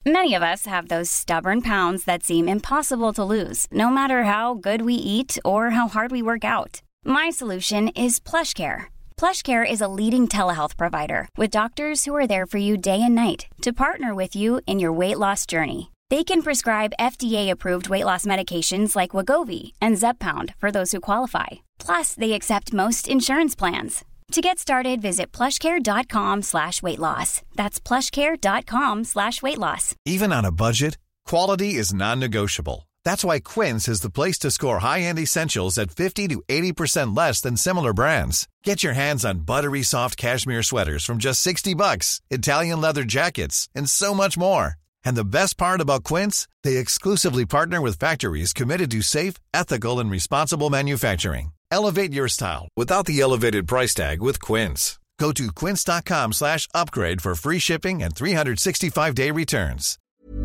Many of us have those stubborn pounds that seem impossible to lose, no matter how good we eat or how hard we work out. My solution is PlushCare. PlushCare is a leading telehealth provider with doctors who are there for you day and night to partner with you in your weight loss journey. They can prescribe FDA-approved weight loss medications like Wegovy and Zepbound for those who qualify. Plus, they accept most insurance plans. To get started, visit plushcare.com/weightloss. That's plushcare.com/weightloss. Even on a budget, quality is non-negotiable. That's why Quince is the place to score high-end essentials at 50 to 80% less than similar brands. Get your hands on buttery soft cashmere sweaters from just $60, Italian leather jackets, and so much more. And the best part about Quince, they exclusively partner with factories committed to safe, ethical, and responsible manufacturing. Elevate your style without the elevated price tag with Quince. Go to quince.com/upgrade for free shipping and 365-day returns.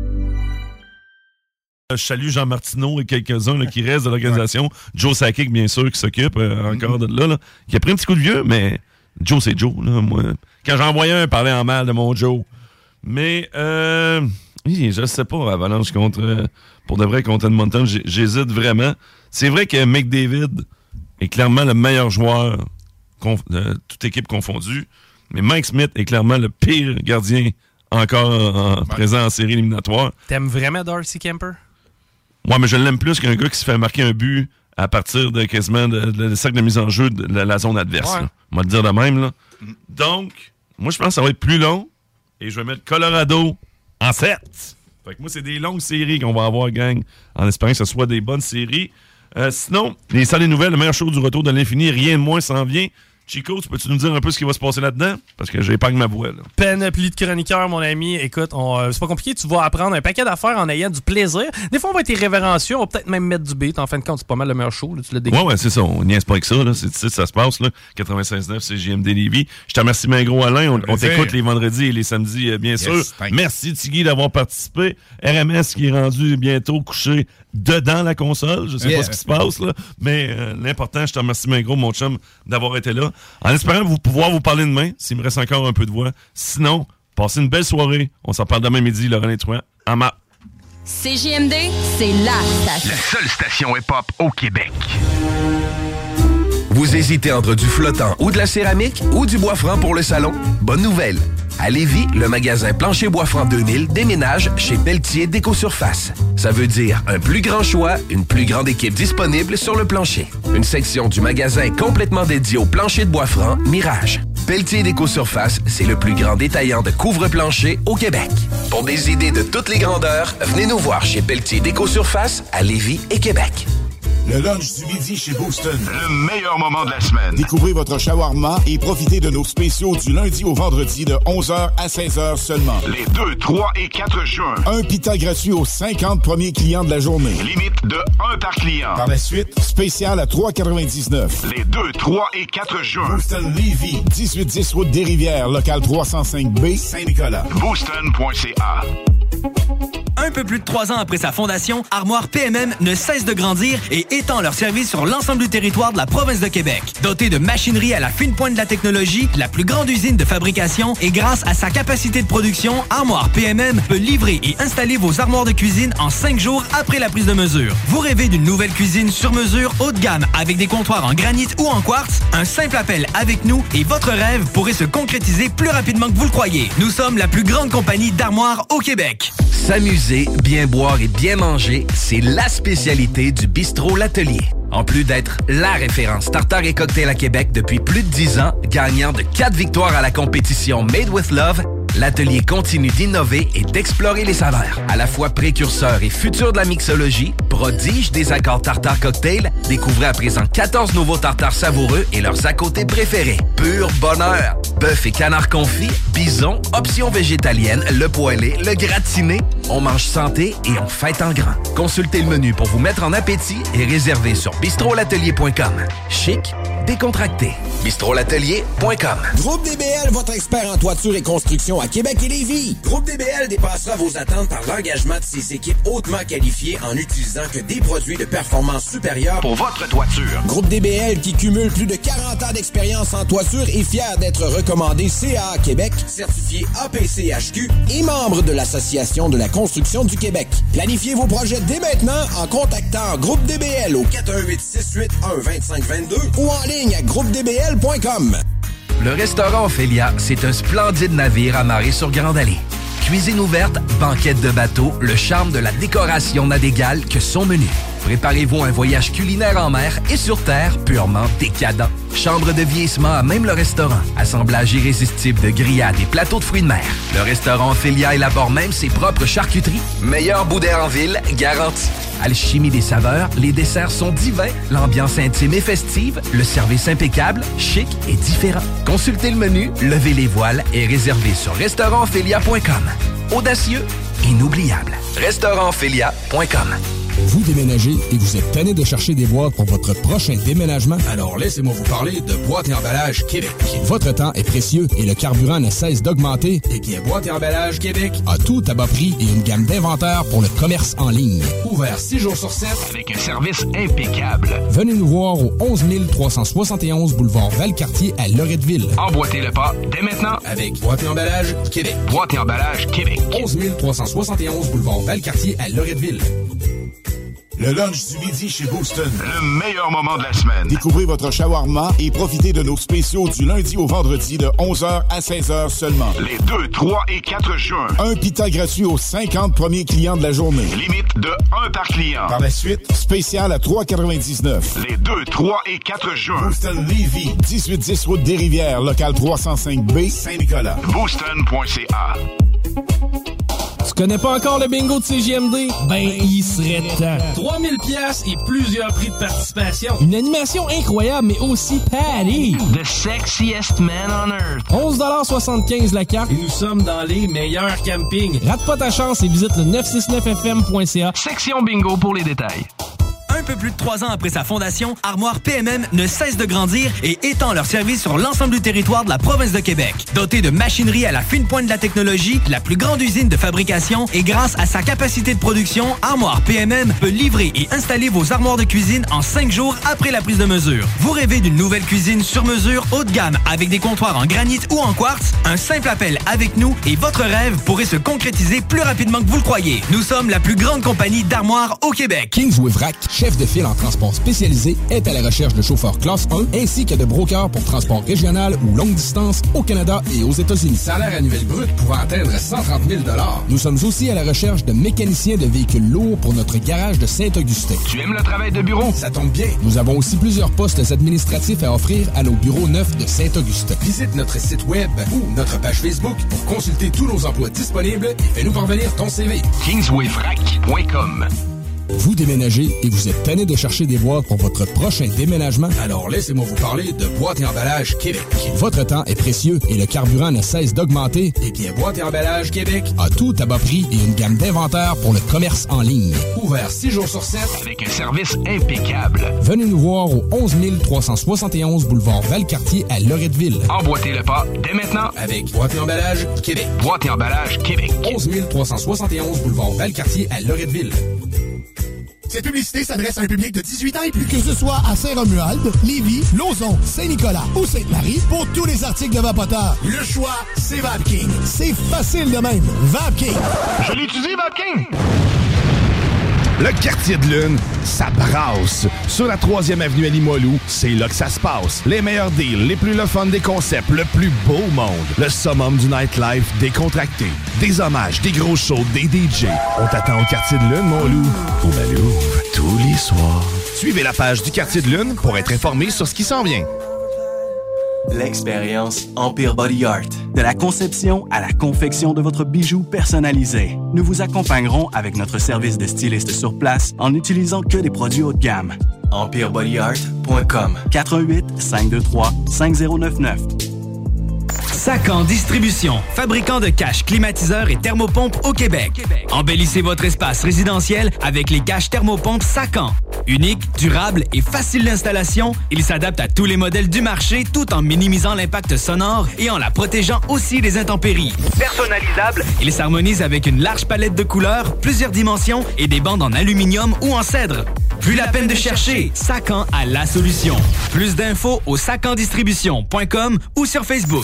Je salue Jean Martineau et quelques-uns là, qui restent de l'organisation. Joe Sakic, bien sûr, qui s'occupe encore de là. Qui a pris un petit coup de vieux, mais Joe, c'est Joe. Là, moi. Quand j'en voyais un parler en mal de mon Joe. Mais, je sais pas, Avalanche pour de vrai contre Edmonton, j'hésite vraiment. C'est vrai que McDavid est clairement le meilleur joueur, toute équipe confondue, mais Mike Smith est clairement le pire gardien encore présent en série éliminatoire. T'aimes vraiment Darcy Kemper? Ouais, mais je l'aime plus qu'un gars qui se fait marquer un but à partir de quasiment de cercle de mise en jeu de la zone adverse. Ouais. On va le dire de même. Là. Donc, moi, je pense que ça va être plus long et je vais mettre Colorado en 7. Fait que moi, c'est des longues séries qu'on va avoir, gang, en espérant que ce soit des bonnes séries. Sinon, les salles des nouvelles, le meilleur show du retour de l'infini, rien de moins s'en vient. Chico, tu peux-tu nous dire un peu ce qui va se passer là-dedans? Parce que j'épargne ma voix. Là. Panoplie de chroniqueurs, mon ami. Écoute, c'est pas compliqué. Tu vas apprendre un paquet d'affaires en ayant du plaisir. Des fois, on va être irrévérencieux. On va peut-être même mettre du beat. En fin de compte, c'est pas mal le meilleur show. Là, tu l'as décrit. Ouais, c'est ça. On niaise pas avec ça. Là. C'est ici que ça se passe. 96.9, c'est JMD Lévis. Je te remercie, bien gros, Alain. On t'écoute les vendredis et les samedis, bien sûr. Merci, Tigui, d'avoir participé. RMS qui est rendu bientôt couché dedans la console. Je sais pas ce qui se passe, là. Mais l'important, je te remercie, bien gros, mon chum, d'avoir été là. En espérant pouvoir vous parler demain, s'il me reste encore un peu de voix. Sinon, passez une belle soirée. On s'en parle demain midi, Laurent et toi. En mars. CJMD, c'est la station. La seule station hip-hop au Québec. Vous hésitez entre du flottant ou de la céramique ou du bois franc pour le salon? Bonne nouvelle! À Lévis, le magasin Plancher Bois Franc 2000 déménage chez Pelletier Déco-Surface. Ça veut dire un plus grand choix, une plus grande équipe disponible sur le plancher. Une section du magasin complètement dédiée au plancher de bois franc Mirage. Pelletier Déco-Surface, c'est le plus grand détaillant de couvre-plancher au Québec. Pour des idées de toutes les grandeurs, venez nous voir chez Pelletier Déco-Surface à Lévis et Québec. Le lunch du midi chez Booston. Le meilleur moment de la semaine. Découvrez votre shawarma et profitez de nos spéciaux du lundi au vendredi de 11h à 16h seulement. Les 2, 3 et 4 juin. Un pita gratuit aux 50 premiers clients de la journée. Limite de 1 par client. Par la suite, spécial à 3,99. Les 2, 3 et 4 juin. Booston Lévis, 1810 route des Rivières, local 305B, Saint-Nicolas. Booston.ca. Un peu plus de 3 ans après sa fondation, Armoire PMM ne cesse de grandir et étend leur service sur l'ensemble du territoire de la province de Québec. Dotée de machinerie à la fine pointe de la technologie, la plus grande usine de fabrication et grâce à sa capacité de production, Armoire PMM peut livrer et installer vos armoires de cuisine en 5 jours après la prise de mesure. Vous rêvez d'une nouvelle cuisine sur mesure haut de gamme avec des comptoirs en granit ou en quartz? Un simple appel avec nous et votre rêve pourrait se concrétiser plus rapidement que vous le croyez. Nous sommes la plus grande compagnie d'armoires au Québec. S'amuser, bien boire et bien manger, c'est la spécialité du bistrot L'Atelier. En plus d'être la référence tartare et cocktail à Québec depuis plus de 10 ans, gagnant de 4 victoires à la compétition Made with Love, l'Atelier continue d'innover et d'explorer les saveurs. À la fois précurseur et futur de la mixologie, prodige des accords tartare cocktail, découvrez à présent 14 nouveaux tartares savoureux et leurs à côté préférés. Pur bonheur! Bœuf et canard confit, bison, options végétaliennes, le poêlé, le gratiné. On mange santé et on fête en grand. Consultez le menu pour vous mettre en appétit et réservez sur bistrolatelier.com. Chic, décontracté. bistrolatelier.com. Groupe DBL, votre expert en toiture et construction à Québec et Lévis. Groupe DBL dépassera vos attentes par l'engagement de ses équipes hautement qualifiées en utilisant que des produits de performance supérieure pour votre toiture. Groupe DBL, qui cumule plus de 40 ans d'expérience en toiture, est fier d'être recommandé CAA Québec, certifié APCHQ et membre de l'Association de la construction du Québec. Planifiez vos projets dès maintenant en contactant Groupe DBL au 418-681-2522 ou en ligne à groupedbl.com. Le restaurant Ophélia, c'est un splendide navire amarré sur Grande Allée. Cuisine ouverte, banquette de bateau, le charme de la décoration n'a d'égal que son menu. Préparez-vous un voyage culinaire en mer et sur terre purement décadent. Chambre de vieillissement à même le restaurant. Assemblage irrésistible de grillades et plateaux de fruits de mer. Le restaurant Ophélia élabore même ses propres charcuteries. Meilleur boudin en ville, garanti. Alchimie des saveurs, les desserts sont divins, l'ambiance intime et festive, le service impeccable, chic et différent. Consultez le menu, levez les voiles et réservez sur restaurantphilia.com. Audacieux, inoubliable. restaurantphilia.com. Vous déménagez et vous êtes tanné de chercher des boîtes pour votre prochain déménagement? Alors laissez-moi vous parler de Boîte et Emballage Québec. Votre temps est précieux et le carburant ne cesse d'augmenter. Eh bien, Boîte et Emballage Québec a tout à bas prix et une gamme d'inventaires pour le commerce en ligne. Ouvert 6 jours sur 7 avec un service impeccable. Venez nous voir au 11 371 boulevard Valcartier à Loretteville. Emboîtez le pas dès maintenant avec Boîte et Emballage Québec. Boîte et Emballage Québec. 11 371 boulevard Valcartier à Loretteville. Le lunch du midi chez Booston. Le meilleur moment de la semaine. Découvrez votre shawarma et profitez de nos spéciaux du lundi au vendredi de 11h à 16h seulement. Les 2, 3 et 4 juin. Un pita gratuit aux 50 premiers clients de la journée. Limite de 1 par client. Par la suite, spécial à 3,99. Les 2, 3 et 4 juin. Booston Lévis. 1810 route des Rivières, local 305B, Saint-Nicolas. Booston.ca. Tu connais pas encore le bingo de CJMD? Ben, il serait temps. 3000 pièces et plusieurs prix de participation. Une animation incroyable, mais aussi Patty. The sexiest man on earth. 11,75$ la carte et nous sommes dans les meilleurs campings. Rate pas ta chance et visite le 969fm.ca. Section bingo pour les détails. Un peu plus de 3 ans après sa fondation, Armoire PMM ne cesse de grandir et étend leur service sur l'ensemble du territoire de la province de Québec. Dotée de machinerie à la fine pointe de la technologie, la plus grande usine de fabrication et grâce à sa capacité de production, Armoire PMM peut livrer et installer vos armoires de cuisine en 5 jours après la prise de mesure. Vous rêvez d'une nouvelle cuisine sur mesure haut de gamme avec des comptoirs en granit ou en quartz? Un simple appel avec nous et votre rêve pourrait se concrétiser plus rapidement que vous le croyez. Nous sommes la plus grande compagnie d'armoires au Québec. Kingsway Vrac, chef de file en transport spécialisé, est à la recherche de chauffeurs classe 1 ainsi que de brokers pour transport régional ou longue distance au Canada et aux États-Unis. Salaire annuel brut pouvant atteindre 130 000 $. Nous sommes aussi à la recherche de mécaniciens de véhicules lourds pour notre garage de Saint-Augustin. Tu aimes le travail de bureau? Ça tombe bien. Nous avons aussi plusieurs postes administratifs à offrir à nos bureaux neufs de Saint-Augustin. Visite notre site web ou notre page Facebook pour consulter tous nos emplois disponibles et fais-nous parvenir ton CV. KingswayFrac.com. Vous déménagez et vous êtes tanné de chercher des boîtes pour votre prochain déménagement? Alors laissez-moi vous parler de Boîte et Emballage Québec. Votre temps est précieux et le carburant ne cesse d'augmenter. Eh bien, Boîte et Emballage Québec a tout à bas prix et une gamme d'inventaires pour le commerce en ligne. Ouvert 6 jours sur 7 avec un service impeccable. Venez nous voir au 11 371 boulevard Valcartier à Loretteville. Emboîtez le pas dès maintenant avec Boîte et Emballage Québec. Boîte et Emballage Québec. 11 371 boulevard Valcartier à Loretteville. Cette publicité s'adresse à un public de 18 ans et plus. Que ce soit à Saint-Romuald, Lévis, Lauson, Saint-Nicolas ou Sainte-Marie, pour tous les articles de Vapoteur, le choix, c'est VapKing. C'est facile de même. VapKing. Je l'utilise, VapKing. Le quartier de lune, ça brasse. Sur la 3e avenue à Limoilou, c'est là que ça se passe. Les meilleurs deals, les plus le fun des concepts, le plus beau monde. Le summum du nightlife décontracté. Des hommages, des gros shows, des DJ. On t'attend au quartier de lune, mon loup. Au Malou, tous les soirs. Suivez la page du quartier de lune pour être informé sur ce qui s'en vient. L'expérience Empire Body Art. De la conception à la confection de votre bijou personnalisé. Nous vous accompagnerons avec notre service de styliste sur place en n'utilisant que des produits haut de gamme. EmpireBodyArt.com 418-523-5099. Sacan Distribution, fabricant de caches, climatiseurs et thermopompes au Québec. Embellissez votre espace résidentiel avec les caches thermopompes Sacan. Unique, durable et facile d'installation, il s'adapte à tous les modèles du marché tout en minimisant l'impact sonore et en la protégeant aussi des intempéries. Personnalisable, il s'harmonise avec une large palette de couleurs, plusieurs dimensions et des bandes en aluminium ou en cèdre. Plus la peine de chercher, Sacan a la solution. Plus d'infos au sacandistribution.com ou sur Facebook.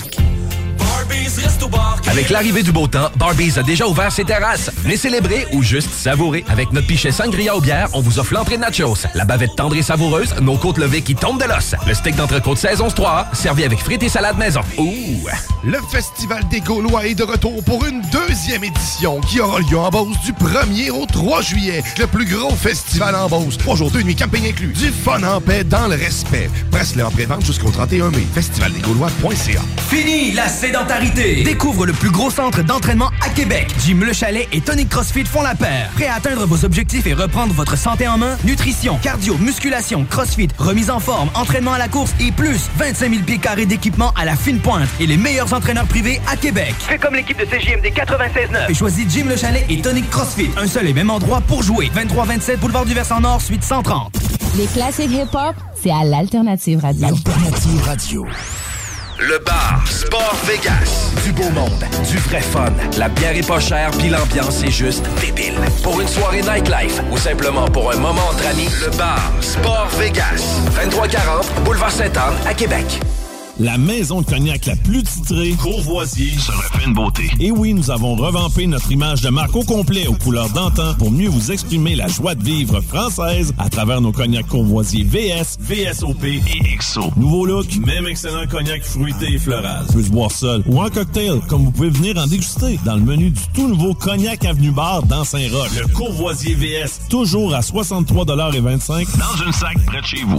Avec l'arrivée du beau temps, Barbies a déjà ouvert ses terrasses. Venez célébrer ou juste savourer. Avec notre pichet sangria aux bières, on vous offre l'entrée de nachos, la bavette tendre et savoureuse, nos côtes levées qui tombent de l'os, le steak d'entrecôte saison 3, servi avec frites et salade maison. Ouh! Le Festival des Gaulois est de retour pour une deuxième édition qui aura lieu en Beauce du 1er au 3 juillet. Le plus gros festival en Beauce. 3 jours, 2 nuits, camping inclus. Du fun en paix dans le respect. Presse-le en pré-vente jusqu'au 31 mai. Festivaldesgaulois.ca. Fini la sédentarité! Découvre le plus gros centre d'entraînement à Québec. Jim Le Chalet et Tonic CrossFit font la paire. Prêt à atteindre vos objectifs et reprendre votre santé en main? Nutrition, cardio, musculation, CrossFit, remise en forme, entraînement à la course et plus 25 000 pieds carrés d'équipement à la fine pointe et les meilleurs entraîneurs privés à Québec. Fais comme l'équipe de CJMD 96.9 et choisis Jim Le Chalet et Tonic CrossFit. Un seul et même endroit pour jouer. 23-27 Boulevard du Versant Nord, suite 130. Les classiques hip-hop, c'est à l'Alternative Radio. L'Alternative Radio. Le bar Sport Vegas. Du beau monde, du vrai fun. La bière est pas chère, puis l'ambiance est juste débile. Pour une soirée nightlife ou simplement pour un moment entre amis, le bar Sport Vegas. 2340 Boulevard Sainte-Anne à Québec. La maison de cognac la plus titrée, Courvoisier, se refait une beauté. Et oui, nous avons revampé notre image de marque au complet aux couleurs d'antan pour mieux vous exprimer la joie de vivre française à travers nos cognacs Courvoisier VS, VSOP et XO. Nouveau look, même excellent cognac fruité et floral. Peut se boire seul ou en cocktail, comme vous pouvez venir en déguster dans le menu du tout nouveau Cognac Avenue Bar dans Saint-Roch. Le Courvoisier VS, toujours à 63,25$ dans une sac près de chez vous.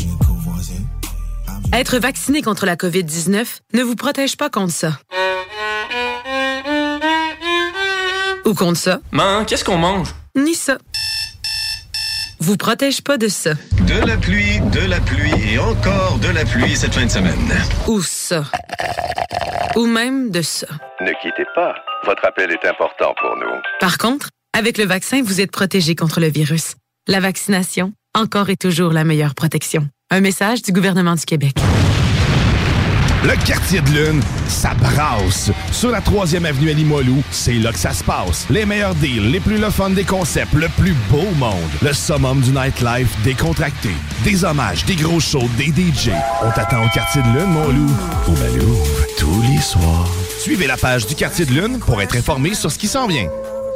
Être vacciné contre la COVID-19 ne vous protège pas contre ça. Ou contre ça. Maman, qu'est-ce qu'on mange? Ni ça. Vous protège pas de ça. De la pluie et encore de la pluie cette fin de semaine. Ou ça. Ou même de ça. Ne quittez pas. Votre appel est important pour nous. Par contre, avec le vaccin, vous êtes protégé contre le virus. La vaccination, encore et toujours la meilleure protection. Un message du gouvernement du Québec. Le quartier de lune, ça brasse. Sur la 3e avenue à Limoilou, c'est là que ça se passe. Les meilleurs deals, les plus le fun des concepts, le plus beau monde. Le summum du nightlife décontracté. Des hommages, des gros shows, des DJ. On t'attend au quartier de lune, mon loup. Au Malou, tous les soirs. Suivez la page du quartier de lune pour être informé sur ce qui s'en vient.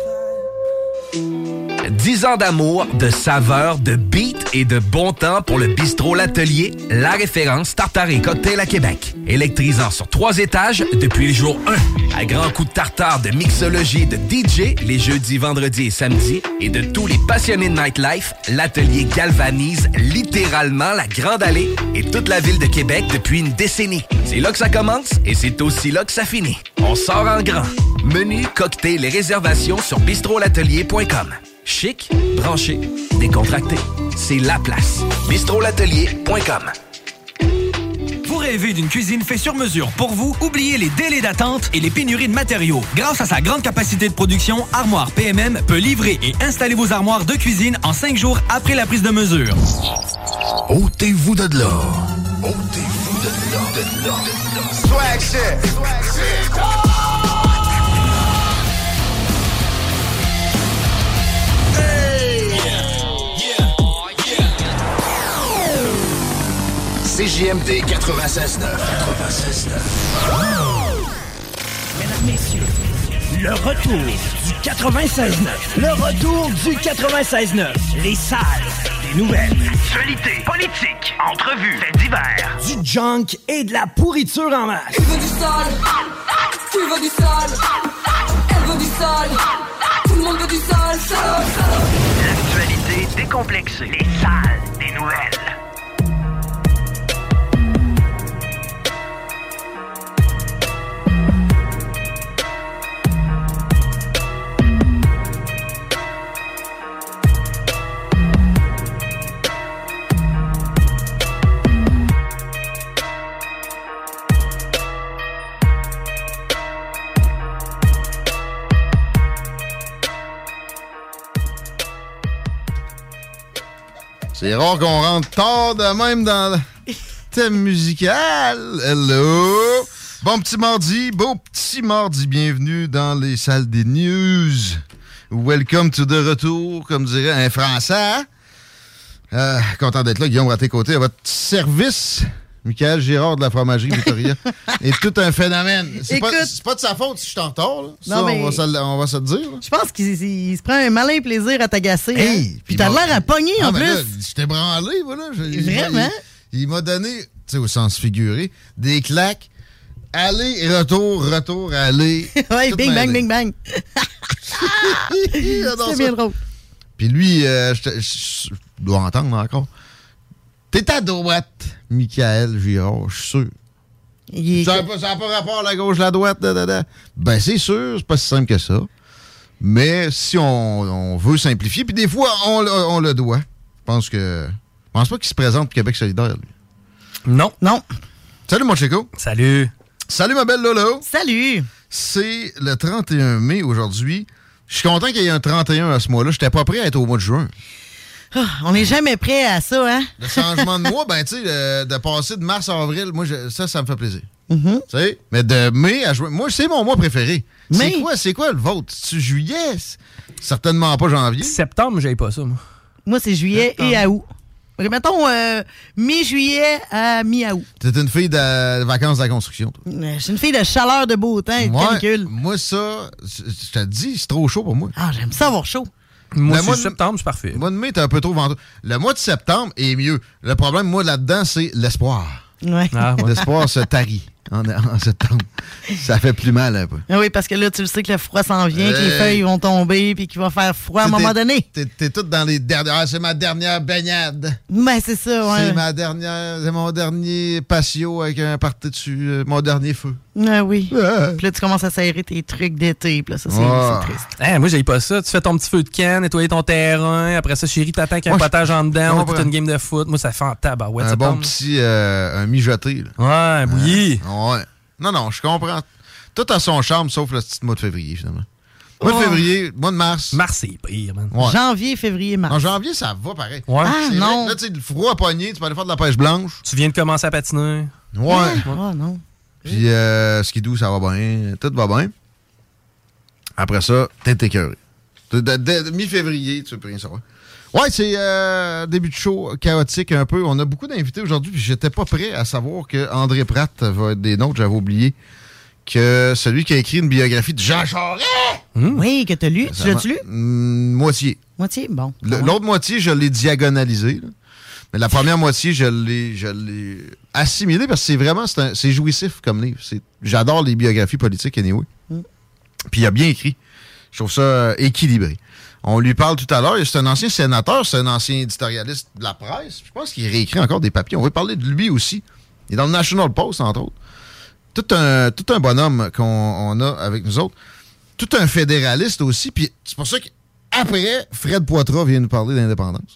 10 ans d'amour, de saveur, de beat et de bon temps pour le bistrot L'Atelier, la référence tartare et cocktail à Québec. Électrisant sur 3 étages depuis le jour 1. À grands coups de tartare, de mixologie, de DJ, les jeudis, vendredis et samedis. Et de tous les passionnés de nightlife, L'Atelier galvanise littéralement la Grande Allée et toute la ville de Québec depuis une décennie. C'est là que ça commence et c'est aussi là que ça finit. On sort en grand. Menu, cocktail et réservations sur bistrolatelier.com. Chic, branché, décontracté. C'est la place. bistrolatelier.com. Vous rêvez d'une cuisine faite sur mesure pour vous? Oubliez les délais d'attente et les pénuries de matériaux. Grâce à sa grande capacité de production, Armoire PMM peut livrer et installer vos armoires de cuisine en 5 jours après la prise de mesure. Ôtez-vous de là. Ôtez-vous de là. Swag shit. CJMD 96.9. Mesdames, messieurs, le retour du 96.9. Le retour du 96.9. Les salles des nouvelles. Actualité, politique, entrevues, faits divers. Du junk et de la pourriture en masse. Tu veux du sale? Tu veux du sale? Elle veut du sale? Tout le monde veut du sale, sale. L'actualité décomplexée. Les salles des nouvelles. C'est rare qu'on rentre tard de même dans le thème musical. Hello! Bon petit mardi, beau petit mardi. Bienvenue dans les salles des news. Welcome to the retour, comme dirait un Français. Content d'être là, Guillaume, à tes côtés, à votre service. Michael Girard de la fromagerie Victoria. Et tout un phénomène. C'est pas de sa faute si je suis en retard. Là. Ça, non, mais on va se le dire. Je pense qu'il se prend un malin plaisir à t'agacer. Hey, hein? Puis t'as l'air à pogner en plus. Je t'ai branlé, voilà. Vraiment? Il m'a donné, tu sais, au sens figuré, des claques. Aller, retour, aller. Ouais, bing, bang, bing, bang. C'est bien drôle. Puis lui, je dois entendre encore. T'es à droite, Michael Girard, je suis sûr. Ça n'a pas rapport à la gauche, la droite, Ben, c'est sûr, c'est pas si simple que ça. Mais si on veut simplifier, puis des fois, on le doit. Je pense pas qu'il se présente pour Québec solidaire, lui. Non. Salut, mon Chico. Salut. Salut, ma belle Lolo. Salut. C'est le 31 mai aujourd'hui. Je suis content qu'il y ait un 31 à ce mois-là. J'étais pas prêt à être au mois de juin. Oh, on n'est jamais prêt à ça, hein? Le changement de mois, ben, tu sais, de passer de mars à avril, moi, ça me fait plaisir. Mm-hmm. Tu sais, mais de mai à juin, moi, c'est mon mois préféré. C'est quoi le vôtre? C'est juillet? Certainement pas janvier. Septembre, j'aille pas ça, moi. Moi, c'est juillet et à août. Mettons mi-juillet à mi-août. T'es une fille de vacances de la construction, toi. Je suis une fille de chaleur, de beau temps et de canicule. Moi, ça, je te dis, c'est trop chaud pour moi. Ah, j'aime ça avoir chaud. Moi, c'est septembre, c'est parfait. Le mois de mai, t'es un peu trop venteux. Le mois de septembre est mieux. Le problème, moi, là-dedans, c'est l'espoir. Ouais. L'espoir se tarit en septembre. Ça fait plus mal un peu. Oui, parce que là, tu le sais que le froid s'en vient, que les feuilles vont tomber puis qu'il va faire froid à un moment donné. T'es tout dans les dernières... Ah, c'est ma dernière baignade. Ben, c'est ça, ouais. C'est mon dernier patio avec un party dessus, mon dernier feu. Ah oui. Puis là, tu commences à serrer tes trucs d'été. Puis là, ça, c'est triste. Moi, j'aille pas ça. Tu fais ton petit feu de camp, nettoyer ton terrain. Après ça, chérie, t'attends qu'il y ait un potage en dedans. On a une game de foot. Moi, ça fait en tabarouette. Un bon petit un mijoté. Là. Ouais, bouilli. Ouais. Non, je comprends. Tout a son charme, sauf le petit mois de février, finalement. Mois de février, mois de mars. Mars, c'est pire, man. Ouais. Janvier, février, mars. En janvier, ça va pareil. Ouais. Ah, non. Là, tu sais, le froid à poignet, tu peux aller faire de la pêche blanche. Tu viens de commencer à patiner. Ouais. Ah, non. Puis, skidoo, ça va bien. Tout va bien. Après ça, t'es écœuré. Mi-février, tu peux rien savoir. Ouais, c'est début de show chaotique un peu. On a beaucoup d'invités aujourd'hui, puis j'étais pas prêt à savoir que André Pratt va être des nôtres. J'avais oublié que celui qui a écrit une biographie de Jean Charest. Oui, que t'as lu. Tu l'as-tu lu? Moitié. Moitié? Bon. L'autre moitié, je l'ai diagonalisé. Là. Mais la première moitié, je l'ai assimilé parce que c'est jouissif comme livre. J'adore les biographies politiques, anyway. Puis il a bien écrit. Je trouve ça équilibré. On lui parle tout à l'heure. C'est un ancien sénateur, c'est un ancien éditorialiste de la presse. Je pense qu'il réécrit encore des papiers. On va parler de lui aussi. Il est dans le National Post, entre autres. Tout un bonhomme qu'on a avec nous autres. Tout un fédéraliste aussi. Puis c'est pour ça qu'après, Fred Poitras vient nous parler d'indépendance.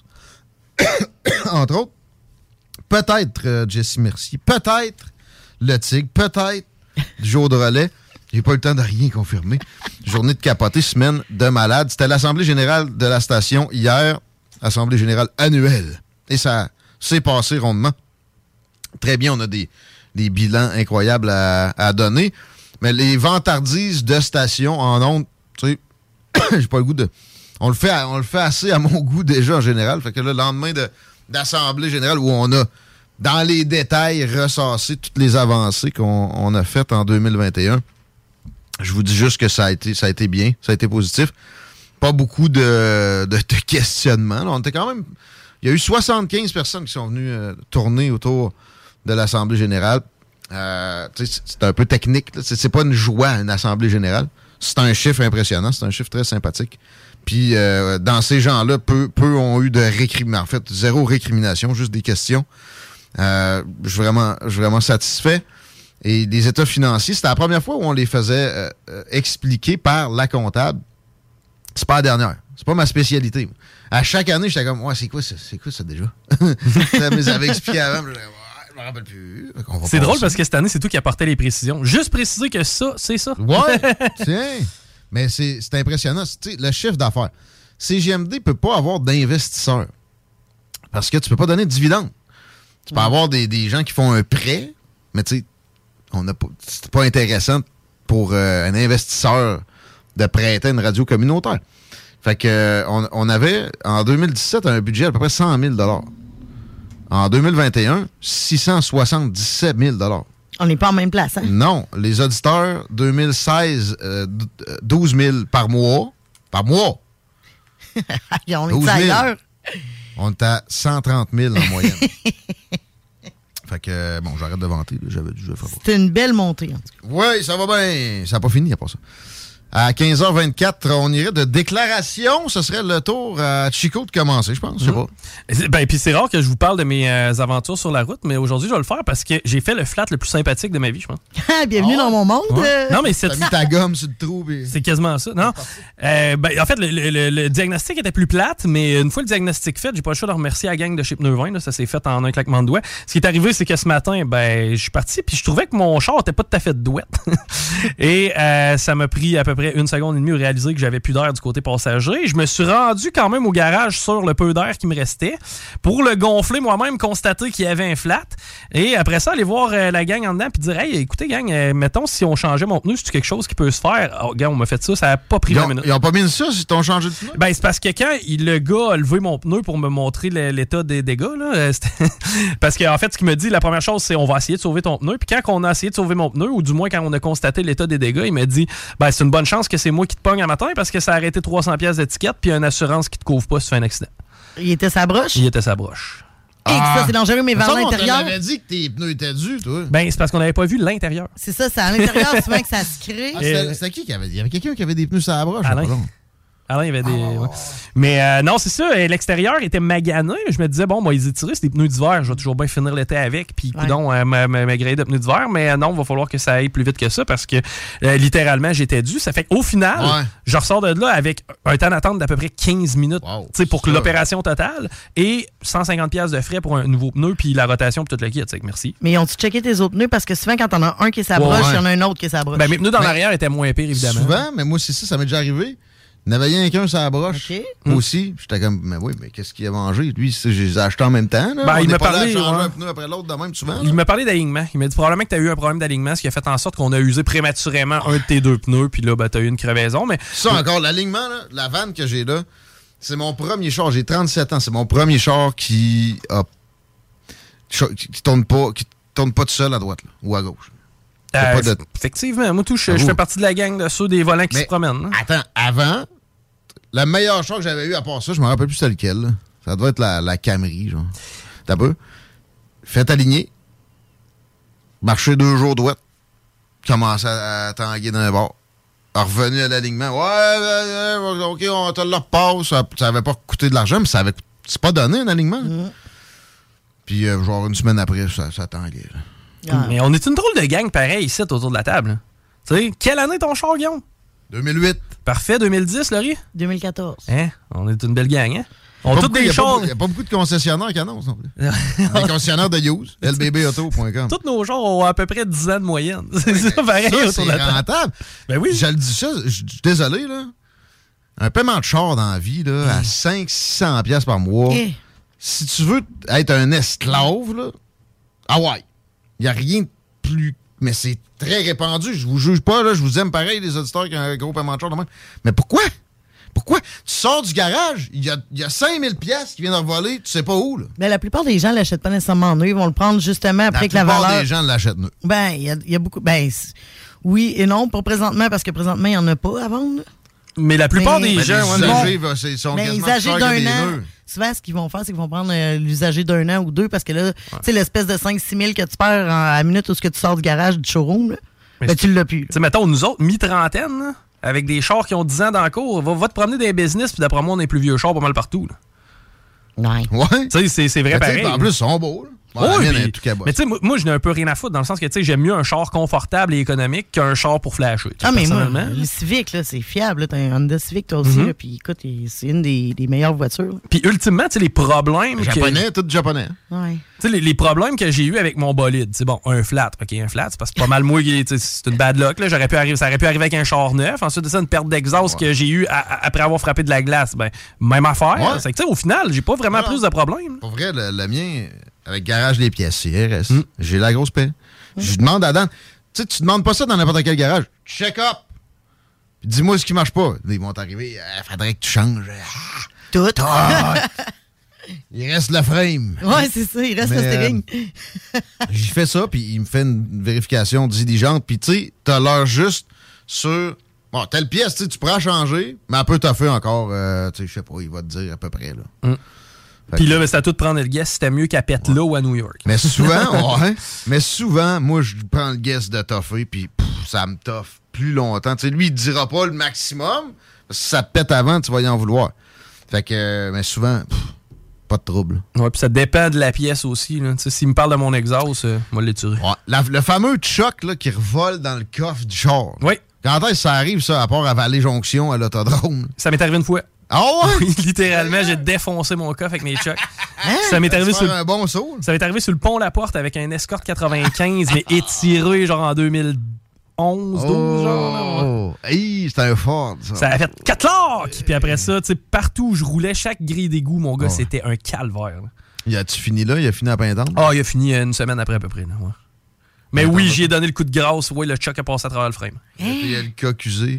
Entre autres. Peut-être Jessie Mercier. Peut-être le Tigre. Peut-être Joe de Relais. J'ai pas eu le temps de rien confirmer. Journée de capoté, semaine de malade. C'était l'Assemblée générale de la station hier. Assemblée générale annuelle. Et ça s'est passé rondement. Très bien, on a des bilans incroyables à donner. Mais les vantardises de station en ondes, tu sais, j'ai pas le goût de... On le fait assez à mon goût déjà en général. Fait que là, le lendemain d'Assemblée générale où on a, dans les détails, ressassé toutes les avancées qu'on a faites en 2021, je vous dis juste que ça a été bien, ça a été positif. Pas beaucoup de questionnements. Là, on était quand même... Il y a eu 75 personnes qui sont venues tourner autour de l'Assemblée générale. C'est un peu technique. C'est pas une joie, une Assemblée générale. C'est un chiffre impressionnant. C'est un chiffre très sympathique. Puis, dans ces gens-là, peu ont eu de récrimination. En fait, zéro récrimination, juste des questions. Je suis vraiment satisfait. Et les états financiers, c'était la première fois où on les faisait expliquer par la comptable. C'est pas la dernière. C'est pas ma spécialité. À chaque année, j'étais comme, ouais, c'est quoi ça déjà? Ça me les avait expliqué avant. Je me rappelle plus. C'est drôle parce que cette année, c'est toi qui apportais les précisions. Juste préciser que ça, c'est ça. Ouais, tiens. Mais c'est impressionnant. Le chiffre d'affaires. CGMD ne peut pas avoir d'investisseurs. Parce que tu peux pas donner de dividendes. Tu peux avoir des gens qui font un prêt, mais tu sais, c'est pas intéressant pour un investisseur de prêter une radio communautaire. Fait que on avait, en 2017, un budget à peu près 100 000 $. En 2021, 677 000 $. On n'est pas en même place, hein? Non. Les auditeurs, 2016, 12 000 par mois. Par mois! On est ailleurs. On est à 130 000 en moyenne. Fait que, bon, j'arrête de vanter. J'avais dû faire ça. C'était une belle montée, en tout cas. Oui, ça va bien. Ça n'a pas fini, à part ça. À 15h24, on irait de déclaration. Ce serait le tour à Chico de commencer, je pense. Je sais pas. Ben, puis c'est rare que je vous parle de mes aventures sur la route, mais aujourd'hui, je vais le faire parce que j'ai fait le flat le plus sympathique de ma vie, je pense. Bienvenue dans mon monde. Ouais. Non, mais t'as mis ta gomme sur le trou. Puis... C'est quasiment ça. Non. Ben, en fait, le diagnostic était plus plate, mais une fois le diagnostic fait, j'ai pas le choix de remercier la gang de chez Pneus 20. Ça s'est fait en un claquement de doigts. Ce qui est arrivé, c'est que ce matin, ben, je suis parti, puis je trouvais que mon char était pas tout à fait douette. Et ça m'a pris à peu près 1 seconde et demie à réaliser que j'avais plus d'air du côté passager. Je me suis rendu quand même au garage sur le peu d'air qui me restait pour le gonfler moi-même, constater qu'il y avait un flat. Et après ça, aller voir la gang en dedans puis dire « Hey, écoutez, gang, mettons, si on changeait mon pneu, c'est quelque chose qui peut se faire? » Oh, gang, on m'a fait ça, ça n'a pas pris 20 minutes. Ils n'ont pas mis ça si t'ont changé de pneu? Ben, c'est parce que quand le gars a levé mon pneu pour me montrer l'état des dégâts, là, parce qu'en fait, ce qu'il me dit, la première chose, c'est on va essayer de sauver ton pneu. Puis quand on a essayé de sauver mon pneu, ou du moins quand on a constaté l'état des dégâts, il m'a dit ben, c'est une bonne chance que c'est moi qui te pogne un matin parce que ça a arrêté 300$ d'étiquette puis une assurance qui te couvre pas si tu fais un accident. Il était sa broche? Il était sa broche. Et que ça, c'est dangereux, mais vers l'intérieur. On t'avait dit que tes pneus étaient dus, toi. Ben, c'est parce qu'on n'avait pas vu l'intérieur. C'est ça, c'est à l'intérieur souvent que ça se crée. C'était qui avait dit? Il y avait quelqu'un qui avait des pneus sur la broche. Alain, il y avait des... Ouais. Mais non, c'est ça. L'extérieur était magané. Je me disais, bon, moi, ils étiraient, c'est des pneus d'hiver. Je vais toujours bien finir l'été avec. Puis, coudonc, ma grille de pneus d'hiver. Mais non, il va falloir que ça aille plus vite que ça parce que littéralement, j'étais dû. Ça fait qu'au final, je ressors de là avec un temps d'attente d'à peu près 15 minutes pour l'opération totale et 150$ de frais pour un nouveau pneu puis la rotation puis tout le kit. Merci. Mais ont-tu checké tes autres pneus? Parce que souvent, quand t'en as un qui est sa broche, il y en a un autre qui est sa broche. Ben, mes pneus dans l'arrière étaient moins pires, évidemment. Souvent, mais moi, c'est ça m'est déjà arrivé. Il n'y en avait rien qu'un sur la broche. Moi aussi. J'étais comme, mais oui, mais qu'est-ce qu'il a mangé? Lui, je les ai achetés en même temps. Là. Ben, il m'a parlé. Il un pneu après l'autre de même souvent. Il m'a parlé d'alignement. Il m'a dit probablement que tu as eu un problème d'alignement, ce qui a fait en sorte qu'on a usé prématurément un de tes 2 pneus, puis là, ben, tu as eu une crevaison. Mais... Ça, encore, l'alignement, là, la vanne que j'ai là, c'est mon premier char. J'ai 37 ans. C'est mon premier char qui tourne pas tout seul à droite là, ou à gauche. Effectivement, moi, je fais partie de la gang de ceux des volants qui se promènent. Hein. Attends, avant, le meilleur char que j'avais eu à part ça, je me rappelle plus c'était lequel. Là. Ça doit être la Camry, genre. T'as peu. Fait aligner. Marcher 2 jours droite. Commencer à tanguer d'un bord. Revenu à l'alignement. Ouais, OK, on te le repasse. Ça avait pas coûté de l'argent, mais c'est pas donné un alignement. Puis, genre, une semaine après, ça tanguait. Là. Mais on est une drôle de gang pareil ici autour de la table. Tu sais, quelle année ton char, Guillaume? 2008. Parfait, 2010, Laurie? 2014. Hein? On est une belle gang, hein? On toutes des chars. Il n'y a pas beaucoup de concessionnaires qui annoncent non plus. Des concessionnaires de use, lbbauto.com. Tous nos chars ont à peu près 10 ans de moyenne. C'est ça, pareil ça, autour de la table. Rentable. Ben oui. Je le dis ça, je suis désolé, là. Un paiement de char dans la vie, là, à 500-600$ par mois. Si tu veux être un esclave, là, ah ouais. Il n'y a rien de plus... Mais c'est très répandu. Je vous juge pas, là. Je vous aime pareil, les auditeurs qui ont un gros paiement de char. Mais pourquoi? Pourquoi? Tu sors du garage, il y a 5000$ qui viennent de voler, tu sais pas où, là. Ben, la plupart des gens ne l'achètent pas nécessairement neuf. Ils vont le prendre justement après que la valeur... La plupart des gens l'achètent neuf. Ben, il y a beaucoup... Ben, oui et non, pour présentement, parce que présentement, il n'y en a pas à vendre. Mais la plupart des gens... Les usagers d'un an... Souvent, ce qu'ils vont faire, c'est qu'ils vont prendre l'usager d'1 an ou 2 parce que là, tu sais, l'espèce de 5-6 000 que tu perds à la minute où tu sors du garage du showroom, là, ben, tu l'as plus. Tu sais, mettons, nous autres, mi-trentaine, là, avec des chars qui ont 10 ans dans le cours, va te promener dans les business, puis d'après moi, on est plus vieux chars pas mal partout. Là. Ouais. Tu sais, c'est vrai pareil. En plus, ils sont beaux. Là. la mienne est tout cabosse. Mais tu sais, moi, je n'ai un peu rien à foutre dans le sens que, tu sais, j'aime mieux un char confortable et économique qu'un char pour flasher. Ah, mais moi, le Civic, là, c'est fiable. Là. T'as un Honda Civic, toi aussi. Puis écoute, c'est une des meilleures voitures. Puis ultimement, tu sais, les problèmes... Japonais, tout japonais. Ouais. Tu sais, les problèmes que j'ai eu avec mon bolide, c'est bon, un flat. OK, un flat, c'est parce que c'est pas mal moi qui... C'est une bad luck, là. Ça aurait pu arriver avec un char neuf. Ensuite de ça, une perte d'exhaust que j'ai eue après avoir frappé de la glace. Ben, même affaire. Ouais. C'est que, tu sais, au final, j'ai pas vraiment plus de problèmes. Pour vrai, le mien, avec Garage des pièces, CRS, j'ai la grosse paix. Je demande à Dan, tu sais, tu demandes pas ça dans n'importe quel garage. Check up! Puis dis-moi ce qui marche pas. Ils vont t'arriver, faudrait que tu changes. Tout. Il reste le frame. Ouais, c'est ça, il reste le steering. J'y fais ça, puis il me fait une vérification diligente. Puis tu sais, t'as l'heure juste sur... Bon, telle pièce, tu pourras changer, mais elle peut t'offrir encore, tu sais, je sais pas, il va te dire à peu près, là. Puis là, c'est à tout de prendre le guess, c'était mieux qu'à pète là ou à New York. Mais souvent, mais souvent, moi, je prends le guess de toffer, puis ça me toffe plus longtemps. Tu sais, lui, il te dira pas le maximum, parce que si ça pète avant, tu vas y en vouloir. Fait que, mais souvent, pas de trouble. Ouais, puis ça dépend de la pièce aussi. S'il me parle de mon exhaust, moi, je l'ai tiré. Ouais, le fameux choc là, qui revole dans le coffre du char. Oui. Quand est-ce que ça arrive, ça, à part à Vallée-Jonction, à l'autodrome? Ça m'est arrivé une fois. Ah ouais? Oui, littéralement, j'ai défoncé mon coffre avec mes chocs. Ça m'est arrivé sur un bon saut. Ça m'est arrivé sur le pont La Porte avec un Escort 95, mais étiré genre en 2011, 12 genre. Hey, c'était un Ford, ça. Ça a fait 4 claques! Puis après ça, tu sais, partout où je roulais, chaque grille d'égout, mon gars, c'était un calvaire. Il a-tu fini là? Il a fini à Pintante? Ah, il a fini une semaine après à peu près. Là, ouais. Mais oui, j'y ai donné le coup de grâce. Oui, le choc a passé à travers le frame. Il y a le cas accusé.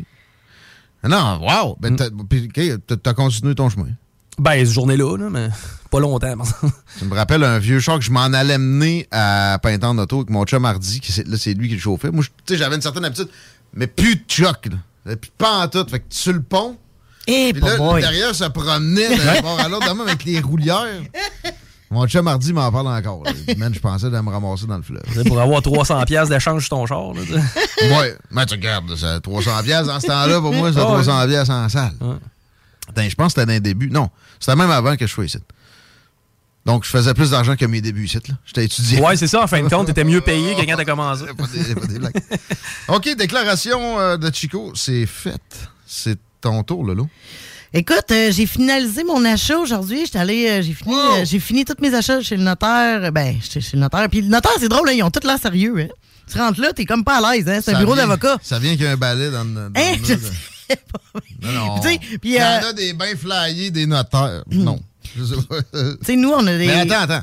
Non, wow! Ben, t'as continué ton chemin. Ben, cette journée-là, mais pas longtemps. Ça me rappelle un vieux char que je m'en allais mener à Pintante d'Auto avec mon chum Hardy, là, c'est lui qui le chauffait. Moi, tu sais, j'avais une certaine habitude, mais plus de choc, là. Puis pas en tout. Fait que sur le pont, puis là, derrière, ça promenait d'un bord à l'autre, avec les roulières. Mon chum Hardy m'en parle encore. Man, je pensais de me ramasser dans le fleuve. Pour avoir 300$ d'échange sur ton char. Ouais, mais tu regardes, 300$ dans ce temps-là, pour moi, c'est 300$ en salle. Ouais. Attends, je pense que c'était dans les débuts. Non, c'était même avant que je sois ici. Donc, je faisais plus d'argent que mes débuts ici. J'étais étudiant. Ouais, c'est ça, en fin de compte, t'étais mieux payé que quand t'as commencé. Pas des blagues. OK, déclaration de Chico, c'est fait. C'est ton tour, Lolo. Écoute, j'ai finalisé mon achat aujourd'hui. J'ai fini tous mes achats chez le notaire. Ben, chez le notaire. Puis le notaire, c'est drôle, hein, ils ont tout l'air sérieux. Hein. Tu rentres là, t'es comme pas à l'aise. Hein. C'est un bureau d'avocat. Ça vient qu'il y a un balai dans le... Je sais pas. Non. Il y en a des bains flyés des notaires. Non. Je sais pas. Tu sais, nous, on a des... Mais attends.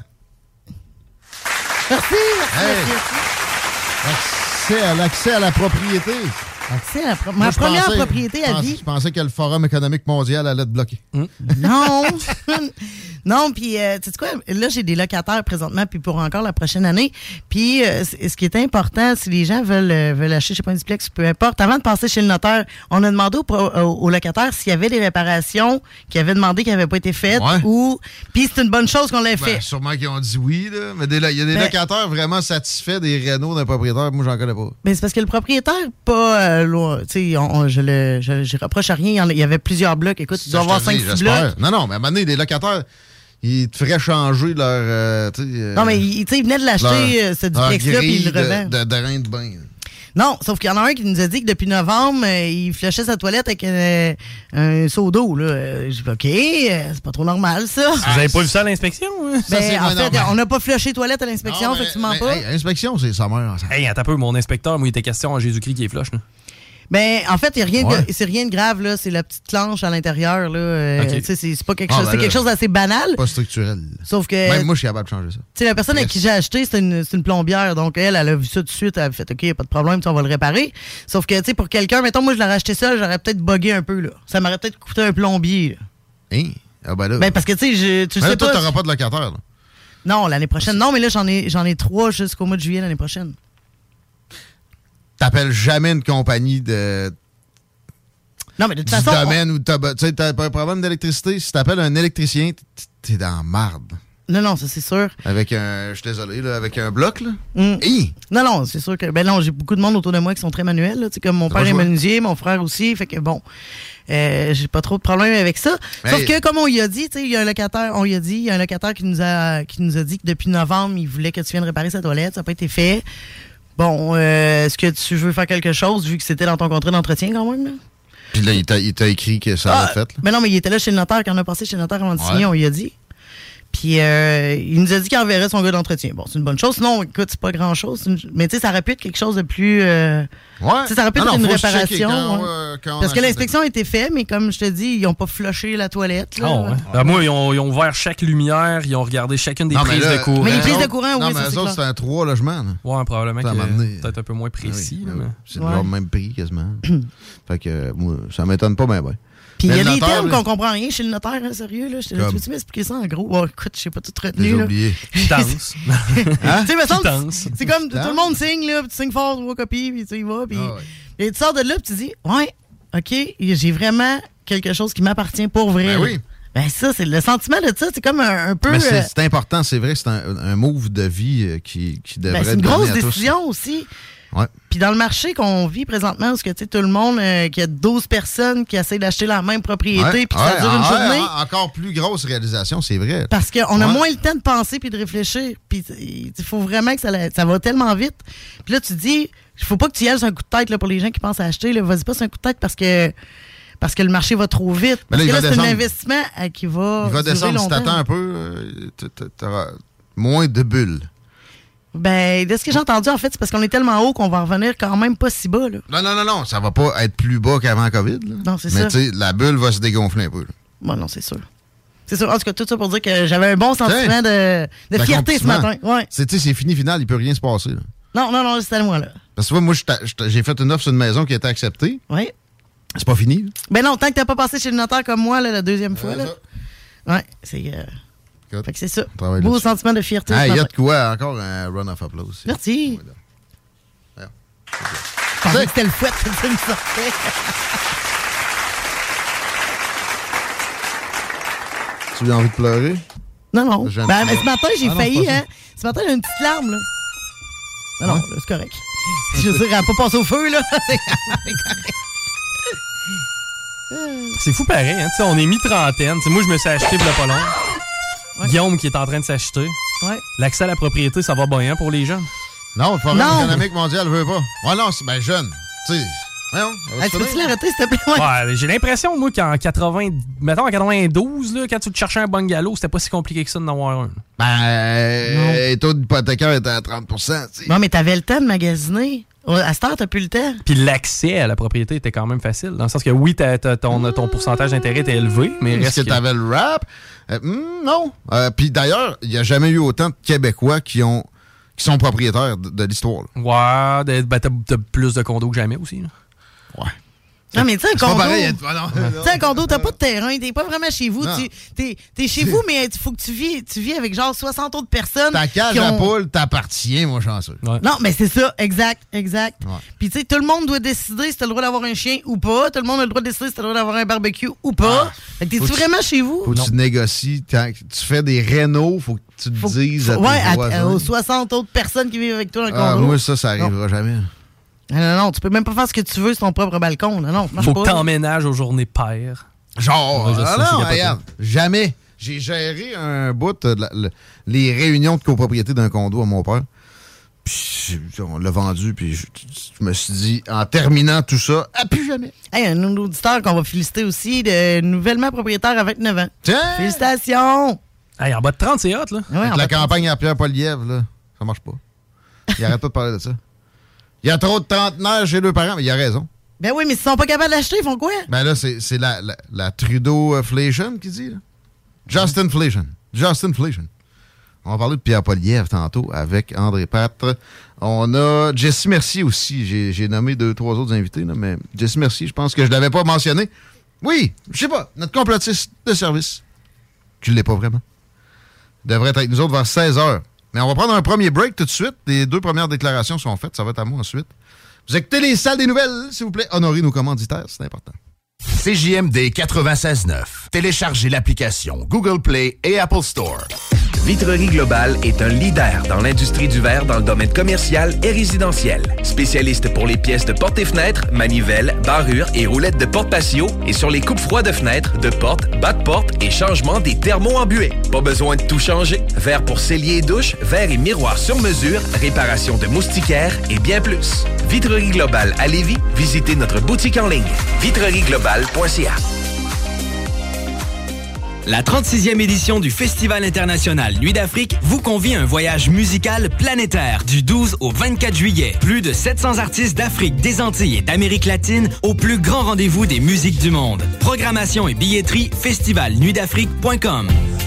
Merci. L'accès à la propriété. Ma première propriété à vie. Je pensais que le Forum économique mondial allait te bloquer. Non. Non, puis, tu sais quoi, là, j'ai des locataires présentement, puis pour encore la prochaine année. Puis, ce qui est important, si les gens veulent acheter, je sais pas, un duplex, peu importe, avant de passer chez le notaire, on a demandé aux locataires s'il y avait des réparations qu'ils avaient demandé qui n'avaient pas été faites, ou... Puis, c'est une bonne chose qu'on l'ait fait. Sûrement qu'ils ont dit oui, là. Mais il y a des locataires vraiment satisfaits des rénaux d'un propriétaire. Moi, j'en connais pas. Mais c'est parce que le propriétaire, pas... tu sais, je reproche à rien. Il y avait plusieurs blocs. Écoute, il doit y avoir 5-6 blocs. Non, mais à un moment donné, des locataires... Ils te feraient changer leur... non, mais ils venaient de l'acheter, ce duplex-là, puis ils le revendent. De drain de bain. Non, sauf qu'il y en a un qui nous a dit que depuis novembre, il flushait sa toilette avec un seau d'eau. J'ai dit, OK, c'est pas trop normal, ça. Vous avez pas vu ça à l'inspection? Ben, en fait, on n'a pas flushé toilette à l'inspection, effectivement pas. Inspection, c'est sa mère. Hey, attends un peu, mon inspecteur, moi, il était question à Jésus-Christ qui est flush, là. Ben, en fait, c'est rien de grave, là. C'est la petite planche à l'intérieur, là. Okay. C'est pas quelque chose. C'est quelque chose d'assez banal. Pas structurel. Sauf que. Même moi, je suis capable de changer ça. Tu sais, la personne avec qui j'ai acheté, c'est une plombière. Donc, elle a vu ça tout de suite. Elle a fait, OK, pas de problème, on va le réparer. Sauf que, tu sais, pour quelqu'un, mettons, moi, je l'aurais acheté seul, j'aurais peut-être bugué un peu, là. Ça m'aurait peut-être coûté un plombier, là. Hein? Ah, ben là. Ben, parce que, tu sais, tu sais toi, pas. t'auras pas de locataire, là. Non, l'année prochaine. Non, mais là, j'en ai 3 jusqu'au mois de juillet l'année prochaine. T'appelles jamais une compagnie de. Non, mais de toute façon. Domaine où t'as pas un problème d'électricité. Si t'appelles un électricien, t'es dans la marde. Non, ça c'est sûr. Avec je suis désolé, là, avec un bloc, là. Non, c'est sûr que. Ben non, j'ai beaucoup de monde autour de moi qui sont très manuels, là. Comme mon père est menuisier, mon frère aussi. Fait que bon. J'ai pas trop de problème avec ça. Sauf que, comme on y a dit, il y a un locataire, qui nous a dit que depuis novembre, il voulait que tu viennes réparer sa toilette. Ça n'a pas été fait. Bon, est-ce que tu veux faire quelque chose, vu que c'était dans ton contrat d'entretien quand même, là? Puis là, il t'a écrit que ça l'a fait. Là. Mais non, mais il était là chez le notaire. Quand on a passé chez le notaire avant de signer, on lui a dit. Puis il nous a dit qu'il enverrait son gars d'entretien. Bon, c'est une bonne chose. Sinon, écoute, c'est pas grand-chose. Mais tu sais, ça aurait pu être quelque chose de plus... Ça aurait pu être une réparation. Quand parce que l'inspection a été faite, mais comme je te dis, ils n'ont pas flushé la toilette. Là. Moi, ils ont ouvert chaque lumière, ils ont regardé chacune des prises de courant. Mais les prises de courant, oui, c'est ça. C'est un 3 logements. Ouais, probablement que peut-être un peu moins précis. Oui, c'est le même prix quasiment. Fait que moi, ça m'étonne pas bien. Puis il y a des termes qu'on comprend rien chez le notaire, hein, sérieux. Là. Tu veux-tu m'expliquer ça en gros? Oh, écoute, je sais pas tout retenu. J'ai oublié. Pitance. C'est comme tout le monde signe, là, puis tu signes fort 3 copies, puis tu y vas. Puis et tu sors de là, puis tu dis, ouais, OK, j'ai vraiment quelque chose qui m'appartient pour vrai. Ben oui. Ben ça, c'est le sentiment de ça, c'est comme un peu... Mais c'est important, c'est vrai, c'est un move de vie qui devrait être c'est une grosse décision aussi. Ouais. Puis dans le marché qu'on vit présentement, parce que tu sais, tout le monde, qu'il y a 12 personnes qui essaient d'acheter la même propriété, puis ça dure une journée. Encore plus grosse réalisation, c'est vrai. Parce qu'on a moins le temps de penser puis de réfléchir. Puis il faut vraiment que ça va tellement vite. Puis là, tu dis, il faut pas que tu y ailles sur un coup de tête là, pour les gens qui pensent à acheter. Là. Vas-y pas sur un coup de tête parce que le marché va trop vite. Parce que là, c'est un investissement qui va Il va descendre. longtemps. Si t'attends un peu, t'auras moins de bulles. Ben, de ce que j'ai entendu, en fait, c'est parce qu'on est tellement haut qu'on va revenir quand même pas si bas. Là. Non. Ça va pas être plus bas qu'avant COVID. Là. Non, c'est ça. Mais tu sais, la bulle va se dégonfler un peu. Bon, non, c'est sûr. C'est sûr. En tout cas, tout ça pour dire que j'avais un bon sentiment de fierté ce matin. Ouais. C'est fini final, il peut rien se passer. Là. Non, c'était à moi, là. Parce que moi, j'ai fait une offre sur une maison qui a été acceptée. Oui. C'est pas fini. Là. Ben non, tant que t'as pas passé chez le notaire comme moi, là, la deuxième fois. Là. Ouais, c'est... Fait que c'est ça. Beau sentiment de fierté. Il y a de quoi, encore un run of applause. Merci. Je pensais que c'était le fouet que tu me sortais. Tu as envie de pleurer? Non. Ben, mais ce matin, j'ai failli, hein. Ce matin, j'ai une petite larme, là. Non, c'est correct. Je veux dire, elle n'a pas passé au feu, là. C'est correct. C'est fou pareil, hein. T'sais, on est mi-trentaine. T'sais, moi, je me suis acheté pour le pas long. Ouais. Guillaume qui est en train de s'acheter. Ouais. L'accès à la propriété, ça va bien pour les jeunes? Non, le Forum économique mondial veut pas. Ouais, non, c'est bien jeune. Tu sais, tu peux-tu l'arrêter, s'il te plaît? Ouais, j'ai l'impression, moi, qu'en 92, là, quand tu te cherchais un bungalow, c'était pas si compliqué que ça d'en avoir un. Ben, taux d'hypothécaire était à 30%. T'sais. Non, mais t'avais le temps de magasiner. À cette heure, t'as plus le temps. Puis l'accès à la propriété était quand même facile. Dans le sens que oui, ton pourcentage d'intérêt était élevé, mais est-ce que t'avais le rap? Non. Puis d'ailleurs, il n'y a jamais eu autant de Québécois qui sont propriétaires de l'histoire. Là. Ouais, t'as plus de condos que jamais aussi. Là. Ouais. Non, mais tu sais, un condo. Tu sais, un condo, t'as pas de terrain, t'es pas vraiment chez vous. T'es chez vous, mais il faut que tu vis avec genre 60 autres personnes. Ta cage à poule t'appartient, moi, chanceux. Ouais. Non, mais c'est ça, exact. Ouais. Puis tu sais, tout le monde doit décider si t'as le droit d'avoir un chien ou pas. Tout le monde a le droit de décider si t'as le droit d'avoir un barbecue ou pas. Fait que t'es-tu vraiment chez vous? Faut que tu négocies. Quand tu fais des rénaux, faut que tu te dises à tes voisins. Aux 60 autres personnes qui vivent avec toi dans le condo. Moi, ça arrivera jamais. Non, tu peux même pas faire ce que tu veux sur ton propre balcon. Non, faut que t'emménages aux journées paires. Genre, regarde, jamais. J'ai géré un bout les réunions de copropriété d'un condo à mon père. Puis on l'a vendu, puis je me suis dit, en terminant tout ça, plus jamais. Hey, un auditeur qu'on va féliciter aussi, de nouvellement propriétaire à 29 ans. Tiens! Félicitations! Hey, en bas de 30, c'est hot, là. Ouais, avec la campagne à Pierre-Poilievre, là, ça marche pas. Il arrête pas de parler de ça. Il y a trop de trentenaires chez deux parents, mais il a raison. Ben oui, mais s'ils sont pas capables d'acheter, ils font quoi? Ben là, c'est la Trudeau-flation qui dit, là. Justinflation. On va parler de Pierre Poilievre tantôt avec André Patre. On a Jessie Mercier aussi. J'ai nommé 2-3 autres invités, là, mais Jessie Mercier, je pense que je l'avais pas mentionné. Oui, je sais pas, notre complotiste de service. Tu l'es pas vraiment. Devrait être avec nous autres vers 16h. Mais on va prendre un premier break tout de suite. Les 2 premières déclarations sont faites. Ça va être à moi ensuite. Vous écoutez les salles des nouvelles, s'il vous plaît. Honorez nos commanditaires, c'est important. CJMD 96.9. Téléchargez l'application Google Play et Apple Store. Vitrerie Globale est un leader dans l'industrie du verre dans le domaine commercial et résidentiel. Spécialiste pour les pièces de portes et fenêtres, manivelles, barrures et roulettes de porte patio et sur les coupes-froids de fenêtres, de portes, bas de porte et changement des thermos embués. Pas besoin de tout changer. Verre pour cellier et douche, verre et miroir sur mesure, réparation de moustiquaires et bien plus. Vitrerie Globale à Lévis, visitez notre boutique en ligne. vitrerieglobale.ca. La 36e édition du Festival international Nuit d'Afrique vous convie à un voyage musical planétaire du 12 au 24 juillet. Plus de 700 artistes d'Afrique, des Antilles et d'Amérique latine au plus grand rendez-vous des musiques du monde. Programmation et billetterie, festivalnuitdafrique.com.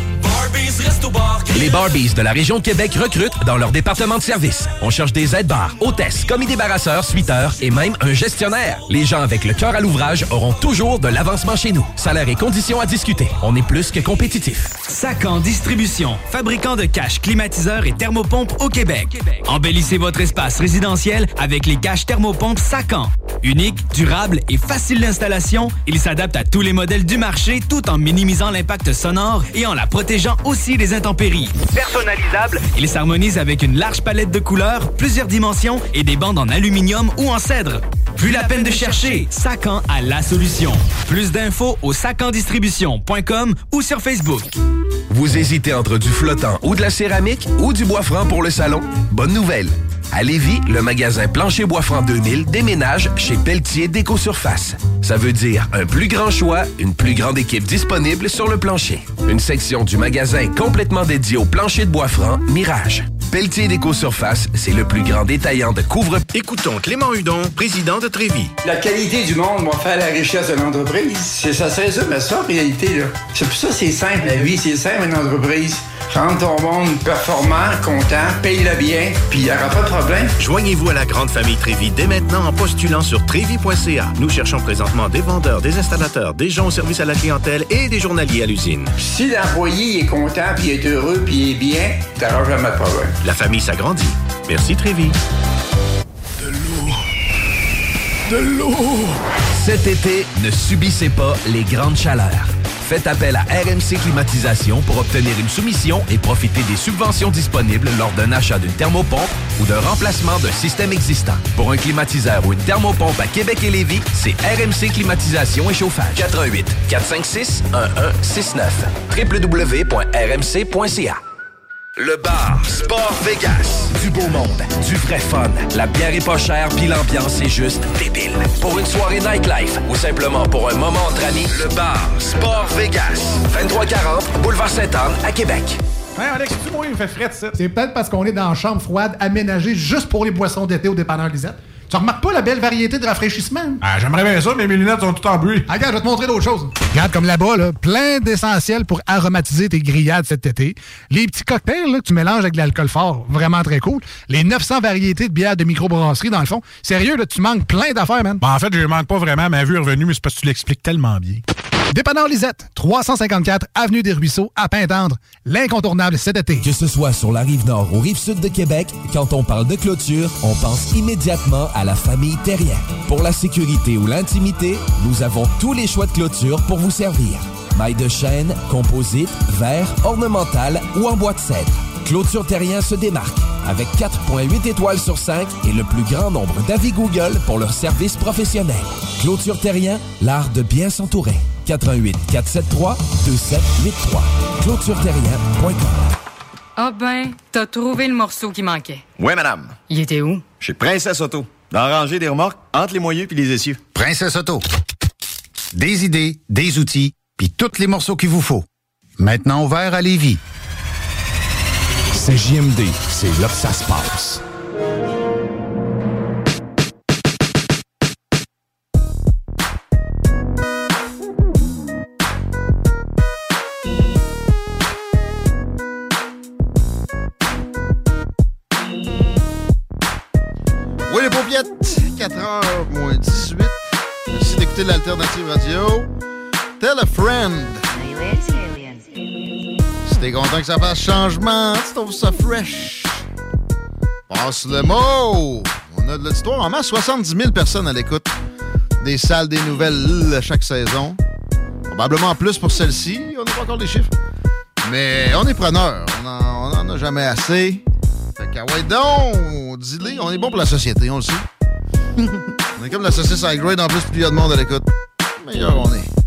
Les Barbies de la région de Québec recrutent dans leur département de service. On cherche des aides-bars, hôtesses, commis débarrasseurs, suiteurs et même un gestionnaire. Les gens avec le cœur à l'ouvrage auront toujours de l'avancement chez nous. Salaire et conditions à discuter. On est plus que compétitif. Sacan Distribution, fabricant de caches, climatiseurs et thermopompes au Québec. Embellissez votre espace résidentiel avec les caches thermopompes Sacan. Unique, durable et facile d'installation, il s'adapte à tous les modèles du marché tout en minimisant l'impact sonore et en la protégeant aussi des intempéries. Personnalisable, il s'harmonise avec une large palette de couleurs, plusieurs dimensions et des bandes en aluminium ou en cèdre. Plus la peine de chercher, Sacan a la solution. Plus d'infos au sacandistribution.com ou sur Facebook. Vous hésitez entre du flottant ou de la céramique ou du bois franc pour le salon? Bonne nouvelle! À Lévis, le magasin Plancher Bois Franc 2000 déménage chez Pelletier Déco-Surface. Ça veut dire un plus grand choix, une plus grande équipe disponible sur le plancher. Une section du magasin complètement dédiée au plancher de bois franc Mirage. Pelletier Déco-Surface, c'est le plus grand détaillant de couvre... Écoutons Clément Hudon, président de Trévis. La qualité du monde va faire la richesse de l'entreprise. Ça se résume à ça, en réalité. Là. C'est pour ça que c'est simple, la vie. C'est simple, une entreprise. Rendre ton monde performant, content, paye-le bien, puis il n'y aura pas de problème. Joignez-vous à la grande famille Trévis dès maintenant en postulant sur trévis.ca. Nous cherchons présentement des vendeurs, des installateurs, des gens au service à la clientèle et des journaliers à l'usine. Si l'employé est content, puis est heureux, puis il est bien, t'auras jamais de problème. La famille s'agrandit. Merci Trévis. De l'eau! Cet été, ne subissez pas les grandes chaleurs. Faites appel à RMC Climatisation pour obtenir une soumission et profiter des subventions disponibles lors d'un achat d'une thermopompe ou d'un remplacement d'un système existant. Pour un climatiseur ou une thermopompe à Québec et Lévis, c'est RMC Climatisation et Chauffage. 88 456 1169 www.rmc.ca. Le bar Sport Vegas. Du beau monde, du vrai fun. La bière est pas chère, puis l'ambiance est juste débile. Pour une soirée nightlife ou simplement pour un moment entre amis, le bar Sport Vegas. 2340 Boulevard Sainte-Anne à Québec. Hey Alex, tu vois, il fait frais ça. C'est peut-être parce qu'on est dans une chambre froide aménagée juste pour les boissons d'été au dépanneur Lisette. Tu remarques pas la belle variété de rafraîchissement? Ah, j'aimerais bien ça, mais mes lunettes sont toutes en bruit. Ah, regarde, je vais te montrer d'autres choses. Regarde, comme là-bas, là, plein d'essentiels pour aromatiser tes grillades cet été. Les petits cocktails là, que tu mélanges avec de l'alcool fort, vraiment très cool. Les 900 variétés de bières de microbrasserie, dans le fond. Sérieux, là, tu manques plein d'affaires, man. En fait, je manque pas vraiment. Ma vue est revenue, mais c'est parce que tu l'expliques tellement bien. Dépanneur Lisette, 354 Avenue des Ruisseaux, à Pintendre. L'incontournable cet été. Que ce soit sur la Rive-Nord ou Rive-Sud de Québec, quand on parle de clôture, on pense immédiatement à la famille Terrien. Pour la sécurité ou l'intimité, nous avons tous les choix de clôture pour vous servir. Mailles de chêne, composite, verre, ornemental ou en bois de cèdre. Clôture Terrien se démarque avec 4,8 étoiles sur 5 et le plus grand nombre d'avis Google pour leur service professionnel. Clôture Terrien, l'art de bien s'entourer. 88 473 2783. ClôtureTerrien.com. Ah ben, t'as trouvé le morceau qui manquait. Oui, madame. Il était où? Chez Princesse Auto. Dans la rangée des remorques, entre les moyeux puis les essieux. Princesse Auto. Des idées, des outils, puis tous les morceaux qu'il vous faut. Maintenant ouvert à Lévis. C'est JMD, c'est là que ça se passe. Oui, les paupiettes, 4h moins 18. Merci d'écouter l'Alternative Radio. Tell a friend. Si t'es content que ça fasse changement, tu trouves ça fresh. Passe le mot. On a de l'auditoire en masse, 70 000 personnes à l'écoute des salles des nouvelles chaque saison. Probablement plus pour celle-ci. On n'a pas encore les chiffres. Mais on est preneur. On n'en a jamais assez. Fait que, ouais, donc, dis-le, on est bon pour la société, on le sait. On est comme la saucisse à grade, en plus, plus il y a de monde à l'écoute, meilleur on est.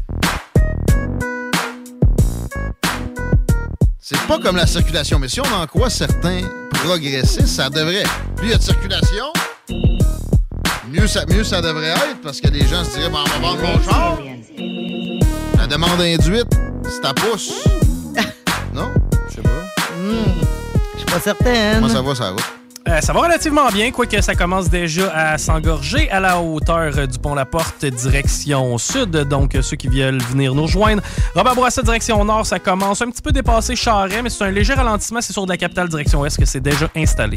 C'est pas comme la circulation, mais si on en croit certains progressistes, ça devrait. Plus il y a de circulation, mieux ça devrait être, parce que les gens se diraient, on va vendre mon char. La demande induite, c'est à pouce. Non? Je sais pas. Je suis pas certaine. Comment ça va, ça va? Ça va relativement bien, quoique ça commence déjà à s'engorger à la hauteur du pont La Porte, direction sud. Donc, ceux qui veulent venir nous rejoindre. Robert Bourassa, direction nord, ça commence un petit peu dépassé Charest, mais c'est un léger ralentissement. C'est sur de la capitale, direction ouest, que c'est déjà installé.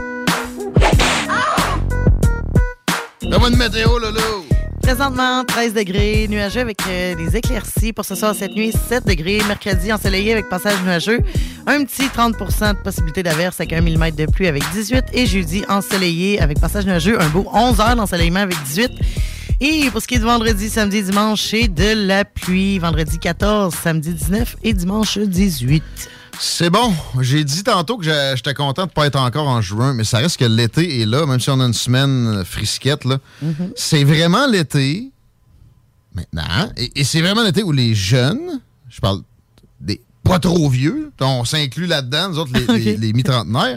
Donne-moi une météo, Lolo! Présentement, 13 degrés, nuageux avec des éclaircies. Pour ce soir, cette nuit, 7 degrés. Mercredi, ensoleillé avec passage nuageux. Un petit 30 de possibilité d'averse avec 1 mm de pluie avec 18. Et jeudi, ensoleillé avec passage nuageux. Un beau 11 heures d'ensoleillement avec 18. Et pour ce qui est de vendredi, samedi, dimanche, c'est de la pluie. Vendredi 14, samedi 19 et dimanche 18. C'est bon. J'ai dit tantôt que j'étais content de ne pas être encore en juin, mais ça reste que l'été est là, même si on a une semaine frisquette. Là. Mm-hmm. C'est vraiment l'été, maintenant, et c'est vraiment l'été où les jeunes, je parle des pas trop vieux, on s'inclut là-dedans, nous autres, les mi-trentenaires,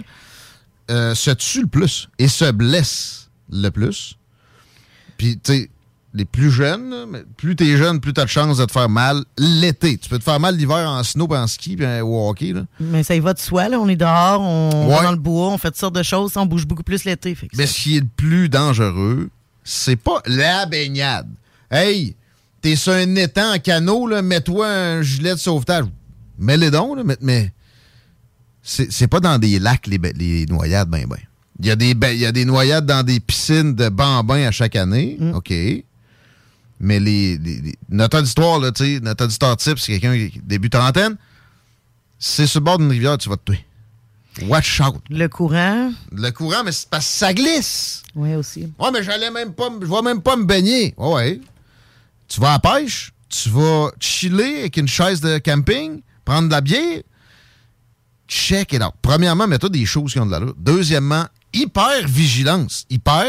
se tuent le plus et se blessent le plus. Puis, tu sais, les plus jeunes, mais plus t'es jeune, plus t'as de chances de te faire mal l'été. Tu peux te faire mal l'hiver en snow, en ski, puis au hockey. Là. Mais ça y va de soi, là. On est dehors, on va dans le bois, on fait toutes sortes de choses, on bouge beaucoup plus l'été. Fait que mais ce qui est le plus dangereux, c'est pas la baignade. Hey, t'es sur un étang en canot, là, mets-toi un gilet de sauvetage. Mets-les donc, là, mais c'est pas dans des lacs les noyades, ben. Il y a des noyades dans des piscines de bambins à chaque année. OK. Mais notre auditoire, là, notre auditeur type, c'est quelqu'un qui débute trentaine, c'est sur le bord d'une rivière, tu vas te tuer. Watch out. Le courant, mais c'est parce que ça glisse. Oui, aussi. Ouais, mais je vais même pas me baigner. Ouais. Tu vas à la pêche, tu vas chiller avec une chaise de camping, prendre de la bière, check it out. Premièrement, mets-toi des choses qui ont de l'allure. Deuxièmement, hyper vigilance si tu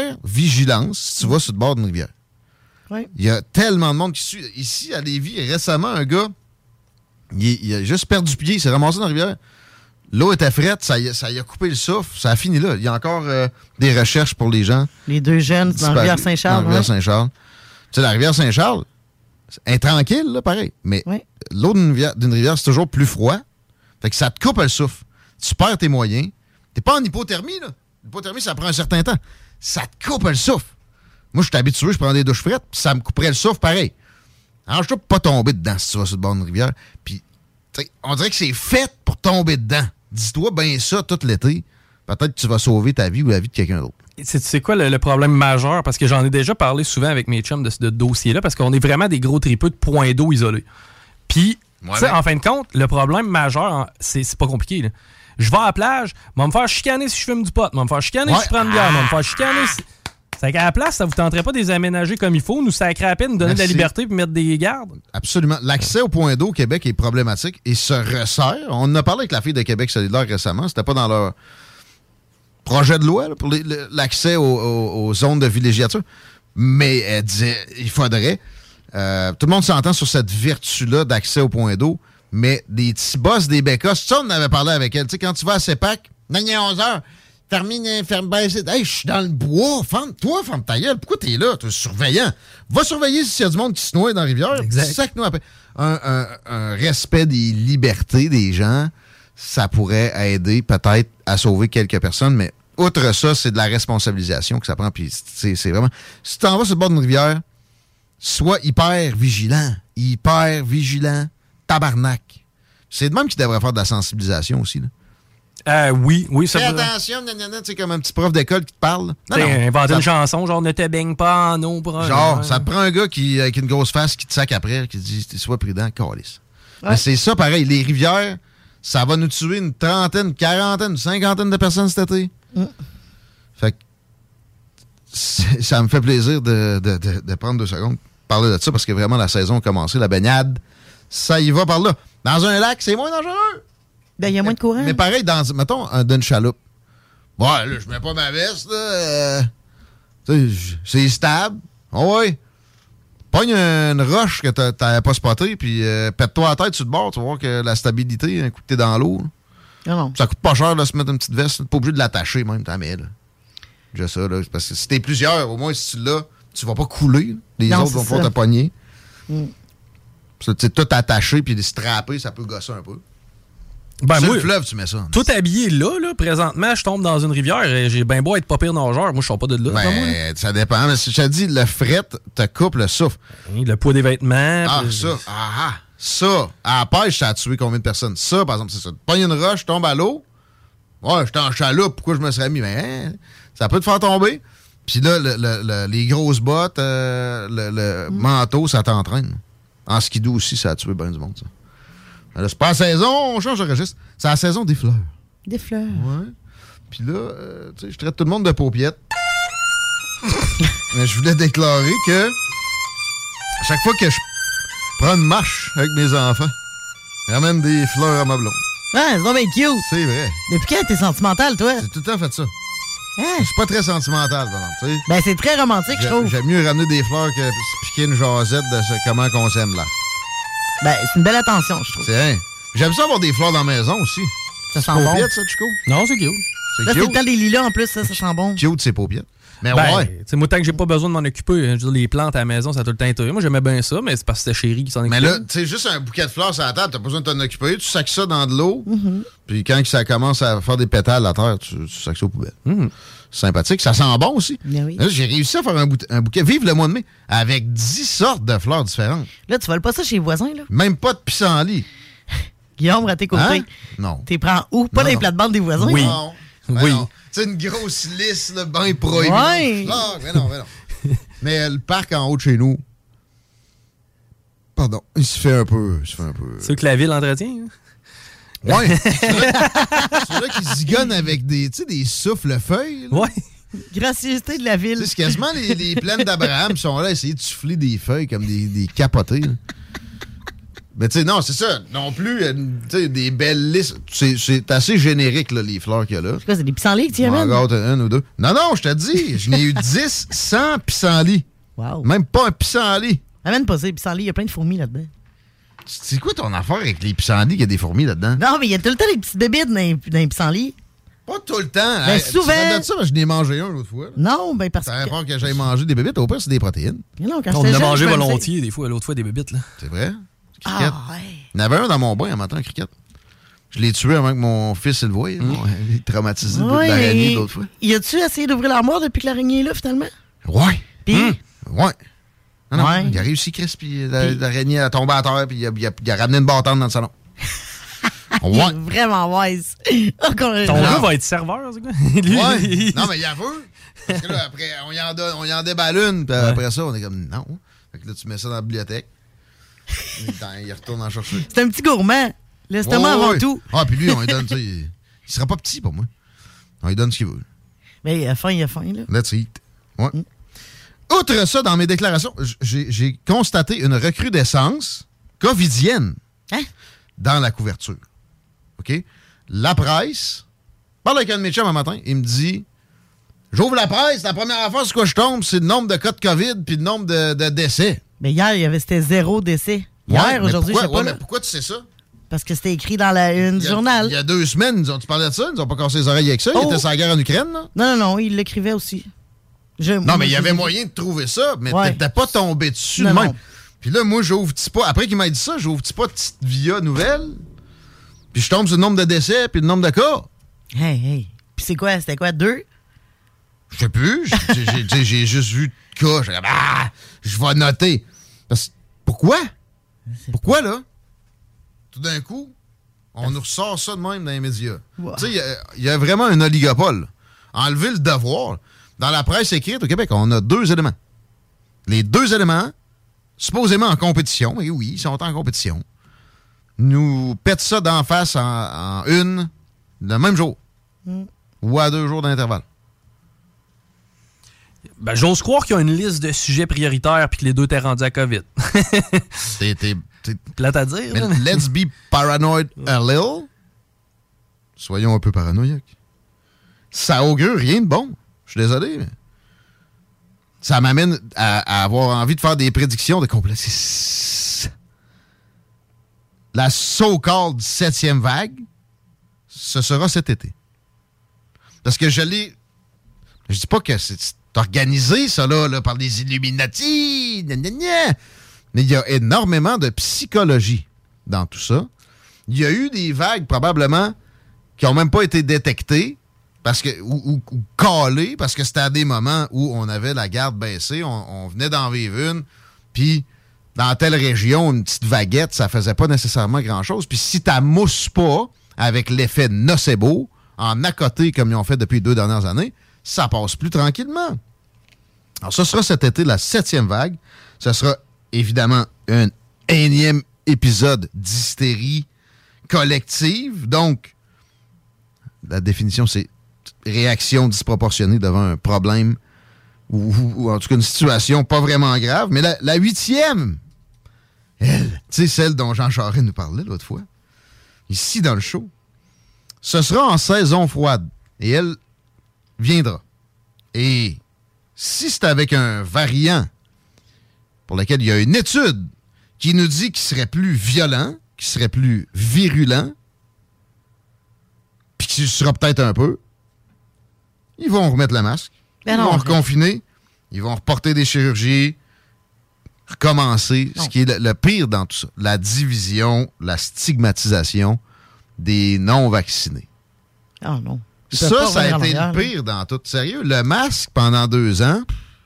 vas sur le bord d'une rivière. Oui. Il y a tellement de monde qui suit. Ici, à Lévis, récemment, un gars, il a juste perdu pied, il s'est ramassé dans la rivière. L'eau était frette, ça y a coupé le souffle, ça a fini là. Il y a encore des recherches pour les gens. Les deux jeunes dans la rivière Saint-Charles. Dans la rivière Saint-Charles. Tu sais, la rivière Saint-Charles, elle est tranquille, là, pareil. Mais l'eau d'une rivière, c'est toujours plus froid. Fait que ça te coupe le souffle. Tu perds tes moyens. T'es pas en hypothermie, là. L'hypothermie, ça prend un certain temps. Ça te coupe le souffle. Moi, je suis habitué, je prends des douches frettes, puis ça me couperait le souffle pareil. Arrange-toi pour pas tomber dedans si tu vas sur le bord d'une rivière. Puis, on dirait que c'est fait pour tomber dedans. Dis-toi bien ça tout l'été. Peut-être que tu vas sauver ta vie ou la vie de quelqu'un d'autre. C'est quoi le problème majeur? Parce que j'en ai déjà parlé souvent avec mes chums de ce dossier-là, parce qu'on est vraiment des gros tripeux de points d'eau isolés. Puis, en fin de compte, le problème majeur, c'est pas compliqué, là. Je vais à la plage, je vais me faire chicaner si je fume du pot, je vais me faire chicaner si je prends une bière, je vais me faire chicaner si... C'est qu'à la place, ça vous tenterait pas de les aménager comme il faut, nous sacrer à peine, nous donner de la liberté et mettre des gardes? Absolument. L'accès au point d'eau au Québec est problématique et se resserre. On en a parlé avec la fille de Québec solidaire récemment. C'était pas dans leur projet de loi là, pour l'accès aux zones de villégiature. Mais elle disait, il faudrait... tout le monde s'entend sur cette vertu-là d'accès au point d'eau, mais des petits boss, des bécosses, ça, on avait parlé avec elle. Tu sais, quand tu vas à CEPAC, il est 11 heures. Termine, ferme, hey, je suis dans le bois. Ferme ta gueule. Pourquoi t'es là? T'es surveillant. Va surveiller s'il y a du monde qui se noie dans la rivière. Exact. Sac-nous après. Un respect des libertés des gens, ça pourrait aider peut-être à sauver quelques personnes, mais outre ça, c'est de la responsabilisation que ça prend. Puis c'est vraiment... Si tu t'en vas sur le bord d'une rivière, sois hyper vigilant. Tabarnak. C'est de même qu'il devrait faire de la sensibilisation aussi, là. Oui. Fais attention, c'est comme un petit prof d'école qui te parle. Inventer une chanson, genre ne te baigne pas en eau. Genre, ça te prend un gars avec une grosse face qui te sac après, qui te dit sois prudent, câlisse. Ouais. Mais c'est ça pareil, les rivières, ça va nous tuer une trentaine, 40, 50 de personnes cet été. Fait que ça me fait plaisir de prendre 2 secondes pour parler de ça parce que vraiment la saison a commencé, la baignade, ça y va par là. Dans un lac, c'est moins dangereux. Ben, il y a moins de courant. Mais pareil, mettons, d'une chaloupe. Ouais, là, je mets pas ma veste, là. C'est stable. Oh, ouais. Pogne une roche que t'avais pas spotée, puis pète-toi la tête sur le bord, tu vas voir que la stabilité, un coup que t'es dans l'eau. Non. Ça coûte pas cher de se mettre une petite veste. T'es pas obligé de l'attacher même, t'en mets, là. Déjà ça, là. Parce que si t'es plusieurs, au moins, si tu l'as, tu vas pas couler. Les autres vont pouvoir te pogner. Parce que tout attaché, puis strapper, ça peut gosser un peu. Ben, sur moi, le fleuve, tu mets ça. Tout habillé là, présentement, je tombe dans une rivière et j'ai bien beau être pas pire nageur. Moi, je sors pas de là. Ben, ça dépend. Mais si je te dis, le fret te coupe le souffle. Le poids des vêtements. Ça, à la pêche, ça a tué combien de personnes? Ça, par exemple, c'est ça. Tu pognes une roche, tu tombes à l'eau. Ouais, j'étais en chaloupe, pourquoi je me serais mis? Ben, ça peut te faire tomber. Puis là, les grosses bottes, le manteau, ça t'entraîne. En skidoo aussi, ça a tué bien du monde, ça. Là, c'est pas la saison, on change de registre. C'est la saison des fleurs. Des fleurs. Ouais. Puis là, tu sais, je traite tout le monde de paupiètes. Mais je voulais déclarer que chaque fois que je prends une marche avec mes enfants, je ramène des fleurs à ma blonde. Ouais, c'est donc bien cute. C'est vrai. Depuis quand t'es sentimental, toi? J'ai tout le temps fait ça. Je suis pas très sentimental, par exemple, tu sais. Ben, c'est très romantique, je trouve. J'aime mieux ramener des fleurs que piquer une jasette de comment qu'on s'aime là. Ben, c'est une belle attention, je trouve. J'aime ça avoir des fleurs dans la maison aussi. Ça sent bon. Paupiètes, ça, Chico? Non, c'est cute. Là, c'est le temps des lilas en plus, ça sent bon. Cute, c'est paupiètes. Mais ouais. Moi, tant que j'ai pas besoin de m'en occuper, je veux dire, les plantes à la maison, ça a tout le temps été. Moi, j'aimais bien ça, mais c'est parce que c'était chéri qui s'en occupait. Mais là, tu sais, juste un bouquet de fleurs sur la table, t'as pas besoin de t'en occuper. Tu sacs ça dans de l'eau, puis quand ça commence à faire des pétales à terre, tu sacs ça aux poubelles. C'est sympathique. Ça sent bon aussi. Oui. Là, j'ai réussi à faire un bouquet. Vive le mois de mai avec 10 sortes de fleurs différentes. Là, tu voles pas ça chez les voisins, là? Même pas de pissenlit. Guillaume, à tes côtés. Hein? Non. T'es prends où? Pas dans les plates-bandes des voisins? Oui. Non. Oui. C'est une grosse liste, là, bien prohibée. Ouais. Mais non. Mais le parc en haut de chez nous, pardon, il se fait un peu. C'est que la ville entretient. Hein? Ouais. C'est vrai qu'ils zigonnent avec des souffles-feuilles. Ouais. Gracieuseté de la ville. C'est quasiment les plaines d'Abraham qui sont là à essayer de souffler des feuilles comme des capotés. Là. Mais tu sais, non, c'est ça. Non plus, des belles listes. C'est assez générique, là, les fleurs qu'il y a là. C'est quoi, c'est des pissenlits que tu y amènes? Encore une ou deux. Non, je te dis, je n'ai eu 10 sans pissenlits. Wow. Même pas un pissenlit. Amène pas ça, les pissenlits, il y a plein de fourmis là-dedans. C'est quoi ton affaire avec les pissenlits qu'il y a des fourmis là-dedans? Non, mais il y a tout le temps des petites bébites dans les pissenlits. Pas tout le temps. Ben, souvent. Tu parles de ça, je n'ai mangé un l'autre fois. Là. Non, ben parce que... Ça peur que j'aille manger des bébites, au pire, c'est des protéines. Non, on en a mangé volontiers, des fois, l'autre fois, des bébites. Là. C'est vrai? Ah, ouais. Il y en avait un dans mon bain un matin, un cricket. Je l'ai tué avant que mon fils le voie. Il est traumatisé de l'araignée l'autre fois. Y a-tu essayé d'ouvrir l'armoire depuis que l'araignée est là, finalement? Ouais. Puis? Ouais. Non, il a réussi, Chris, puis l'araignée a tombé à terre, puis il a ramené une bâtonne dans le salon. Il est vraiment wise. Ton gars va être serveur, c'est quoi? Ouais. Non, mais il avoue. Parce que là, après, on y en déballe une, puis après ça, on est comme, non. Fait que là, tu mets ça dans la bibliothèque. Il retourne en chercher. C'est un petit gourmand. L'estomac avant tout. Ah, puis lui, on lui donne, tu sais, il sera pas petit pour moi. On lui donne ce qu'il veut. Mais il a faim, là. Let's eat. Ouais. Outre ça, dans mes déclarations, j'ai constaté une recrudescence covidienne dans la couverture. OK? La presse, parle avec un de mes chums un matin, il me dit, j'ouvre la presse, la première affaire sur quoi je tombe, c'est le nombre de cas de COVID puis le nombre de décès. Mais hier, c'était 0 décès. Hier, aujourd'hui, je sais pas. Mais pourquoi tu sais ça? Parce que c'était écrit dans la une du journal. Il y a 2 semaines, tu parlais de ça? Ils nous ont pas cassé les oreilles avec ça? Il était sur la guerre en Ukraine, là? Non, il l'écrivait aussi. Non, mais il y avait moyen de trouver ça, mais t'étais pas tombé dessus de même. Puis là, moi, j'ouvre pas. Après qu'il m'a dit ça, j'ouvre pas petite via nouvelle. Puis je tombe sur le nombre de décès puis le nombre de cas. Hey. Puis c'est quoi? C'était quoi? 2? Je sais plus. J'ai juste vu de cas. J'ai dit, je vais noter. Pourquoi? Pourquoi, là? Tout d'un coup, on nous ressort ça de même dans les médias. Wow. Tu sais, il y a vraiment un oligopole. Enlever le devoir. Dans la presse écrite au Québec, on a 2 éléments. Les 2 éléments, supposément en compétition, et oui, ils sont en compétition, nous pètent ça d'en face en une le même jour. Ou à 2 jours d'intervalle. Ben, j'ose croire qu'il y a une liste de sujets prioritaires puis que les 2 t'es rendu à COVID. T'es plate à dire. Mais let's be paranoid a little. soyons un peu paranoïaques. Ça augure rien de bon. Je suis désolé, mais ça m'amène à avoir envie de faire des prédictions de complexe. La so-called 7e vague, ce sera cet été. Parce que je dis pas que c'est organisé, ça, là, par les Illuminati, mais il y a énormément de psychologie dans tout ça. Il y a eu des vagues, probablement, qui n'ont même pas été détectées parce que, ou calées, parce que c'était à des moments où on avait la garde baissée, on venait d'en vivre une, puis dans telle région, une petite vaguette, ça faisait pas nécessairement grand-chose. Puis si tu mousses pas avec l'effet nocebo, en à côté, comme ils ont fait depuis les 2 dernières années, ça passe plus tranquillement. Alors, ce sera cet été la 7e vague. Ce sera évidemment un énième épisode d'hystérie collective. Donc, la définition, c'est réaction disproportionnée devant un problème ou en tout cas une situation pas vraiment grave. Mais la 8e, elle, tu sais, celle dont Jean Charest nous parlait l'autre fois, ici dans le show, ce sera en saison froide et elle viendra. Et si c'est avec un variant pour lequel il y a une étude qui nous dit qu'il serait plus violent, qu'il serait plus virulent, puis qu'il sera peut-être un peu, ils vont remettre le masque, ils vont reconfiner, ils vont reporter des chirurgies, recommencer. Ce qui est le pire dans tout ça, la division, la stigmatisation des non-vaccinés. Ah non. Ça a été le pire dans tout. Sérieux, le masque, pendant 2 ans,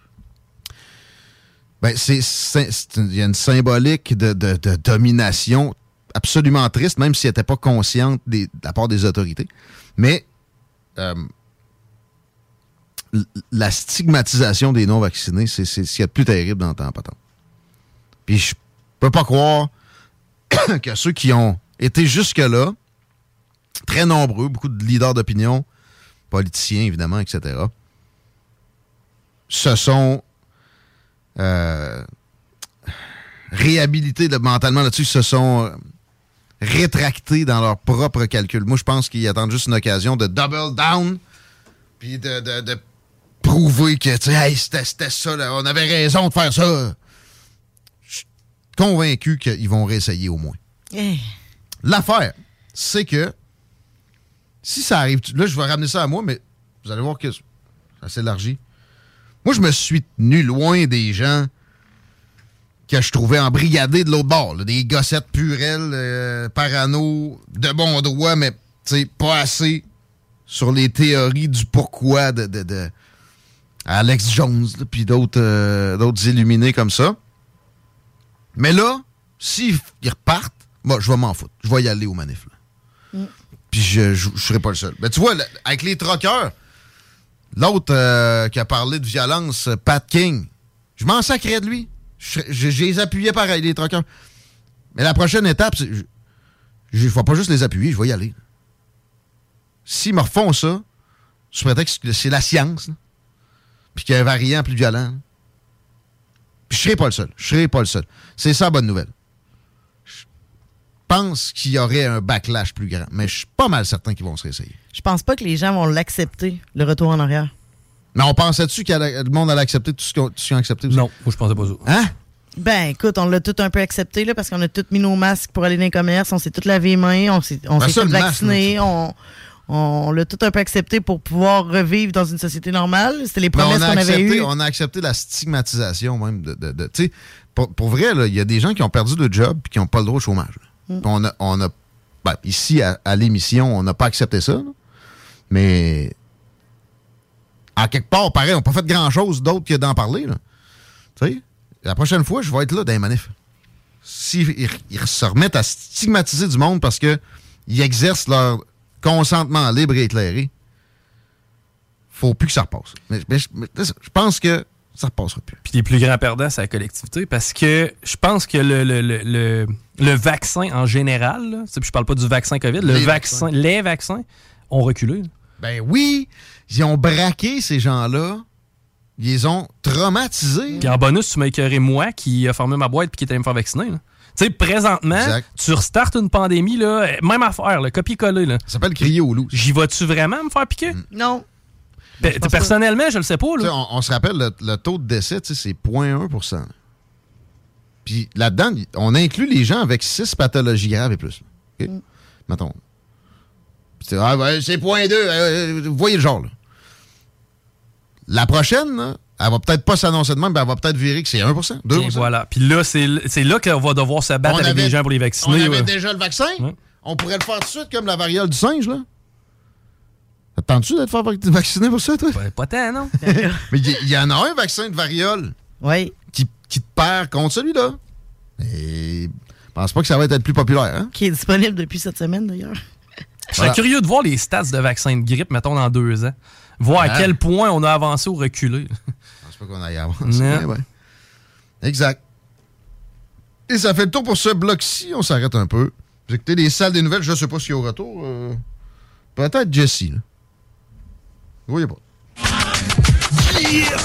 ben il y a une symbolique de domination absolument triste, même si elle n'était pas consciente de la part des autorités. Mais la stigmatisation des non-vaccinés, c'est ce qu'il y a de plus terrible dans le temps patente. Puis je peux pas croire que ceux qui ont été jusque-là, très nombreux, beaucoup de leaders d'opinion, politiciens, évidemment, etc., se sont réhabilités mentalement là-dessus, se sont rétractés dans leurs propres calculs. Moi, je pense qu'ils attendent juste une occasion de double down, puis de prouver que, tu sais, hey, c'était ça, là, on avait raison de faire ça. Je suis convaincu qu'ils vont réessayer au moins. L'affaire, c'est que si ça arrive, là, je vais ramener ça à moi, mais vous allez voir que ça s'élargit. Moi, je me suis tenu loin des gens que je trouvais embrigadés de l'autre bord. Là, des gossettes purelles, parano, de bon droit, mais pas assez sur les théories du pourquoi de Alex Jones, puis d'autres illuminés comme ça. Mais là, s'ils repartent, moi, je vais m'en foutre. Je vais y aller aux manifs. Puis je serai pas le seul. Ben, tu vois, avec les troqueurs, l'autre qui a parlé de violence, Pat King, je m'en sacrais de lui. Je les appuyais pareil, les troqueurs. Mais la prochaine étape, je ne vais pas juste les appuyer, je vais y aller. S'ils me refont ça, sous prétexte que c'est la science, là, puis qu'il y a un variant plus violent, là, puis je serai pas le seul. Je serai pas le seul. C'est ça la bonne nouvelle. Je pense qu'il y aurait un backlash plus grand, mais je suis pas mal certain qu'ils vont se réessayer. Je pense pas que les gens vont l'accepter, le retour en arrière. Mais on pensait-tu que le monde allait accepter tout ce qu'ils ont accepté aussi? Non, moi je pensais pas ça. Hein? Ben, écoute, on l'a tout un peu accepté, là, parce qu'on a tous mis nos masques pour aller dans les commerces, on s'est tous lavé les mains, on s'est tous vaccinés, on l'a tout un peu accepté pour pouvoir revivre dans une société normale. C'était les promesses qu'on avait eues. On a accepté la stigmatisation même. Tu sais, pour vrai, il y a des gens qui ont perdu le job et qui n'ont pas le droit au chômage. On a ben, ici, à l'émission, on n'a pas accepté ça. Là. Mais en quelque part, pareil, on n'a pas fait grand-chose d'autre que d'en parler. Tu sais, la prochaine fois, je vais être là dans les manifs. S'ils se remettent à stigmatiser du monde parce qu'ils exercent leur consentement libre et éclairé, faut plus que ça repasse. Mais je pense que ça repassera plus. Puis les plus grands perdants, c'est la collectivité, parce que je pense que le vaccin en général, là, je parle pas du vaccin COVID, les vaccins ont reculé. Là. Ben oui, ils ont braqué ces gens-là. Ils les ont traumatisés. Puis en bonus, tu m'as écœuré moi qui a formé ma boîte puis qui était allé me faire vacciner. Là. Tu sais, présentement, tu restartes une pandémie, là, même affaire, là, copier-coller. Là. Ça s'appelle crier au loup. J'y vas-tu vraiment me faire piquer? Non. Personnellement, je le sais pas. Là. On se rappelle, le taux de décès, c'est 0,1%. Puis là-dedans, on inclut les gens avec 6 pathologies graves et plus. Okay? Mettons. C'est 0,2. Vous voyez le genre, là. La prochaine, là, elle va peut-être pas s'annoncer de même, mais elle va peut-être virer que c'est 1%, 2%. Et voilà. Puis là, c'est là qu'on va devoir se battre avec les gens pour les vacciner. On avait déjà le vaccin. Ouais. On pourrait le faire tout de suite comme la variole du singe, là. Attends-tu d'être fait vacciner pour ça, toi? Pas tant, non? Mais il y en a un vaccin de variole qui te perd contre celui-là. Et je pense pas que ça va être le plus populaire. Hein? Qui est disponible depuis cette semaine, d'ailleurs. Je serais curieux de voir les stats de vaccins de grippe, mettons, dans 2 ans. Voir à quel point on a avancé ou reculé. Je pense pas qu'on aille avancer. Ouais. Exact. Et ça fait le tour pour ce bloc-ci. On s'arrête un peu. Vous écoutez les salles des nouvelles. Je sais pas s'il y a au retour. Peut-être Jessie, là. Vous voyez pas. Yeah!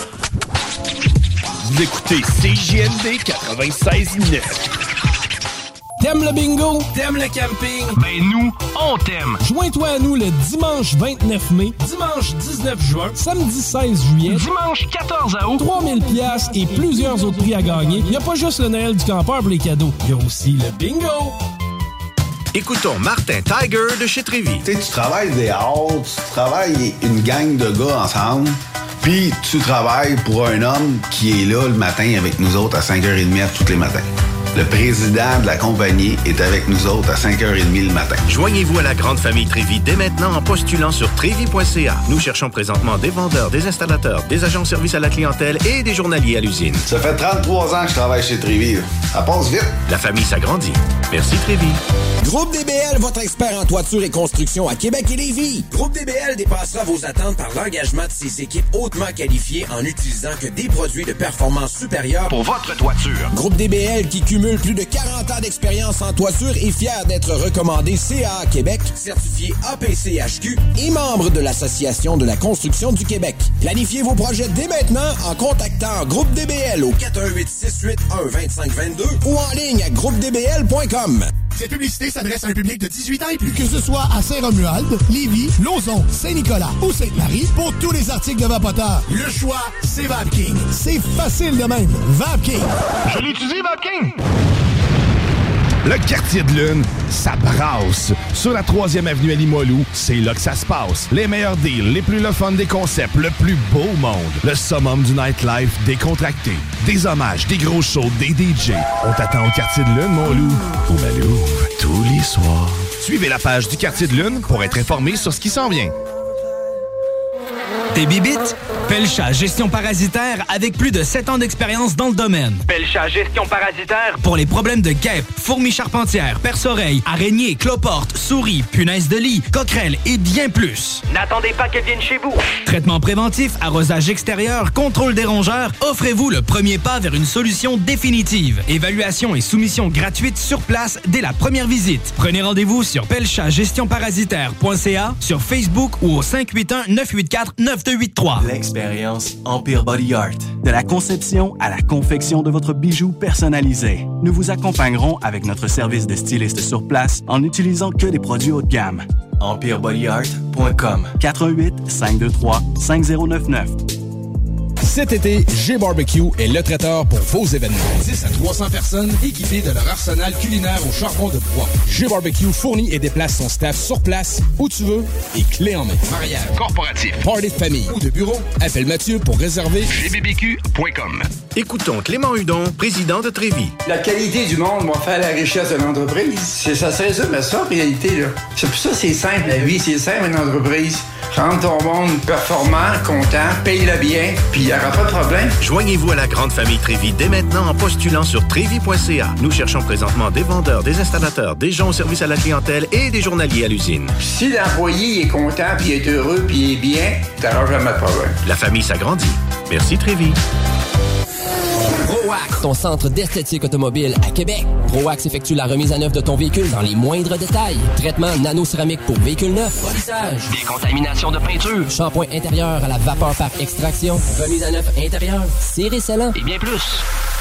Vous écoutez CJMD 96.9. T'aimes le bingo? T'aimes le camping? Ben nous, on t'aime! Joins-toi à nous le dimanche 29 mai, dimanche 19 juin, samedi 16 juillet, dimanche 14 août, 3000 piastres et plusieurs autres prix à gagner. Il n'y a pas juste le Noël du campeur pour les cadeaux, il y a aussi le bingo! Écoutons Martin Tiger de chez Trévy. Tu sais, tu travailles dehors, tu travailles une gang de gars ensemble, puis tu travailles pour un homme qui est là le matin avec nous autres à 5h30 tous les matins. Le président de la compagnie est avec nous autres à 5h30 le matin. Joignez-vous à la grande famille Trévy dès maintenant en postulant sur trévy.ca. Nous cherchons présentement des vendeurs, des installateurs, des agents de service à la clientèle et des journaliers à l'usine. Ça fait 33 ans que je travaille chez Trévy. Ça passe vite. La famille s'agrandit. Merci Trévy. Groupe DBL, votre expert en toiture et construction à Québec et Lévis. Groupe DBL dépassera vos attentes par l'engagement de ses équipes hautement qualifiées en utilisant que des produits de performance supérieure pour votre toiture. Groupe DBL qui cumule plus de 40 ans d'expérience en toiture est fier d'être recommandé CA Québec, certifié APCHQ et membre de l'Association de la construction du Québec. Planifiez vos projets dès maintenant en contactant Groupe DBL au 418-681-2522 ou en ligne à groupedbl.com. Cette publicité s'adresse à un public de 18 ans et plus. Que ce soit à Saint-Romuald, Lévis, Lauson, Saint-Nicolas ou Sainte-Marie, pour tous les articles de Vapoteur, le choix, c'est VapKing. C'est facile de même. VapKing. Je l'utilise, VapKing. Le quartier de lune, ça brasse. Sur la 3e avenue à Limoilou, c'est là que ça se passe. Les meilleurs deals, les plus le fun des concepts, le plus beau monde. Le summum du nightlife décontracté. Des hommages, des gros shows, des DJ. On t'attend au quartier de lune, mon loup. Au Malou, tous les soirs. Suivez la page du quartier de lune pour être informé sur ce qui s'en vient. Tes bibites? Pelcha Gestion Parasitaire avec plus de 7 ans d'expérience dans le domaine. Pelcha Gestion Parasitaire. Pour les problèmes de guêpes, fourmis charpentières, perce-oreilles, araignées, cloportes, souris, punaises de lit, coquerelles et bien plus. N'attendez pas qu'elles viennent chez vous. Traitement préventif, arrosage extérieur, contrôle des rongeurs, offrez-vous le premier pas vers une solution définitive. Évaluation et soumission gratuite sur place dès la première visite. Prenez rendez-vous sur pelchagestionparasitaire.ca, sur Facebook ou au 581-984-9283. L'expérience Empire Body Art. De la conception à la confection de votre bijou personnalisé. Nous vous accompagnerons avec notre service de styliste sur place en n'utilisant que des produits haut de gamme. EmpireBodyArt.com 418-523-5099. Cet été, G-Barbecue est le traiteur pour vos événements. 10 à 300 personnes équipées de leur arsenal culinaire au charbon de bois. G-Barbecue fournit et déplace son staff sur place, où tu veux, et clé en main. Mariage, corporatif, party de famille ou de bureau, appelle Mathieu pour réserver gbbq.com. Écoutons Clément Hudon, président de Trévy. La qualité du monde va faire la richesse de l'entreprise. Ça se résume à ça, en réalité. Là. C'est pour ça que c'est simple, la vie. C'est simple, une entreprise. Rendre ton monde performant, content, paye-le bien, puis il n'y aura pas de problème. Joignez-vous à la grande famille Trévy dès maintenant en postulant sur trévy.ca. Nous cherchons présentement des vendeurs, des installateurs, des gens au service à la clientèle et des journaliers à l'usine. Si l'employé est content, puis est heureux, puis est bien, t'auras jamais de problème. La famille s'agrandit. Merci Trévy. ProAxe, ton centre d'esthétique automobile à Québec. ProAxe effectue la remise à neuf de ton véhicule dans les moindres détails. Traitement nano-céramique pour véhicule neuf, polissage, décontamination de peinture, shampoing intérieur à la vapeur par extraction, remise à neuf intérieure, cire et scellant et bien plus.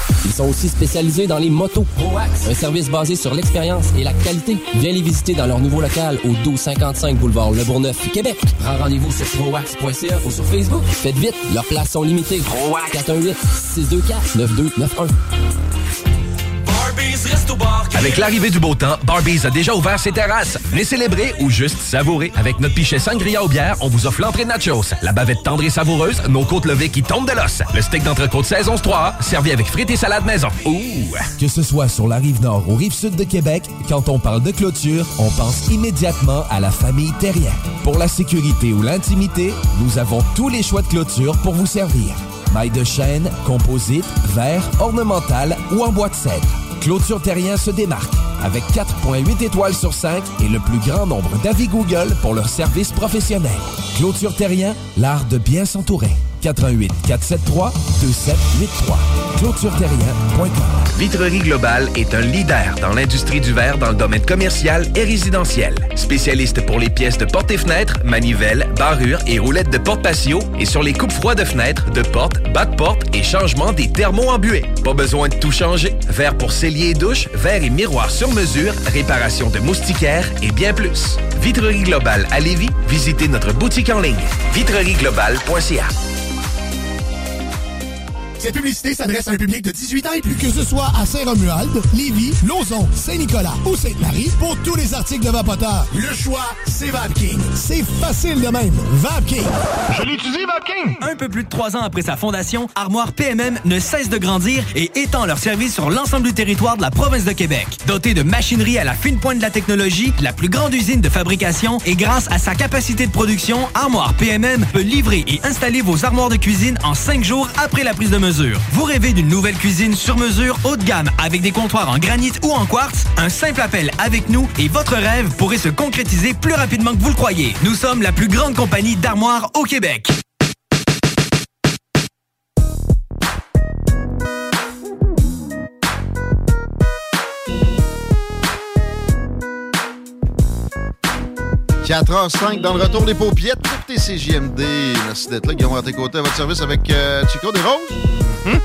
Ils sont aussi spécialisés dans les motos. ProAxe, un service basé sur l'expérience et la qualité. Viens les visiter dans leur nouveau local au 1255 boulevard Le Bourgneuf, Québec. Prends rendez-vous sur proaxe.ca ou sur Facebook. Faites vite, leurs places sont limitées. ProAxe 418-624-9291. Avec l'arrivée du beau temps, Barbies a déjà ouvert ses terrasses. Venez célébrer ou juste savourer. Avec notre pichet sangria aux bières, on vous offre l'entrée de nachos, la bavette tendre et savoureuse, nos côtes levées qui tombent de l'os, le steak d'entrecôte saison 3A, servi avec frites et salade maison. Ouh! Que ce soit sur la Rive-Nord ou Rive-Sud de Québec, quand on parle de clôture, on pense immédiatement à la famille Terrien. Pour la sécurité ou l'intimité, nous avons tous les choix de clôture pour vous servir. Mailles de chêne, composite, verre, ornemental ou en bois de cèdre. Clôture Terrien se démarque avec 4,8 étoiles sur 5 et le plus grand nombre d'avis Google pour leur service professionnel. Clôture Terrien, l'art de bien s'entourer. 88 473 2783. ClôtureTerrien.com. Vitrerie Globale est un leader dans l'industrie du verre dans le domaine commercial et résidentiel. Spécialiste pour les pièces de portes et fenêtres, manivelles, barrures et roulettes de porte-patio et sur les coupes froides de fenêtres, de portes, bas de porte et changement des thermos embués. Pas besoin de tout changer. Verre pour cellier et douche, verre et miroir sur mesure, réparation de moustiquaires et bien plus. Vitrerie Globale à Lévis, visitez notre boutique en ligne. vitrerieglobale.ca. Cette publicité s'adresse à un public de 18 ans et plus. Que ce soit à Saint-Romuald, Lévis, Lauson, Saint-Nicolas ou Sainte-Marie, pour tous les articles de Vapoteur, le choix, c'est VapKing. C'est facile de même. VapKing. Je l'utilise, VapKing. Un peu plus de 3 ans après sa fondation, Armoire PMM ne cesse de grandir et étend leur service sur l'ensemble du territoire de la province de Québec. Dotée de machinerie à la fine pointe de la technologie, la plus grande usine de fabrication et grâce à sa capacité de production, Armoire PMM peut livrer et installer vos armoires de cuisine en 5 jours après la prise de mesure. Vous rêvez d'une nouvelle cuisine sur mesure haut de gamme avec des comptoirs en granit ou en quartz? Un simple appel avec nous et votre rêve pourrait se concrétiser plus rapidement que vous le croyez. Nous sommes la plus grande compagnie d'armoires au Québec. « 4h05 dans le retour des paupiettes pour tes CJMD. Merci d'être là, Guillaume à tes côtés à votre service avec Chico des Roses.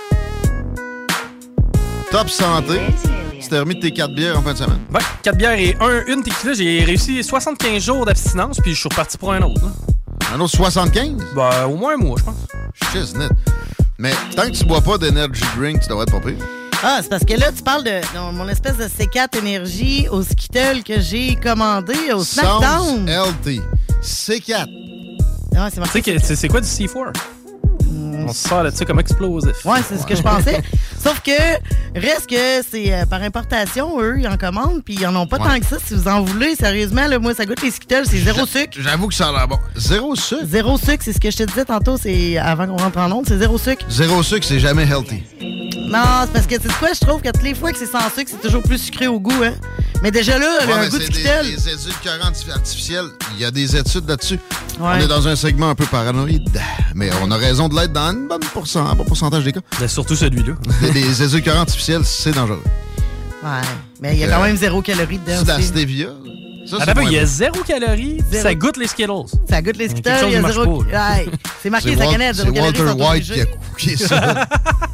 Top santé. Tu t'es remis de tes 4 bières en fin de semaine. Ouais, 4 bières et une tequila. J'ai réussi 75 jours d'abstinence, puis je suis reparti pour un autre. Là. Un autre 75? Ben, au moins un mois, je pense. Chisnet. Mais tant que tu bois pas d'energy drink, tu devrais être pas pire. Ah, c'est parce que là, tu parles de mon espèce de C4 énergie au Skittle que j'ai commandé au Snackdown. LT. C4. Ouais, c'est marqué. Tu sais, c'est quoi du C4? On se sort là-dessus comme explosif. Ouais, c'est ce que je pensais. Sauf que, reste que c'est par importation, eux, ils en commandent, puis ils en ont pas tant que ça. Si vous en voulez, sérieusement, là, moi, ça goûte les Skittles, c'est zéro sucre. J'avoue que ça a l'air bon. Zéro sucre? Zéro sucre, c'est ce que je te disais tantôt, c'est avant qu'on rentre en onde, c'est zéro sucre. Zéro sucre, c'est jamais healthy. Non, c'est parce que, tu sais quoi, je trouve que toutes les fois que c'est sans sucre, c'est toujours plus sucré au goût, hein. Mais déjà là, un goût de Skittle. Des édulcorants artificiels, il y a des études là-dessus. Ouais. On est dans un segment un peu paranoïde, mais on a raison de l'être dans un bon pourcentage des cas. Mais surtout celui-là. Les édulcorants artificiels, c'est dangereux. Ouais, mais il y a quand même 0 calories dedans. C'est de la stevia. Il y a 0 calories, ça goûte les Skittles. Ça goûte les Skittles, il y a 0 calories. C'est marqué sa canette, 0 calories. C'est Walter White qui a cooké ça.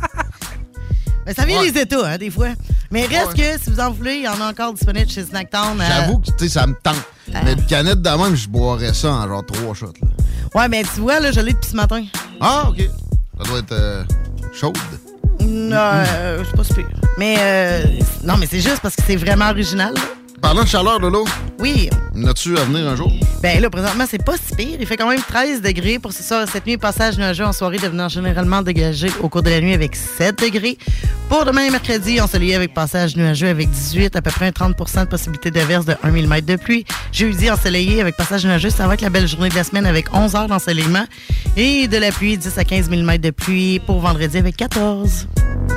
Mais ça vient les États, hein, des fois. Mais reste que, si vous en voulez, il y en a encore disponible chez Snacktown. J'avoue que, tu sais, ça me tente. Mais une canette de même, je boirais ça en genre 3 shots. Là. Ouais, mais tu vois, là, je l'ai depuis ce matin. Ah, OK. Ça doit être chaude. Non, c'est pas super. Mais, non, mais c'est juste parce que c'est vraiment original, là. Parlant de chaleur, Lolo. Oui. N'as-tu à venir un jour? Ben là, présentement, c'est pas si pire. Il fait quand même 13 degrés pour ce soir. Cette nuit, passage nuageux en soirée devenant généralement dégagé au cours de la nuit avec 7 degrés. Pour demain, mercredi, ensoleillé avec passage nuageux avec 18, à peu près 30 de possibilité d'averse de 1 mm de pluie. Jeudi, ensoleillé avec passage nuageux. Ça va être la belle journée de la semaine avec 11 heures d'ensoleillement. Et de la pluie, 10 à 15 mm de pluie pour vendredi avec 14.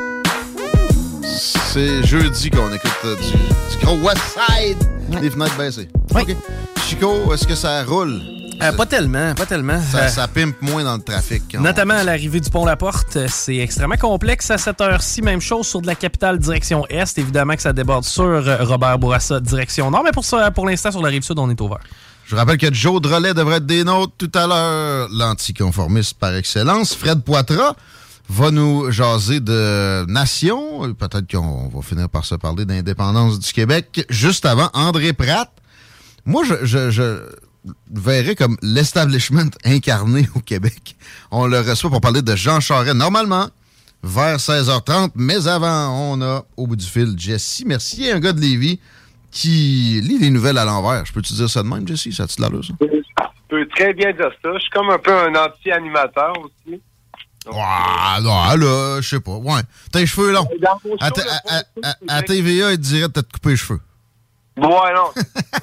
C'est jeudi qu'on écoute du gros West Side. Ouais. Les fenêtres baissées. Oui. OK. Chico, est-ce que ça roule? Pas tellement. Ça pimpe moins dans le trafic. Notamment à l'arrivée du Pont-La-Porte. C'est extrêmement complexe à cette heure-ci. Même chose sur de la capitale direction Est. Évidemment que ça déborde sur Robert Bourassa direction Nord. Mais pour l'instant, sur la Rive-Sud, on est ouvert. Je rappelle que Joe Drolet devrait être des nôtres tout à l'heure. L'anticonformiste par excellence. Fred Poitras va nous jaser de nation. Peut-être qu'on va finir par se parler d'indépendance du Québec. Juste avant, André Pratt. Moi, je verrais comme l'establishment incarné au Québec. On le reçoit pour parler de Jean Charest. Normalement, vers 16h30. Mais avant, on a, au bout du fil, Jesse Mercier, un gars de Lévis qui lit les nouvelles à l'envers. Je peux-tu dire ça de même, Jesse? Ça a-tu de l'allure, ça? Je peux très bien dire ça. Je suis comme un peu un anti-animateur aussi. Donc, non, là, je sais pas. Ouais. T'as les cheveux longs. À TVA, il te dirait de te couper les cheveux. Ouais, non.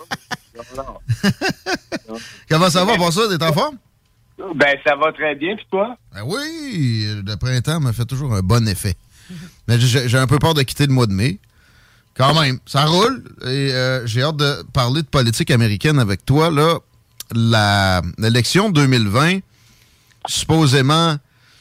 Comment ça va pour ça? T'es en forme? Ben, ça va très bien. Puis toi? Ben oui, le printemps me fait toujours un bon effet. Mais j'ai un peu peur de quitter le mois de mai. Quand même, ça roule. Et j'ai hâte de parler de politique américaine avec toi. Là, l'élection 2020, supposément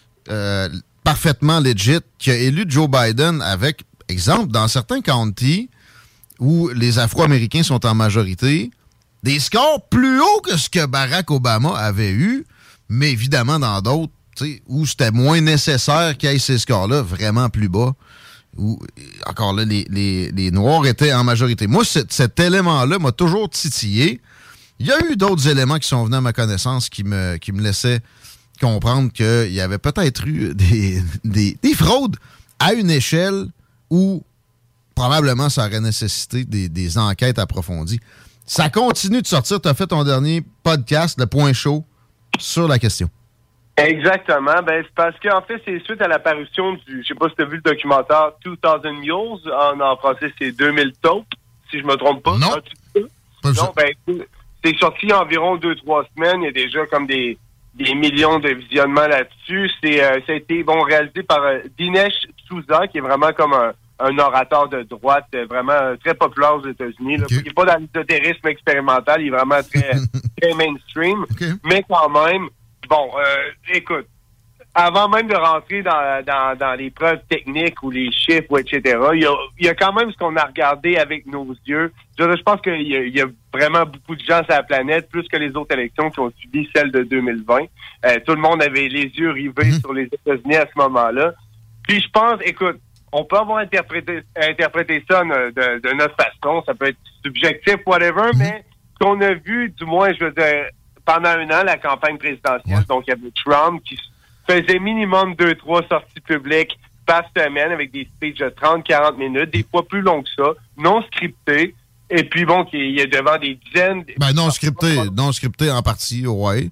parfaitement legit, qui a élu Joe Biden avec, exemple, dans certains counties où les Afro-Américains sont en majorité, des scores plus hauts que ce que Barack Obama avait eu, mais évidemment dans d'autres, où c'était moins nécessaire qu'il y ait ces scores-là, vraiment plus bas, où, encore là, les Noirs étaient en majorité. Moi, cet élément-là m'a toujours titillé. Il y a eu d'autres éléments qui sont venus à ma connaissance qui me laissaient comprendre qu'il y avait peut-être eu des fraudes à une échelle où probablement ça aurait nécessité des enquêtes approfondies. Ça continue de sortir. Tu as fait ton dernier podcast, Le Point Chaud, sur la question. Exactement. Ben, c'est parce qu'en fait, c'est suite à l'apparition du, je sais pas si tu as vu le documentaire 2000 Mules, en français, c'est 2000 taupes, si je me trompe pas. Non. Non, ben, c'est sorti il y a environ 2-3 semaines. Il y a déjà comme des millions de visionnements là-dessus. Ça a été réalisé par Dinesh D'Souza, qui est vraiment comme un orateur de droite, vraiment très populaire aux États-Unis. Okay. Il n'est pas dans l'ésotérisme expérimental, il est vraiment très, très mainstream. Okay. Mais quand même, écoute, avant même de rentrer dans les preuves techniques ou les chiffres, etc., il y a quand même ce qu'on a regardé avec nos yeux. Je pense qu'il y a vraiment beaucoup de gens sur la planète, plus que les autres élections qui ont suivi celle de 2020. Tout le monde avait les yeux rivés sur les États-Unis à ce moment-là. Puis je pense, écoute, on peut avoir interprété ça de notre façon. Ça peut être subjectif, whatever, mais ce qu'on a vu, du moins, je veux dire, pendant un an, la campagne présidentielle, donc il y avait Trump qui faisait minimum 2-3 sorties publiques par semaine avec des speeches de 30-40 minutes, des fois plus longs que ça, non scriptés. Et puis il est devant des dizaines... non scripté en partie, ouais.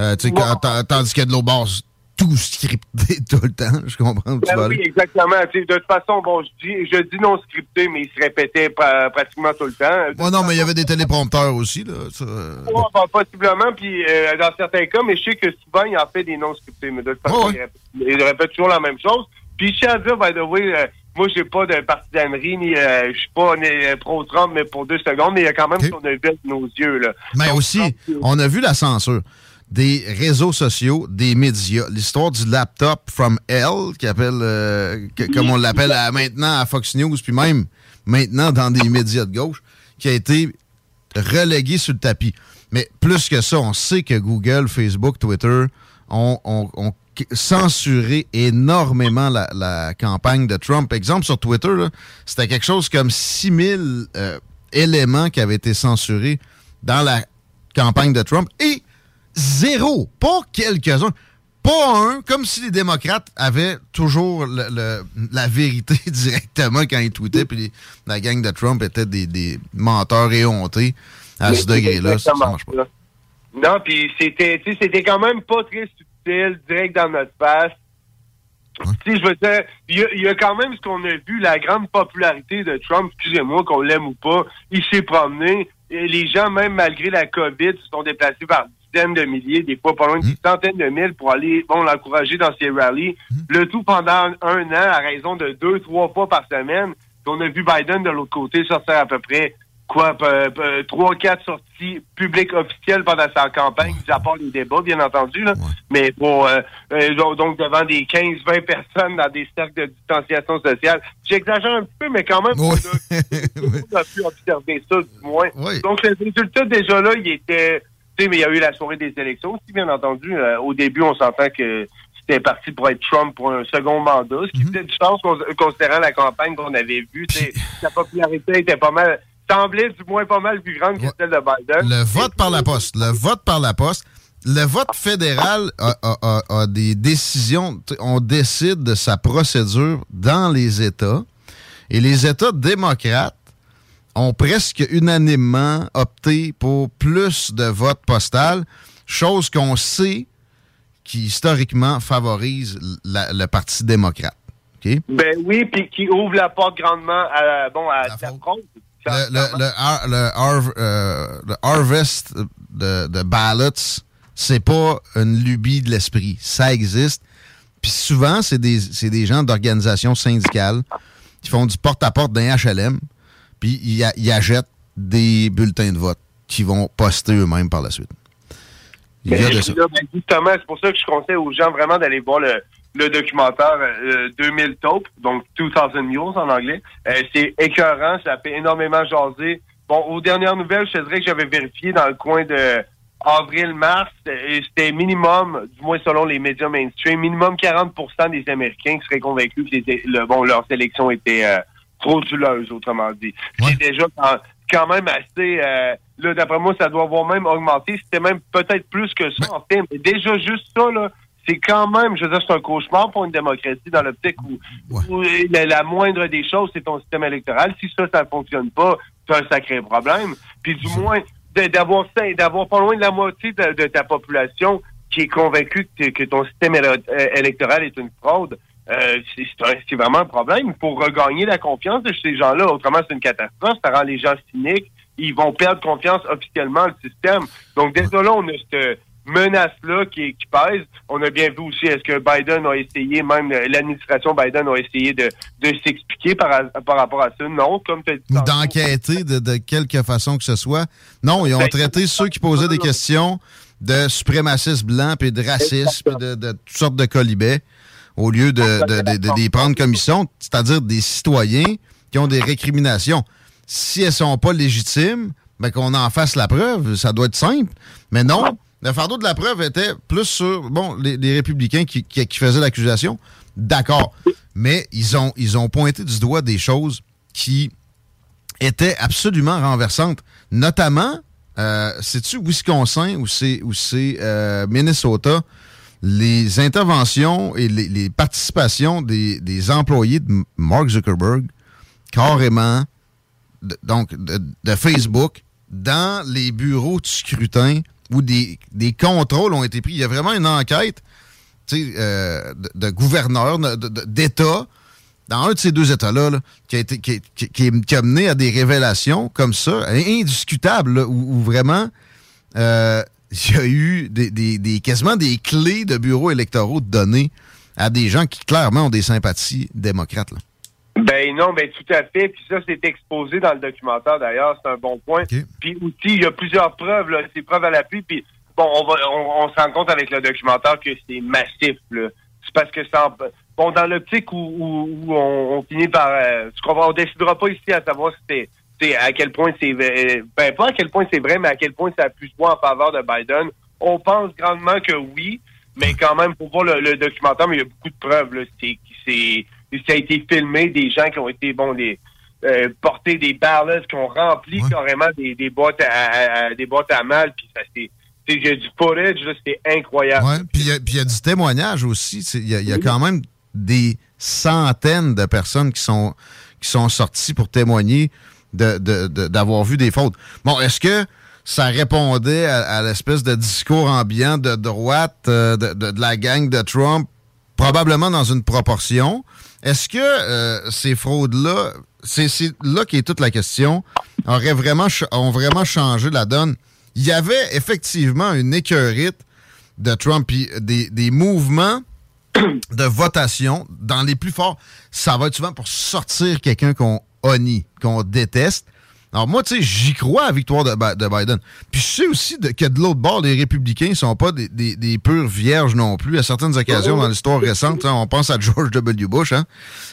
Tandis qu'il y a de l'autre bord, tout scripté tout le temps, je comprends où tu vas aller. Oui, exactement. De toute façon, je dis non scripté, mais il se répétait pratiquement tout le temps. Non, mais il y avait des téléprompteurs aussi, là. Possiblement, puis dans certains cas, mais je sais que souvent, il en fait des non scriptés, mais de toute façon, il répète toujours la même chose. Puis je tiens à dire, by the way, moi, j'ai pas de partisanerie, ni je suis pas pro-Trump, mais pour 2 secondes, mais il y a quand même qu'on a vu avec nos yeux, là. Mais donc, aussi, on a vu la censure des réseaux sociaux, des médias. L'histoire du laptop from hell, comme on l'appelle maintenant à Fox News, puis même maintenant dans des médias de gauche, qui a été relégué sur le tapis. Mais plus que ça, on sait que Google, Facebook, Twitter ont censuré énormément la campagne de Trump. Exemple, sur Twitter, là, c'était quelque chose comme 6000 éléments qui avaient été censurés dans la campagne de Trump. Et zéro, pas quelques-uns, pas un, comme si les démocrates avaient toujours la vérité directement quand ils tweetaient, puis la gang de Trump était des menteurs éhontés à ce degré-là. Ça marche pas. Non, puis c'était quand même pas très subtil, direct dans notre face. Je veux dire, il y a quand même ce qu'on a vu, la grande popularité de Trump, excusez-moi, qu'on l'aime ou pas, il s'est promené, et les gens, même malgré la COVID, se sont déplacés par dizaines de milliers, des fois pas loin d'une centaine de mille pour aller l'encourager dans ses rallyes. Le tout pendant un an à raison de 2-3 fois par semaine. Puis on a vu Biden de l'autre côté sortir à peu près 3-4 sorties publiques officielles pendant sa campagne, à part les débats, bien entendu, là. Mais donc devant des 15-20 personnes dans des cercles de distanciation sociale. J'exagère un petit peu, mais quand même, on a pu observer ça, du moins. Donc le résultat, déjà là, il était... mais il y a eu la soirée des élections aussi, bien entendu. Au début, on s'entend que c'était parti pour être Trump pour un second mandat, ce qui faisait du sens considérant la campagne qu'on avait vue. Sa popularité était pas mal, semblait du moins pas mal plus grande que celle de Biden. Le vote par la poste. Le vote fédéral a des décisions. On décide de sa procédure dans les États. Et les États démocrates ont presque unanimement opté pour plus de vote postal, chose qu'on sait qui, historiquement, favorise le Parti démocrate. Okay? Ben oui, puis qui ouvre la porte grandement à la fraude. Le harvest de ballots, c'est pas une lubie de l'esprit. Ça existe. Puis souvent, c'est des gens d'organisations syndicales qui font du porte-à-porte d'un HLM, puis ils achètent des bulletins de vote qu'ils vont poster eux-mêmes par la suite. Il y a de ça. Justement, c'est pour ça que je conseille aux gens vraiment d'aller voir le documentaire 2000 Taupes, donc 2000 Mules en anglais. C'est écœurant, ça fait énormément jaser. Bon, aux dernières nouvelles, je te dirais que j'avais vérifié dans le coin de avril-mars, et c'était minimum, du moins selon les médias mainstream, minimum 40% des Américains qui seraient convaincus que leur sélection était frauduleuse, autrement dit. C'est déjà quand même assez... là, d'après moi, ça doit avoir même augmenté. C'était même peut-être plus que ça, en fait. Mais déjà, juste ça, là, c'est quand même, je veux dire, c'est un cauchemar pour une démocratie dans l'optique où la moindre des choses, c'est ton système électoral. Si ça ne fonctionne pas, c'est un sacré problème. Puis du moins, d'avoir pas loin de la moitié de ta population qui est convaincue que ton système électoral est une fraude, c'est vraiment un problème. Il faut regagner la confiance de ces gens-là. Autrement, c'est une catastrophe. Ça rend les gens cyniques. Ils vont perdre confiance officiellement dans le système. Donc, déjà là, on a cette menace-là qui pèse. On a bien vu aussi, est-ce que Biden a essayé, même l'administration Biden a essayé de s'expliquer par rapport à ça? Non, comme tu as dit. Ou d'enquêter de quelque façon que ce soit. Non, ils ont traité ceux qui posaient des questions de suprémacistes blancs, puis de racistes, puis de toutes sortes de colibets, au lieu de les prendre comme ils sont, c'est-à-dire des citoyens qui ont des récriminations. Si elles sont pas légitimes, ben qu'on en fasse la preuve, ça doit être simple. Mais non, le fardeau de la preuve était plus sur les républicains qui faisaient l'accusation. D'accord. Mais ils ont pointé du doigt des choses qui étaient absolument renversantes. Notamment, c'est-tu Wisconsin ou c'est Minnesota, les interventions et les participations des employés de Mark Zuckerberg, carrément, de Facebook, dans les bureaux de scrutin où des contrôles ont été pris. Il y a vraiment une enquête de gouverneur, d'État, dans un de ces deux États-là, là, qui a mené à des révélations comme ça, indiscutables, là, où vraiment il y a eu quasiment des clés de bureaux électoraux données à des gens qui clairement ont des sympathies démocrates, là. Ben non, ben tout à fait. Puis ça, c'est exposé dans le documentaire, d'ailleurs. C'est un bon point. Okay. Puis aussi, il y a plusieurs preuves, là. C'est preuves à l'appui. Puis bon, on se rend compte avec le documentaire que c'est massif, là. C'est parce que dans l'optique où on finit par... tu comprends, on décidera pas ici à savoir si c'est à quel point c'est... Ben, pas à quel point c'est vrai, mais à quel point ça appuie en faveur de Biden. On pense grandement que oui, mais quand même, pour voir le documentaire, mais il y a beaucoup de preuves, là. Ça a été filmé, des gens qui ont été, porter des ballots, qui ont rempli carrément des boîtes à mal, puis ça, il y a du footage, là, c'est incroyable. Oui, puis il y a du témoignage aussi. Il y a quand même des centaines de personnes qui sont sorties pour témoigner d'avoir vu des fautes. Bon, est-ce que ça répondait à l'espèce de discours ambiant de droite de la gang de Trump? Probablement dans une proportion. Est-ce que ces fraudes-là, c'est là qu'est toute la question, ont vraiment changé la donne? Il y avait effectivement une écœurite de Trump, puis des mouvements de votation dans les plus forts. Ça va être souvent pour sortir quelqu'un qu'on honnie, qu'on déteste. Alors moi, tu sais, j'y crois à la victoire de Biden. Puis je sais aussi que de l'autre bord, les républicains ne sont pas des purs vierges non plus. À certaines occasions dans l'histoire récente, on pense à George W. Bush, hein,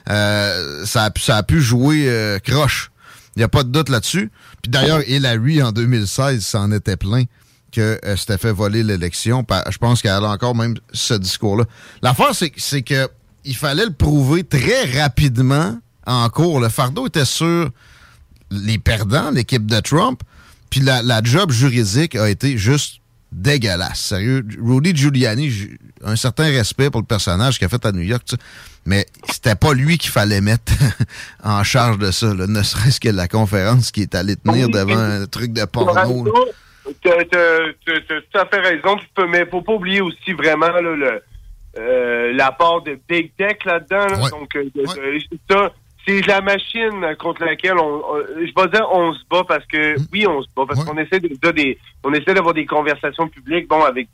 ça a pu jouer croche. Il n'y a pas de doute là-dessus. Puis d'ailleurs, Hillary, en 2016, s'en était plein que s'était fait voler l'élection. Je pense qu'elle a encore même ce discours-là. L'affaire, c'est que il fallait le prouver très rapidement en cours. Le fardeau était sur les perdants, l'équipe de Trump, puis la job juridique a été juste dégueulasse. Sérieux, Rudy Giuliani, j'ai un certain respect pour le personnage qu'il a fait à New York, tu sais, mais c'était pas lui qu'il fallait mettre en charge de ça, là, ne serait-ce que la conférence qu'il est allé tenir devant un truc de porno. Tu as tout à fait raison, mais faut pas oublier aussi vraiment là, l'apport de Big Tech là-dedans. Là. Ouais. Donc, ça, c'est la machine contre laquelle je vais dire on se bat parce que on se bat parce qu'on essaie d'avoir des conversations publiques, avec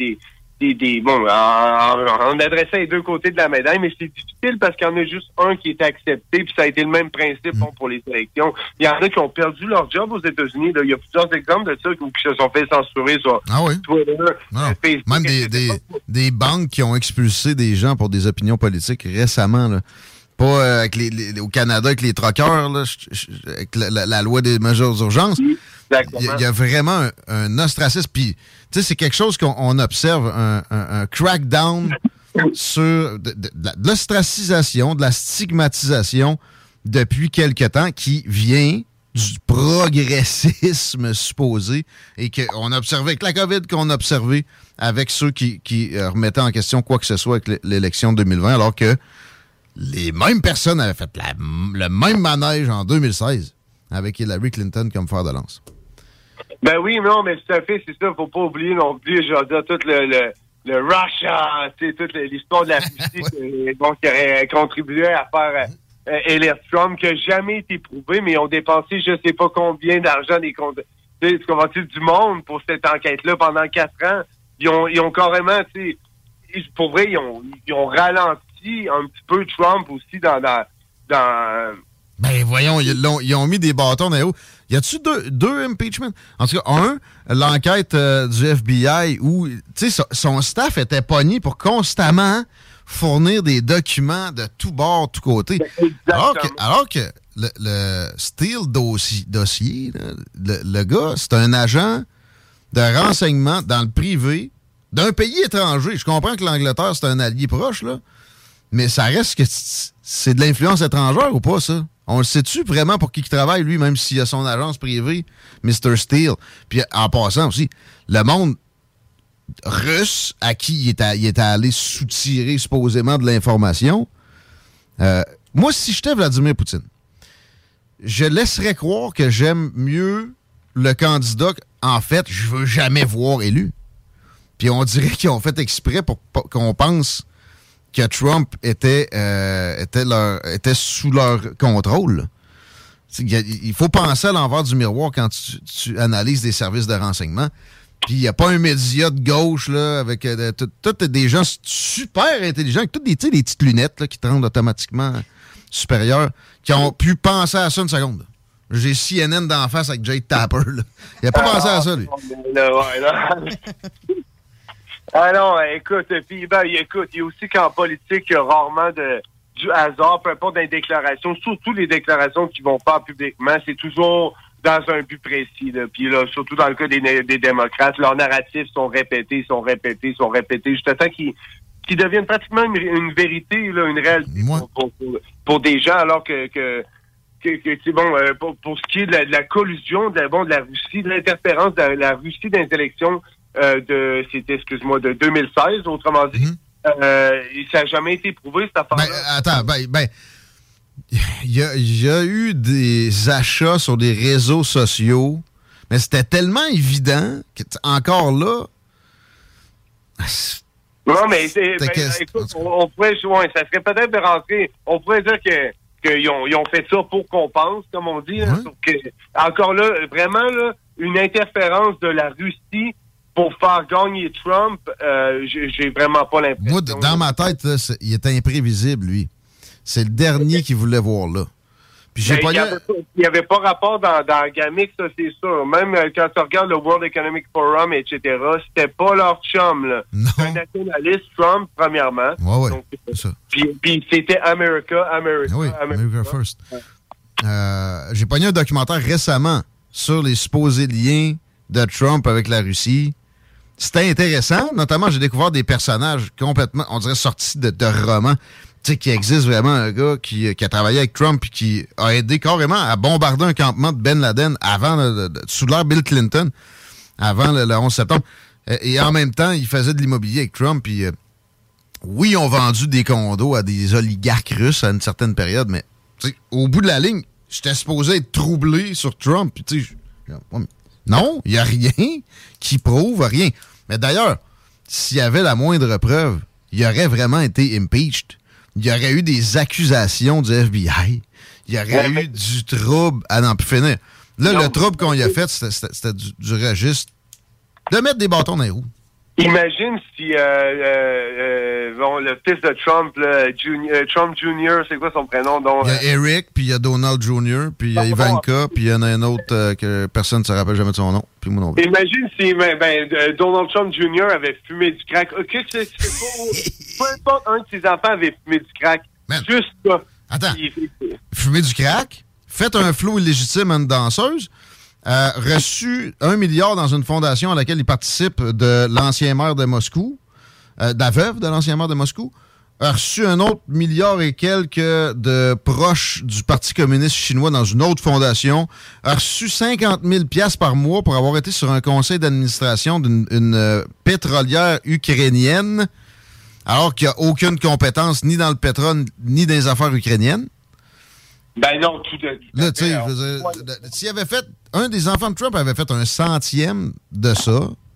en adressant les deux côtés de la médaille, mais c'est difficile parce qu'il y en a juste un qui est accepté, puis ça a été le même principe pour les élections. Il y en a qui ont perdu leur job aux États-Unis. Là. Il y a plusieurs exemples de ça qui se sont fait censurer sur Twitter, Facebook. Même des banques qui ont expulsé des gens pour des opinions politiques récemment, là. Pas avec au Canada avec les troqueurs, là, avec la loi des mesures d'urgence. Il y a vraiment un ostracisme. Puis, tu sais, c'est quelque chose qu'on observe, un crackdown sur de l'ostracisation, de la stigmatisation depuis quelque temps qui vient du progressisme supposé et qu'on a observé avec la COVID, qu'on a observé avec ceux qui remettaient en question quoi que ce soit avec l'élection de 2020, alors que les mêmes personnes avaient fait le même manège en 2016 avec Hillary Clinton comme fer de lance. Ben oui, non, mais tout à fait, c'est ça. Faut pas oublier non plus, je veux dire, tout le Russia, tu sais, toute l'histoire de la Russie qui aurait contribué à faire élire Trump, qui n'a jamais été prouvé, mais ils ont dépensé je sais pas combien d'argent du monde pour cette enquête-là pendant 4 ans. Ils ont carrément, tu sais, pour vrai, ils ont ralenti un petit peu Trump aussi dans Ben voyons, ils ont mis des bâtons dans les roues. Y a-tu deux impeachments? En tout cas, l'enquête du FBI où, tu sais, son staff était pogné pour constamment fournir des documents de tous bords, tous côtés. Alors que le Steele dossier, là, le gars, c'est un agent de renseignement dans le privé d'un pays étranger. Je comprends que l'Angleterre, c'est un allié proche, là. Mais ça reste que c'est de l'influence étrangère ou pas, ça? On le sait-tu vraiment pour qui il travaille, lui, même s'il a son agence privée, Mr. Steele? Puis en passant aussi, le monde russe à qui il est allé soutirer supposément de l'information, moi, si j'étais Vladimir Poutine, je laisserais croire que j'aime mieux le candidat qu'en fait, je veux jamais voir élu. Puis on dirait qu'ils ont fait exprès pour qu'on pense que Trump était sous leur contrôle. Il faut penser à l'envers du miroir quand tu analyses des services de renseignement. Puis il n'y a pas un média de gauche là, avec tous des gens super intelligents, avec toutes des petites lunettes là, qui te rendent automatiquement supérieurs, qui ont pu penser à ça une seconde. J'ai CNN d'en face avec Jake Tapper. Là. Il n'a pas pensé à ça, lui. Ah non, écoute, puis écoute, il y a aussi qu'en politique, il y a rarement du hasard, peu importe des déclarations, surtout les déclarations qu'ils vont faire publiquement, c'est toujours dans un but précis. Là. Puis là, surtout dans le cas des démocrates, leurs narratifs sont répétés, jusqu'à temps qu'ils deviennent pratiquement une vérité, là, une réalité pour des gens, alors que c'est bon, pour ce qui est de la collusion de la Russie, de l'interférence de la Russie dans les élections c'était, de 2016, autrement dit. Ça n'a jamais été prouvé, cette affaire-là. Il y a eu des achats sur des réseaux sociaux, mais c'était tellement évident que, encore là... Non, mais écoute, on pourrait... ça serait peut-être de rentrer... On pourrait dire qu'ils ont fait ça pour qu'on pense, comme on dit. Hein, sauf que, encore là, vraiment, là, une interférence de la Russie pour faire gagner Trump, j'ai vraiment pas l'impression. Moi, dans ma tête, là, il était imprévisible, lui. C'est le dernier qu'il voulait voir là. Puis j'ai pas il n'y avait pas rapport dans Gamic, ça, c'est sûr. Même quand tu regardes le World Economic Forum, etc., c'était pas leur chum, là. C'est un nationaliste, Trump, premièrement. Ouais, donc, c'est ça. Puis c'était America First. J'ai pogné un documentaire récemment sur les supposés liens de Trump avec la Russie. c'était intéressant. Notamment, j'ai découvert des personnages complètement, on dirait, sortis de romans. Tu sais, qu'il existe vraiment un gars qui a travaillé avec Trump et qui a aidé carrément à bombarder un campement de Ben Laden sous l'ère Bill Clinton, avant le 11 septembre. Et en même temps, il faisait de l'immobilier avec Trump. Puis, oui, ils ont vendu des condos à des oligarques russes à une certaine période, mais au bout de la ligne, j'étais supposé être troublé sur Trump. Puis, tu sais, non, il n'y a rien qui prouve rien. Mais d'ailleurs, s'il y avait la moindre preuve, il aurait vraiment été impeached. Il y aurait eu des accusations du FBI. Il y aurait eu du trouble à n'en plus finir. Là, le trouble qu'on y a fait, c'était du registre de mettre des bâtons dans les roues. Imagine si le fils de Trump, Trump Jr., c'est quoi son prénom? Donc, il y a Eric, puis il y a Donald Jr., puis il y a Ivanka, puis il y en a un autre que personne ne se rappelle jamais de son nom. Puis moi non plus. Imagine si Donald Trump Jr. avait fumé du crack. OK, c'est peu importe, un de ses enfants avait fumé du crack. Man. Juste ça. Attends, fumer du crack, fait un flot illégitime à une danseuse, reçu 1 milliard dans une fondation à laquelle il participe de l'ancien maire de Moscou, de la veuve de l'ancien maire de Moscou, a reçu un autre milliard et quelques de proches du Parti communiste chinois dans une autre fondation, a reçu 50 000 piastres par mois pour avoir été sur un conseil d'administration d'une pétrolière ukrainienne, alors qu'il n'y a aucune compétence ni dans le pétrole ni dans les affaires ukrainiennes. Ben non, tout à fait. Là, tu sais, s'il avait fait... Un des enfants de Trump avait fait 1/100 de ça,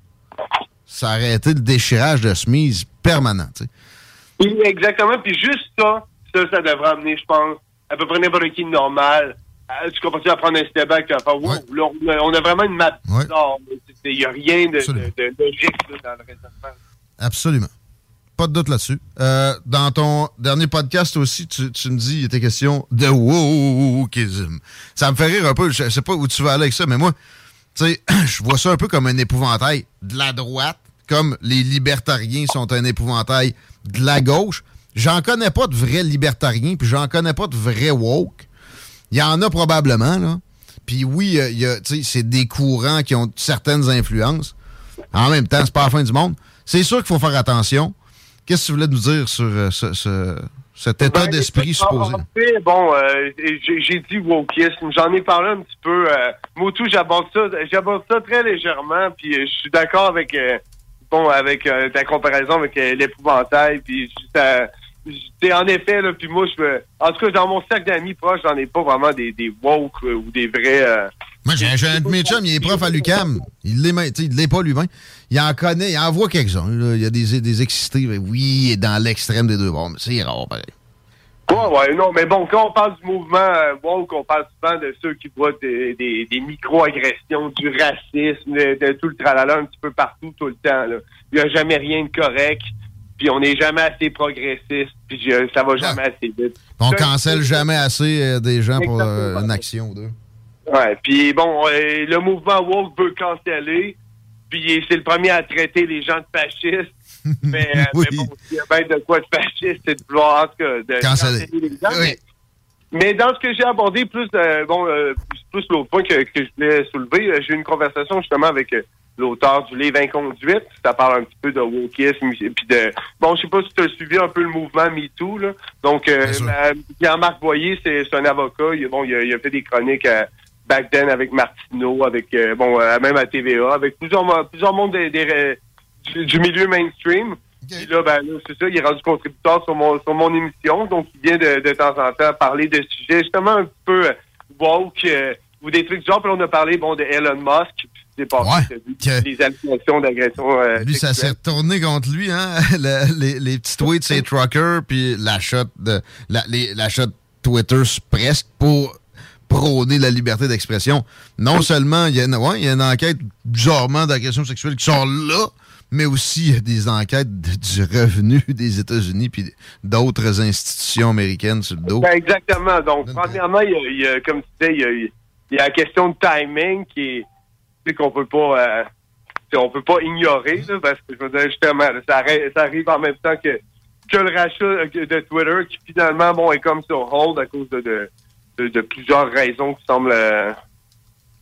ça aurait été le déchirage de chemise permanent, tu sais. Exactement, puis juste ça devrait amener, je pense, à peu près n'importe qui de normal. Tu comprends à prendre un step back, à faire, wow, là, on a vraiment une map. Il n'y a rien de logique là, dans le raisonnement. Absolument. Pas de doute là-dessus. Dans ton dernier podcast aussi, tu me dis, il était question de wokeism. Ça me fait rire un peu. Je sais pas où tu vas aller avec ça, mais moi, tu sais, je vois ça un peu comme un épouvantail de la droite, comme les libertariens sont un épouvantail de la gauche. J'en connais pas de vrais libertariens, puis j'en connais pas de vrais woke. Il y en a probablement, là. Puis oui, tu sais, c'est des courants qui ont certaines influences. En même temps, c'est pas la fin du monde. C'est sûr qu'il faut faire attention. Qu'est-ce que tu voulais nous dire sur cet état d'esprit supposé? Bon, j'ai dit wokisme. J'en ai parlé un petit peu. Motu, j'aborde ça très légèrement. Puis je suis d'accord avec ta comparaison avec l'épouvantail. Puis en effet, là, puis moi, en tout cas, dans mon cercle d'amis proches, j'en ai pas vraiment des woke ou des vrais... Moi, j'ai un de mes chums, il est prof à l'UQAM. Il l'est pas lui-même. Il en connaît, il en voit quelques-uns. Là. Il y a des excités. Oui, il est dans l'extrême des deux bords, mais c'est rare, pareil. Ouais, non, mais bon, quand on parle du mouvement woke, on parle souvent de ceux qui voient des micro-agressions, du racisme, de tout le tralala un petit peu partout, tout le temps. Là. Il n'y a jamais rien de correct, puis on n'est jamais assez progressiste, puis ça va jamais assez vite. On cancelle jamais assez des gens pour une action ou deux. Ouais, puis bon, le mouvement woke veut canceller, puis c'est le premier à traiter les gens de fascistes. Mais, oui. Mais bon, s'il y a bien de quoi de fasciste, c'est de vouloir, en tout cas, de canceller les gens. Oui. Mais dans ce que j'ai abordé, plus l'autre point que je voulais soulever, j'ai eu une conversation justement avec l'auteur du livre Inconduite. Ça parle un petit peu de wokisme, puis de... Bon, je sais pas si tu as suivi un peu le mouvement MeToo, là. Donc, Pierre-Marc Boyer, c'est un avocat. Il a fait des chroniques back then avec Martineau, avec même à TVA, avec plusieurs mondes du milieu mainstream. Okay. Puis là, c'est ça, il est rendu contributeur sur mon émission, donc il vient de temps en temps parler de sujets justement un petit peu woke ou des trucs du genre. Puis on a parlé de Elon Musk, des accusations d'agression. Lui, ça s'est retourné contre lui, hein? les petits tweets, c'est trucker, puis l'achat de Twitter presque pour prôner la liberté d'expression. Non seulement il y a une enquête bizarrement d'agression sexuelle qui sort là, mais aussi il y a des enquêtes du revenu des États-Unis puis d'autres institutions américaines sur le dos. Exactement. Donc, premièrement, il y a, comme tu disais, il y a la question de timing qu'on peut pas ignorer, là, parce que je veux dire, justement, ça arrive en même temps que le rachat de Twitter qui finalement est comme sur hold à cause de plusieurs raisons qui semblent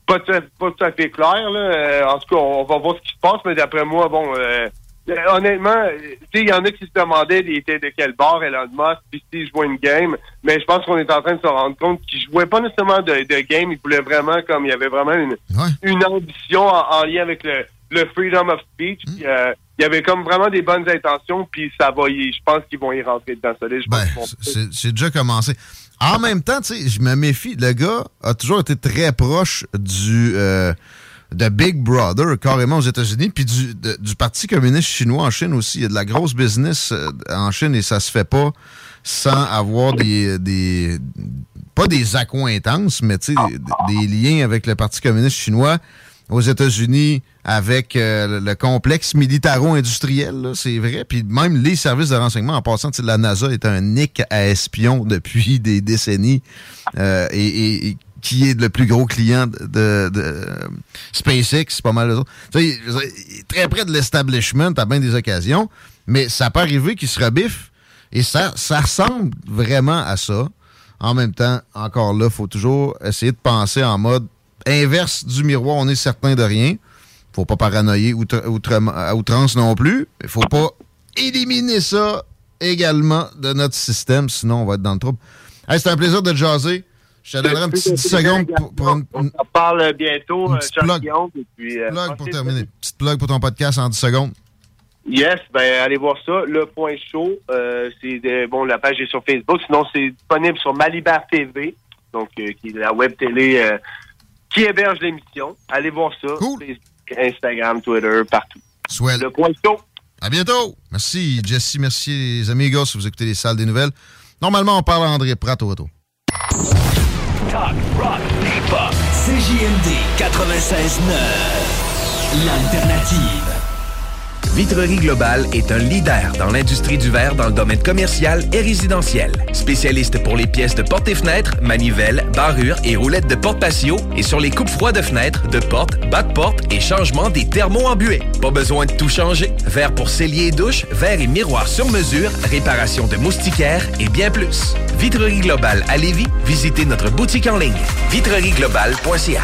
pas tout à fait clair, là. En tout cas, on va voir ce qui se passe, mais d'après moi, bon, honnêtement, tu sais, il y en a qui se demandaient il était de quel bord Elon Musk, puis s'il jouait une game, mais je pense qu'on est en train de se rendre compte qu'il jouait pas nécessairement de game, il voulait vraiment, comme il y avait vraiment une ambition en lien avec le freedom of speech, puis, il y avait comme vraiment des bonnes intentions, puis ça va, je pense qu'ils vont y rentrer dedans. C'est déjà commencé. En même temps, tu sais, je me méfie, le gars a toujours été très proche de Big Brother, carrément aux États-Unis, puis du Parti communiste chinois en Chine aussi. Il y a de la grosse business en Chine et ça se fait pas sans avoir pas des accointances, mais tu sais, des liens avec le Parti communiste chinois aux États-Unis avec le complexe militaro-industriel, là, c'est vrai. Puis même les services de renseignement, en passant, tu sais, la NASA est un nick à espions depuis des décennies et qui est le plus gros client de SpaceX, pas mal de autres. Tu sais, il est très près de l'establishment à bien des occasions, mais ça peut arriver qu'il se rebiffe et ça ressemble vraiment à ça. En même temps, encore là, il faut toujours essayer de penser en mode inverse du miroir, on est certain de rien. Faut pas paranoïer à outrance non plus. Il faut pas éliminer ça également de notre système, sinon on va être dans le trouble. Hey, c'est un plaisir de te jaser. Je te donnerai une petite 10 secondes pour on parle bientôt. Une petite plug. Pour terminer. Petite plug pour ton podcast en 10 secondes. Yes, ben allez voir ça. Le Point Chaud, la page est sur Facebook. Sinon, c'est disponible sur Malibert TV, donc qui est la web télé qui héberge l'émission. Allez voir ça. Cool. Facebook, Instagram, Twitter, partout. Swell. Le Point Chaud. À bientôt. Merci, Jesse. Merci, les amigos, si vous écoutez les salles des nouvelles. Normalement, on parle à André Pratt au retour. Talk, rock, hip-hop. CJMD 96.9. L'alternative. Vitrerie Globale est un leader dans l'industrie du verre dans le domaine commercial et résidentiel. Spécialiste pour les pièces de portes et fenêtres, manivelles, barrures et roulettes de porte patio et sur les coupes froides de fenêtres, de portes, bas de porte et changement des thermos en buée. Pas besoin de tout changer. Verre pour cellier et douche, verre et miroirs sur mesure, réparation de moustiquaires et bien plus. Vitrerie Globale à Lévis, visitez notre boutique en ligne. vitrerieglobale.ca.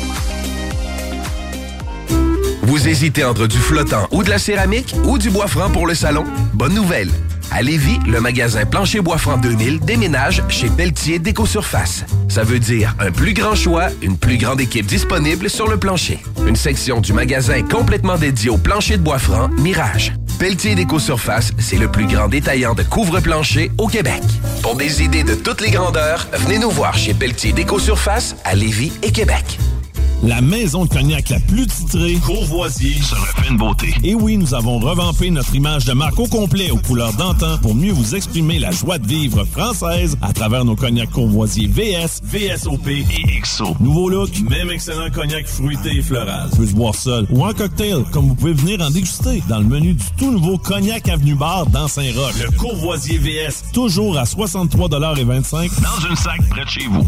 Vous hésitez entre du flottant ou de la céramique ou du bois franc pour le salon? Bonne nouvelle! À Lévis, le magasin Plancher Bois Franc 2000 déménage chez Pelletier Déco-Surface. Ça veut dire un plus grand choix, une plus grande équipe disponible sur le plancher. Une section du magasin complètement dédiée au plancher de bois franc Mirage. Pelletier Déco-Surface, c'est le plus grand détaillant de couvre-plancher au Québec. Pour des idées de toutes les grandeurs, venez nous voir chez Pelletier Déco-Surface à Lévis et Québec. La maison de cognac la plus titrée, Courvoisier, se refait une beauté. Et oui, nous avons revampé notre image de marque au complet aux couleurs d'antan pour mieux vous exprimer la joie de vivre française à travers nos cognacs Courvoisier VS, VSOP et XO. Nouveau look, même excellent cognac fruité et floral. Peut se boire seul ou en cocktail, comme vous pouvez venir en déguster dans le menu du tout nouveau Cognac Avenue Bar dans Saint-Roch. Le Courvoisier VS, toujours à 63,25$ dans une sac près de chez vous.